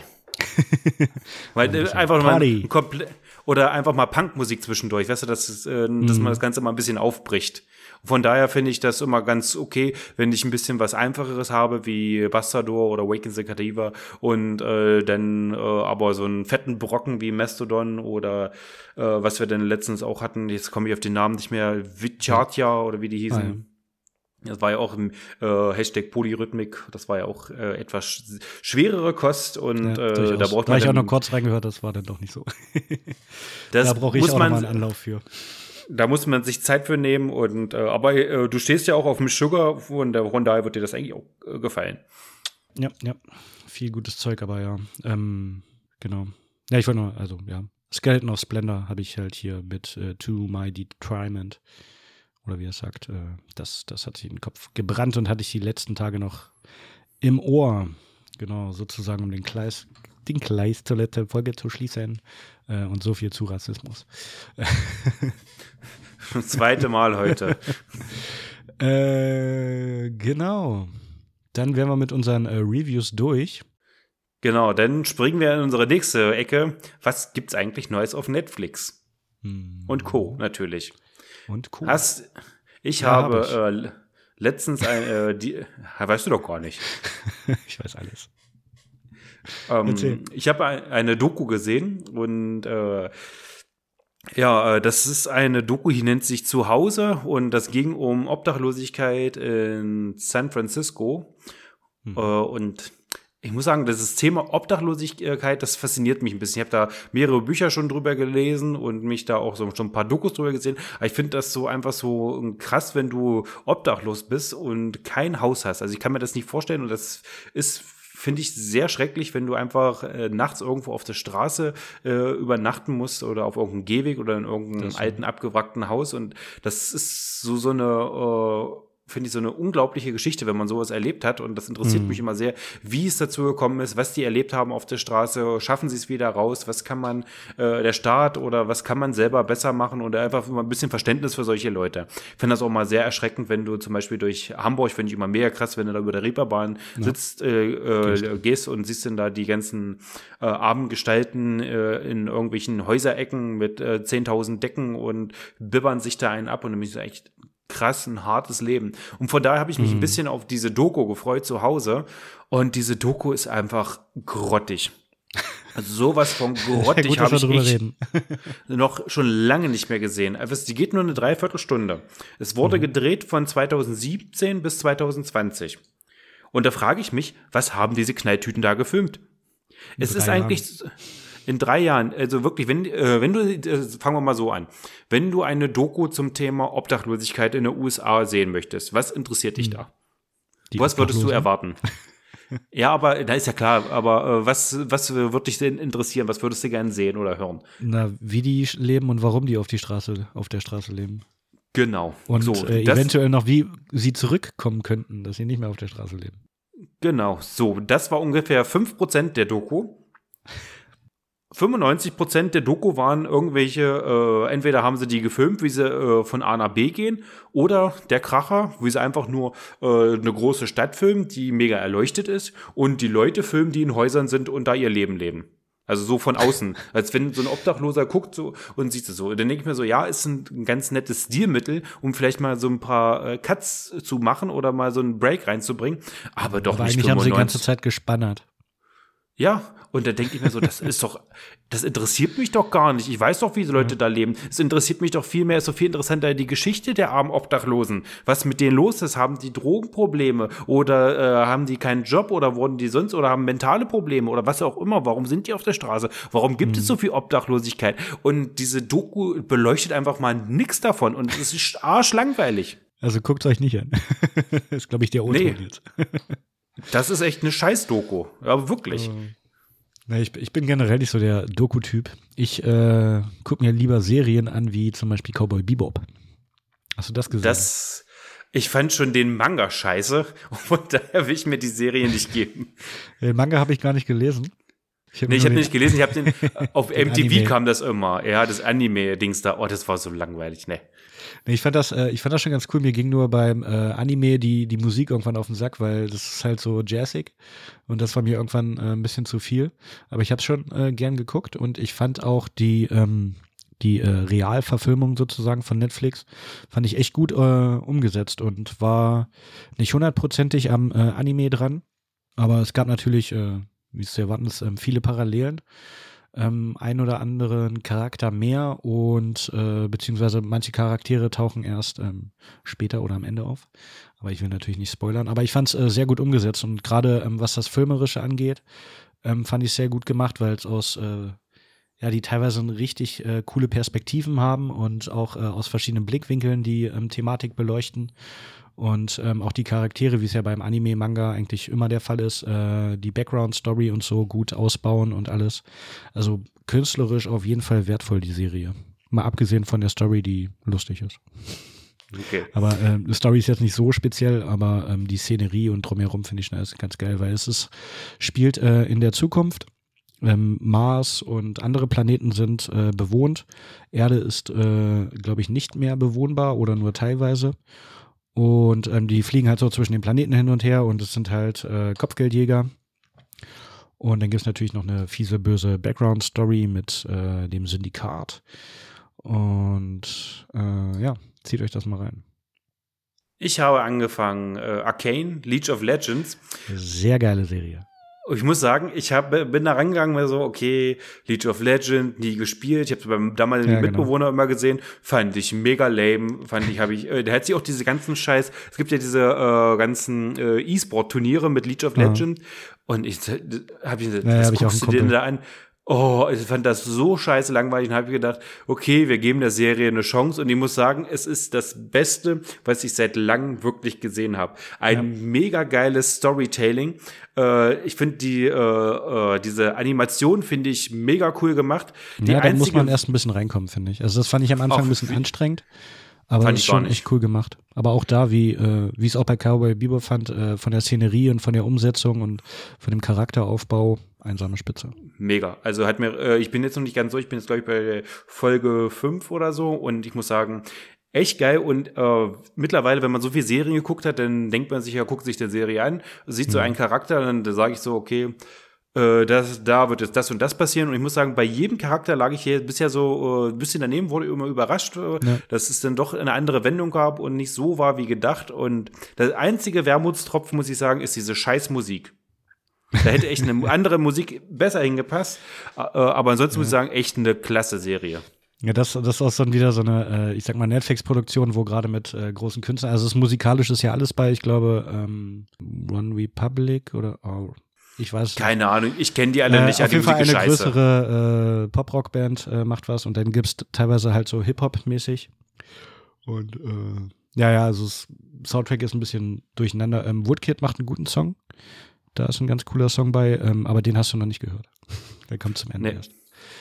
Weil äh, einfach mal ein komplett oder einfach mal Punkmusik zwischendurch, weißt du, dass, es, äh, mm. dass man das Ganze mal ein bisschen aufbricht. Von daher finde ich das immer ganz okay, wenn ich ein bisschen was Einfacheres habe, wie Bastardor oder Waking the Cadaver und äh, dann äh, aber so einen fetten Brocken wie Mastodon oder äh, was wir denn letztens auch hatten, jetzt komme ich auf den Namen nicht mehr, Vichatya oder wie die hießen. Ah, ja. Das war ja auch im äh, Hashtag Polyrhythmik, das war ja auch äh, etwas schwerere Kost und ja, äh, da braucht man. Da ich auch noch kurz reingehört, das war dann doch nicht so. Das da brauche ich auch man, noch mal einen Anlauf für. Da muss man sich Zeit für nehmen und äh, aber äh, du stehst ja auch auf dem Sugar und von daher wird dir das eigentlich auch äh, gefallen. Ja, ja, viel gutes Zeug, aber ja, ähm, genau. Ja, ich wollte nur, also ja, Skeleton of Splendor habe ich halt hier mit äh, To My Detriment. Oder wie er sagt, äh, das, das hat sich in den Kopf gebrannt und hatte ich die letzten Tage noch im Ohr. Genau, sozusagen, um den Kreis, den Kreis zur letzten Folge zu schließen. Äh, und so viel zu Rassismus. Das zweite Mal heute. äh, genau. Dann wären wir mit unseren äh, Reviews durch. Genau, dann springen wir in unsere nächste Ecke. Was gibt's eigentlich Neues auf Netflix? Hm. Und Co. natürlich. Und cool. Hast, ich ja, habe hab ich. Äh, letztens ein, äh, die, weißt du doch gar nicht. Ich weiß alles. Ähm, ich habe eine Doku gesehen und äh, ja, das ist eine Doku, die nennt sich Zuhause und das ging um Obdachlosigkeit in San Francisco. Hm. Äh, und ich muss sagen, das Thema Obdachlosigkeit, das fasziniert mich ein bisschen. Ich habe da mehrere Bücher schon drüber gelesen und mich da auch so schon ein paar Dokus drüber gesehen. Aber ich finde das so einfach so krass, wenn du obdachlos bist und kein Haus hast. Also ich kann mir das nicht vorstellen und das ist, finde ich, sehr schrecklich, wenn du einfach äh, nachts irgendwo auf der Straße äh, übernachten musst oder auf irgendeinem Gehweg oder in irgendeinem das alten, abgewrackten Haus. Und das ist so, so eine äh, finde ich, so eine unglaubliche Geschichte, wenn man sowas erlebt hat. Und das interessiert mhm. mich immer sehr, wie es dazu gekommen ist, was die erlebt haben auf der Straße. Schaffen sie es wieder raus? Was kann man, äh, der Staat oder was kann man selber besser machen? Oder einfach immer ein bisschen Verständnis für solche Leute. Ich finde das auch mal sehr erschreckend, wenn du zum Beispiel durch Hamburg, finde ich immer mega krass, wenn du da über der Reeperbahn ja. sitzt, äh, äh, gehst und siehst dann da die ganzen äh, Abendgestalten äh, in irgendwelchen Häuserecken mit äh, zehntausend Decken und bibbern sich da einen ab. Und dann bin ich so echt krass, ein hartes Leben. Und von daher habe ich mich mhm. ein bisschen auf diese Doku gefreut zu Hause. Und diese Doku ist einfach grottig. Also sowas von grottig habe ich echt noch schon lange nicht mehr gesehen. Also die geht nur eine Dreiviertelstunde. Es wurde mhm. gedreht von zweitausendsiebzehn bis zweitausendzwanzig. Und da frage ich mich, was haben diese Knalltüten da gefilmt? Es ist eigentlich in drei Jahren, also wirklich, wenn, äh, wenn du, äh, fangen wir mal so an, wenn du eine Doku zum Thema Obdachlosigkeit in den U S A sehen möchtest, was interessiert dich da? Die was würdest du erwarten? Ja, aber, da ist ja klar, aber äh, was, was würde dich denn interessieren? Was würdest du gerne sehen oder hören? Na, wie die leben und warum die auf die Straße, auf der Straße leben. Genau. Und so, äh, eventuell noch, wie sie zurückkommen könnten, dass sie nicht mehr auf der Straße leben. Genau, so, das war ungefähr fünf Prozent der Doku. fünfundneunzig Prozent der Doku waren irgendwelche, äh, entweder haben sie die gefilmt, wie sie äh, von A nach B gehen, oder der Kracher, wie sie einfach nur äh, eine große Stadt filmen, die mega erleuchtet ist, und die Leute filmen, die in Häusern sind und da ihr Leben leben. Also so von außen, als wenn so ein Obdachloser guckt so und sieht es so. Dann denke ich mir so, ja, ist ein, ein ganz nettes Stilmittel, um vielleicht mal so ein paar äh, Cuts zu machen oder mal so einen Break reinzubringen, aber doch aber nicht eigentlich fünfundneunzig. Haben sie die ganze Zeit gespannert. Ja, und da denke ich mir so, das ist doch, das interessiert mich doch gar nicht. Ich weiß doch, wie die Leute ja. da leben. Es interessiert mich doch viel mehr, ist doch viel interessanter die Geschichte der armen Obdachlosen. Was mit denen los ist? Haben die Drogenprobleme oder äh, haben die keinen Job oder wurden die sonst oder haben mentale Probleme oder was auch immer? Warum sind die auf der Straße? Warum gibt mhm. es so viel Obdachlosigkeit? Und diese Doku beleuchtet einfach mal nichts davon und es ist arschlangweilig. Also guckt es euch nicht an. Das ist, glaube ich, der O-Ton nee. jetzt. Das ist echt eine Scheiß-Doku. Ja, wirklich. Mhm. Ich, ich bin generell nicht so der Doku-Typ. Ich äh, gucke mir lieber Serien an, wie zum Beispiel Cowboy Bebop. Hast du das gesehen? Das, ich fand schon den Manga scheiße und daher will ich mir die Serie nicht geben. Den Manga habe ich gar nicht gelesen. Ich habe nee, hab nicht gelesen, ich habe den, auf den M T V Anime. Kam das immer. Ja, das Anime-Dings da, oh, das war so langweilig, ne. Nee, ich fand das, äh, ich fand das schon ganz cool. Mir ging nur beim äh, Anime die, die Musik irgendwann auf den Sack, weil das ist halt so jazzig und das war mir irgendwann äh, ein bisschen zu viel. Aber ich habe es schon äh, gern geguckt und ich fand auch die, ähm, die äh, Realverfilmung sozusagen von Netflix, fand ich echt gut äh, umgesetzt und war nicht hundertprozentig am äh, Anime dran, aber es gab natürlich, äh, wie es zu erwarten ist, ähm, viele Parallelen. Ähm, ein oder anderen Charakter mehr und äh, beziehungsweise manche Charaktere tauchen erst ähm, später oder am Ende auf. Aber ich will natürlich nicht spoilern. Aber ich fand es äh, sehr gut umgesetzt und gerade ähm, was das Filmerische angeht, ähm, fand ich sehr gut gemacht, weil es aus, äh, ja, die teilweise richtig äh, coole Perspektiven haben und auch äh, aus verschiedenen Blickwinkeln die ähm, Thematik beleuchten. Und ähm, auch die Charaktere, wie es ja beim Anime-Manga eigentlich immer der Fall ist, äh, die Background-Story und so gut ausbauen und alles. Also künstlerisch auf jeden Fall wertvoll, die Serie. Mal abgesehen von der Story, die lustig ist. Okay. Aber äh, die Story ist jetzt nicht so speziell, aber ähm, die Szenerie und drumherum finde ich ist ganz geil, weil es ist, spielt äh, in der Zukunft. Ähm, Mars und andere Planeten sind äh, bewohnt. Erde ist, äh, glaube ich, nicht mehr bewohnbar oder nur teilweise. Und ähm, die fliegen halt so zwischen den Planeten hin und her und es sind halt äh, Kopfgeldjäger. Und dann gibt es natürlich noch eine fiese, böse Background-Story mit äh, dem Syndikat. Und äh, ja, zieht euch das mal rein. Ich habe angefangen, äh, Arcane, League of Legends. Sehr geile Serie. Ich muss sagen, ich hab, bin da rangegangen, weil so, okay, League of Legends, nie gespielt. Ich habe es beim damaligen ja, Mitbewohner genau. immer gesehen. Fand ich mega lame. Fand ich, habe ich, äh, der hat sich auch diese ganzen Scheiß, es gibt ja diese äh, ganzen äh, E-Sport-Turniere mit League of Legends. Ja. Und ich habe ich, naja, was hab guckst du denn da an? Oh, ich fand das so scheiße langweilig und habe gedacht, okay, wir geben der Serie eine Chance und ich muss sagen, es ist das Beste, was ich seit langem wirklich gesehen habe. Ein ja. mega geiles Storytelling. Äh, ich finde die äh, äh, diese Animation finde ich mega cool gemacht. Die ja, da einzige, muss man erst ein bisschen reinkommen, finde ich. Also das fand ich am Anfang ein bisschen anstrengend. Aber Fand ist ich gar schon nicht. echt cool gemacht. Aber auch da, wie äh, wie es auch bei Cowboy Bebop fand, äh, von der Szenerie und von der Umsetzung und von dem Charakteraufbau, einsame Spitze. Mega. Also hat mir, äh, ich bin jetzt noch nicht ganz so, ich bin jetzt glaube ich bei Folge fünf oder so und ich muss sagen, echt geil und äh, mittlerweile, wenn man so viel Serien geguckt hat, dann denkt man sich ja, guckt sich die Serie an, sieht so Mhm. einen Charakter, dann da sage ich so, okay, äh, das, da wird jetzt das und das passieren und ich muss sagen, bei jedem Charakter lag ich hier bisher so äh, ein bisschen daneben, wurde immer überrascht, äh, Ja. dass es dann doch eine andere Wendung gab und nicht so war wie gedacht und der einzige Wermutstropfen, muss ich sagen, ist diese scheiß Musik. Da hätte echt eine andere Musik besser hingepasst, äh, aber ansonsten Ja. muss ich sagen, echt eine klasse Serie. Ja, das, das ist auch so wieder so eine, äh, ich sag mal, Netflix-Produktion, wo gerade mit äh, großen Künstlern, also das musikalisch ist ja alles bei, ich glaube, ähm, One Republic oder, oh, ich weiß es nicht. Keine Ahnung, ich kenne die alle Äh, nicht, auf die jeden Fall Musik eine ist scheiße. größere äh, Pop-Rock-Band äh, macht was und dann gibt's teilweise halt so Hip-Hop-mäßig. Und äh, ja, ja, also das Soundtrack ist ein bisschen durcheinander. Ähm, Woodkid macht einen guten Song. Da ist ein ganz cooler Song bei, ähm, aber den hast du noch nicht gehört. Der kommt zum Ende Nee. erst.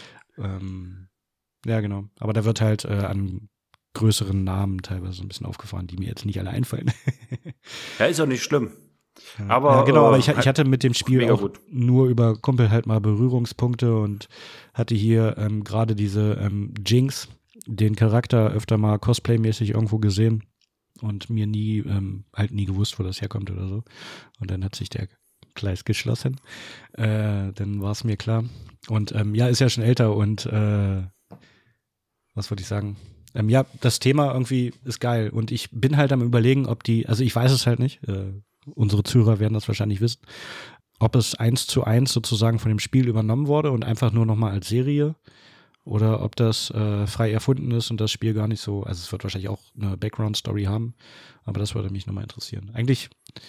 Ähm, ja, genau. Aber da wird halt äh, an größeren Namen teilweise ein bisschen aufgefahren, die mir jetzt nicht alle einfallen. Ja, ist auch nicht schlimm. Ja. Aber, ja, genau, äh, aber ich, ich halt hatte mit dem Spiel mega auch gut. nur über Kumpel halt mal Berührungspunkte und hatte hier ähm, gerade diese ähm, Jinx, den Charakter öfter mal Cosplay-mäßig irgendwo gesehen und mir nie, ähm, halt nie gewusst, wo das herkommt oder so. Und dann hat sich der Kreis geschlossen. Äh, dann war es mir klar. Und ähm, ja, ist ja schon älter und äh, was wollte ich sagen? Ähm, ja, das Thema irgendwie ist geil und ich bin halt am Überlegen, ob die, also ich weiß es halt nicht, äh, unsere Zuhörer werden das wahrscheinlich wissen, ob es eins zu eins sozusagen von dem Spiel übernommen wurde und einfach nur nochmal als Serie oder ob das äh, frei erfunden ist und das Spiel gar nicht so, also es wird wahrscheinlich auch eine Background-Story haben, aber das würde mich nochmal interessieren. Eigentlich,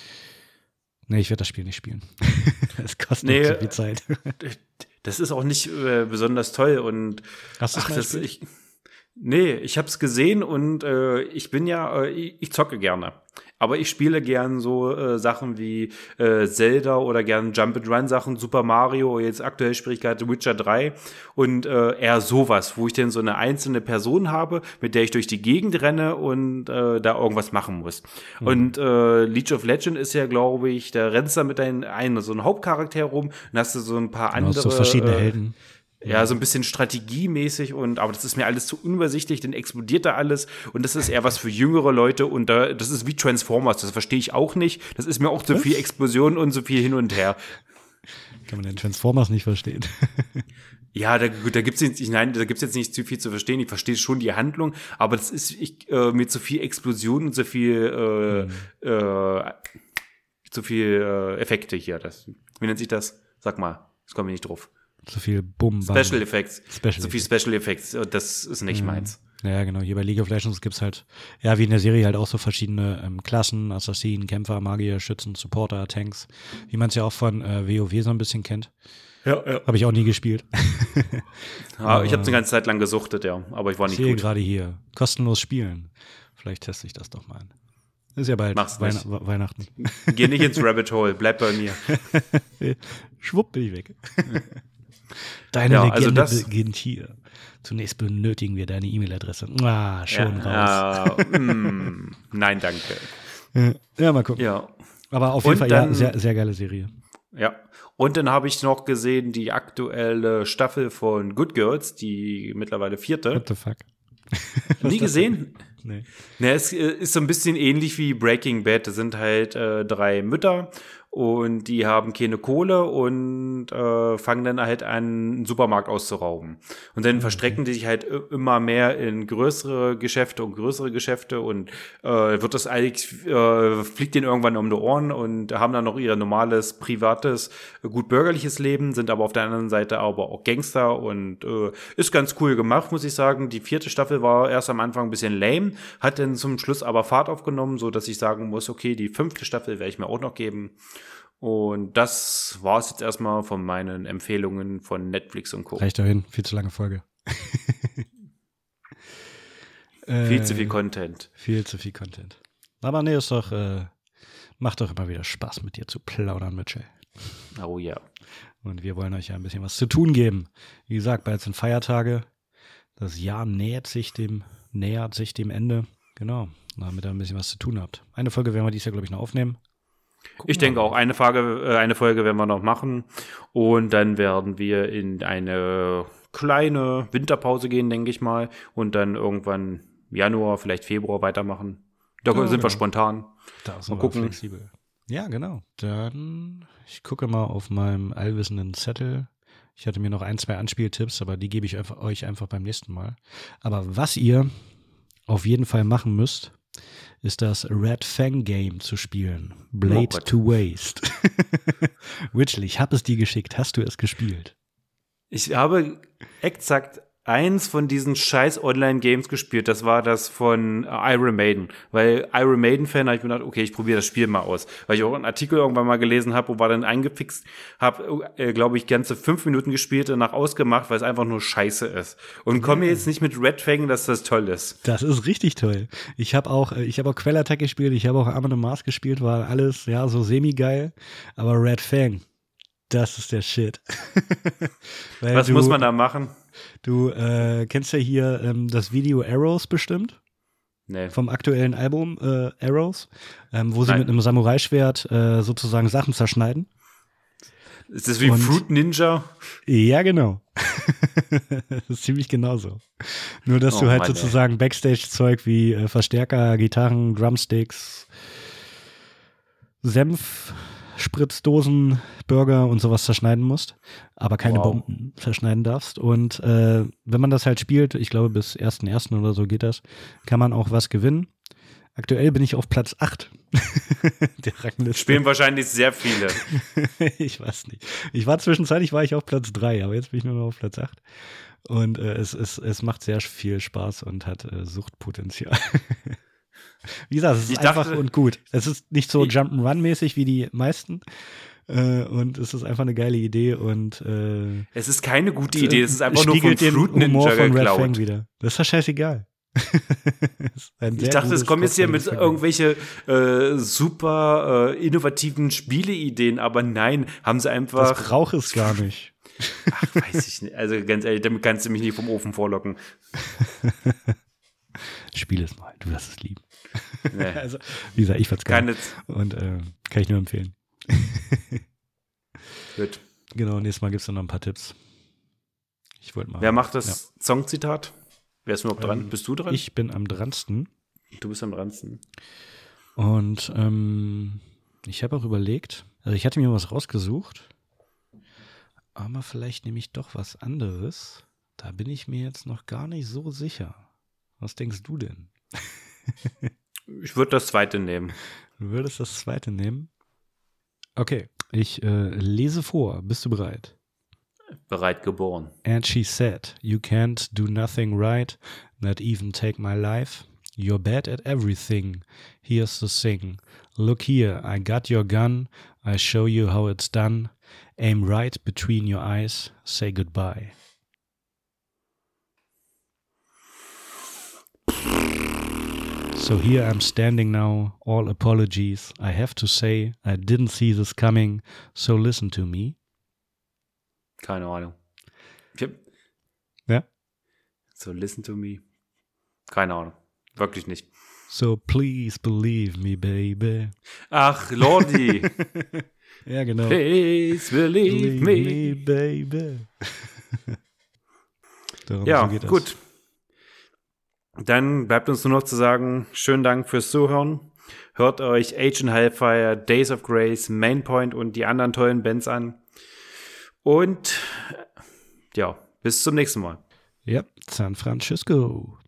nee, ich werde das Spiel nicht spielen. Es kostet Nee, zu viel Zeit. Das ist auch nicht äh, besonders toll und Hast du es ach, mal das, gespielt? ich, nee, ich habe es gesehen und äh, ich bin ja, äh, ich, ich zocke gerne. Aber ich spiele gern so äh, Sachen wie äh, Zelda oder gern Jump-and-Run-Sachen, Super Mario, jetzt aktuell spiele ich gerade Witcher drei und äh, eher sowas, wo ich denn so eine einzelne Person habe, mit der ich durch die Gegend renne und äh, da irgendwas machen muss. Mhm. Und äh, League of Legends ist ja, glaube ich, da rennst du mit deinem einen so einen Hauptcharakter rum und hast du so ein paar Genau, andere so verschiedene äh, Helden. Ja, so ein bisschen strategiemäßig und aber das ist mir alles zu unübersichtlich, dann explodiert da alles und das ist eher was für jüngere Leute und da, das ist wie Transformers, das verstehe ich auch nicht. Das ist mir auch zu Was? viel Explosion und so viel hin und her. Kann man den Transformers nicht verstehen. Ja, da, da gibt's jetzt, nein, da gibt's jetzt nicht zu viel zu verstehen. Ich verstehe schon die Handlung, aber das ist ich, äh, mir zu viel Explosion und so viel, äh, mhm. äh, zu viel äh, Effekte hier. Das, wie nennt sich das? Sag mal, das komme ich nicht drauf. Zu viel Bumm, Special Effects. Special zu viel Special Effects. Das ist nicht mhm. meins. Ja, genau. Hier bei League of Legends gibt's halt, ja, wie in der Serie halt auch so verschiedene ähm, Klassen, Assassinen, Kämpfer, Magier, Schützen, Supporter, Tanks, wie man es ja auch von äh, WoW so ein bisschen kennt. Ja, ja. Habe ich auch nie gespielt. Ja, ich habe es eine ganze Zeit lang gesuchtet, ja, aber ich war nicht ich sehe gut. gerade hier, kostenlos spielen. Vielleicht teste ich das doch mal an. Ist ja bald Weihn- Weihnachten. Geh nicht ins Rabbit Hole, bleib bei mir. Schwupp, bin ich weg. Deine ja, Legende also das, beginnt hier. Zunächst benötigen wir deine E-Mail-Adresse. Ah, schon ja, raus. Ja, mm, nein, danke. Ja, mal gucken. Ja. Aber auf jeden Und Fall, dann, ja, sehr, sehr geile Serie. Ja. Und dann habe ich noch gesehen die aktuelle Staffel von Good Girls, die mittlerweile vierte. What the fuck? Nie gesehen? Nee. Ne, es ist so ein bisschen ähnlich wie Breaking Bad. Das sind halt äh, drei Mütter und die haben keine Kohle und äh, fangen dann halt an, einen Supermarkt auszurauben. Und dann okay. verstrecken die sich halt immer mehr in größere Geschäfte und größere Geschäfte und äh, wird das eigentlich, äh, fliegt denen irgendwann um die Ohren und haben dann noch ihr normales, privates, gut bürgerliches Leben, sind aber auf der anderen Seite aber auch Gangster und äh, ist ganz cool gemacht, muss ich sagen. Die vierte Staffel war erst am Anfang ein bisschen lame, hat dann zum Schluss aber Fahrt aufgenommen, so dass ich sagen muss, okay, die fünfte Staffel werde ich mir auch noch geben. Und das war es jetzt erstmal von meinen Empfehlungen von Netflix und Co. Reicht dahin, viel zu lange Folge. viel äh, zu viel Content. Viel zu viel Content. Aber nee, ist doch, äh, macht doch immer wieder Spaß, mit dir zu plaudern, Mitchell. Oh ja. Und wir wollen euch ja ein bisschen was zu tun geben. Wie gesagt, bald sind Feiertage. Das Jahr nähert sich dem, nähert sich dem Ende. Genau, damit ihr ein bisschen was zu tun habt. Eine Folge werden wir dieses Jahr, glaube ich, noch aufnehmen. Gucken ich denke auch, eine, Frage, äh, eine Folge werden wir noch machen. Und dann werden wir in eine kleine Winterpause gehen, denke ich mal. Und dann irgendwann Januar, vielleicht Februar weitermachen. Da ja, sind genau. wir spontan. Da sind mal gucken. Wir flexibel. Ja, genau. Dann, ich gucke mal auf meinem allwissenden Zettel. Ich hatte mir noch ein, zwei Anspieltipps, aber die gebe ich einfach, euch einfach beim nächsten Mal. Aber was ihr auf jeden Fall machen müsst, ist das Red Fang Game zu spielen. Blade oh to Waste. Witchel, ich habe es dir geschickt. Hast du es gespielt? Ich habe exakt eins von diesen scheiß Online-Games gespielt. Das war das von äh, Iron Maiden. Weil Iron Maiden-Fan habe ich mir gedacht, okay, ich probiere das Spiel mal aus. Weil ich auch einen Artikel irgendwann mal gelesen habe, wo war dann eingefixt, habe, äh, glaube ich, ganze fünf Minuten gespielt, danach ausgemacht, weil es einfach nur scheiße ist. Und komme mir jetzt nicht mit Red Fang, dass das toll ist. Das ist richtig toll. Ich habe auch, ich habe auch Quellattack gespielt, ich habe auch Arm and Mars gespielt, war alles, ja, so semi-geil. Aber Red Fang, das ist der Shit. Was du, muss man da machen? Du äh, kennst ja hier ähm, das Video Arrows bestimmt. Nee. Vom aktuellen Album äh, Arrows, ähm, wo sie Nein. mit einem Samurai-Schwert äh, sozusagen Sachen zerschneiden. Ist das wie Und, Fruit Ninja? Ja, genau. Das ist ziemlich genauso. Nur, dass oh, du halt Mann, sozusagen Backstage-Zeug wie äh, Verstärker, Gitarren, Drumsticks, Senf, Spritzdosen, Burger und sowas zerschneiden musst, aber keine wow. Bomben zerschneiden darfst. Und äh, wenn man das halt spielt, ich glaube bis ersten ersten oder so geht das, kann man auch was gewinnen. Aktuell bin ich auf Platz acht. Der Rangliste. Spielen wahrscheinlich sehr viele. Ich weiß nicht. Ich war zwischenzeitlich war ich auf Platz drei, aber jetzt bin ich nur noch auf Platz acht. Und äh, es, es, es macht sehr viel Spaß und hat äh, Suchtpotenzial. Wie gesagt, es ist ich einfach dachte, und gut. Es ist nicht so Jump'n'Run-mäßig wie die meisten. Äh, und es ist einfach eine geile Idee. Und äh, es ist keine gute Idee. Es ist einfach nur von den Fruit Humor Ninja von Red geklaut. Fang wieder. Das ist ja scheißegal. Ich dachte, es kommen jetzt hier mit irgendwelche äh, super äh, innovativen Spieleideen, aber nein, haben sie einfach. Das braucht es gar nicht. Ach, weiß ich nicht. Also ganz ehrlich, damit kannst du mich nicht vom Ofen vorlocken. Spiel es mal, du wirst es lieben. Nee. Also, wie gesagt, ich fand's geil. Und äh, kann ich nur empfehlen. Gut. Genau, nächstes Mal gibt es dann noch ein paar Tipps. Ich wollte mal. Wer macht das ja. Songzitat? Wer ist überhaupt dran? Ähm, bist du dran? Ich bin am dransten. Du bist am dransten. Und ähm, ich habe auch überlegt, also ich hatte mir was rausgesucht, aber vielleicht nehme ich doch was anderes. Da bin ich mir jetzt noch gar nicht so sicher. Was denkst du denn? Ich würde das zweite nehmen. Du würdest das zweite nehmen? Okay, ich äh, lese vor. Bist du bereit? Bereit geboren. And she said, you can't do nothing right, not even take my life. You're bad at everything. Here's the thing. Look here, I got your gun. I show you how it's done. Aim right between your eyes. Say goodbye. So here I'm standing now, all apologies. I have to say, I didn't see this coming, so listen to me. Keine Ahnung. Ich hab ja? So listen to me. Keine Ahnung. Wirklich nicht. So please believe me, baby. Ach, Lordi. Ja, genau. Please believe, believe me. me, baby. Darum, ja, so gut. Dann bleibt uns nur noch zu sagen, schönen Dank fürs Zuhören. Hört euch Agent Hellfire, Days of Grace, Mainpoint und die anderen tollen Bands an. Und ja, bis zum nächsten Mal. Ja, San Francisco.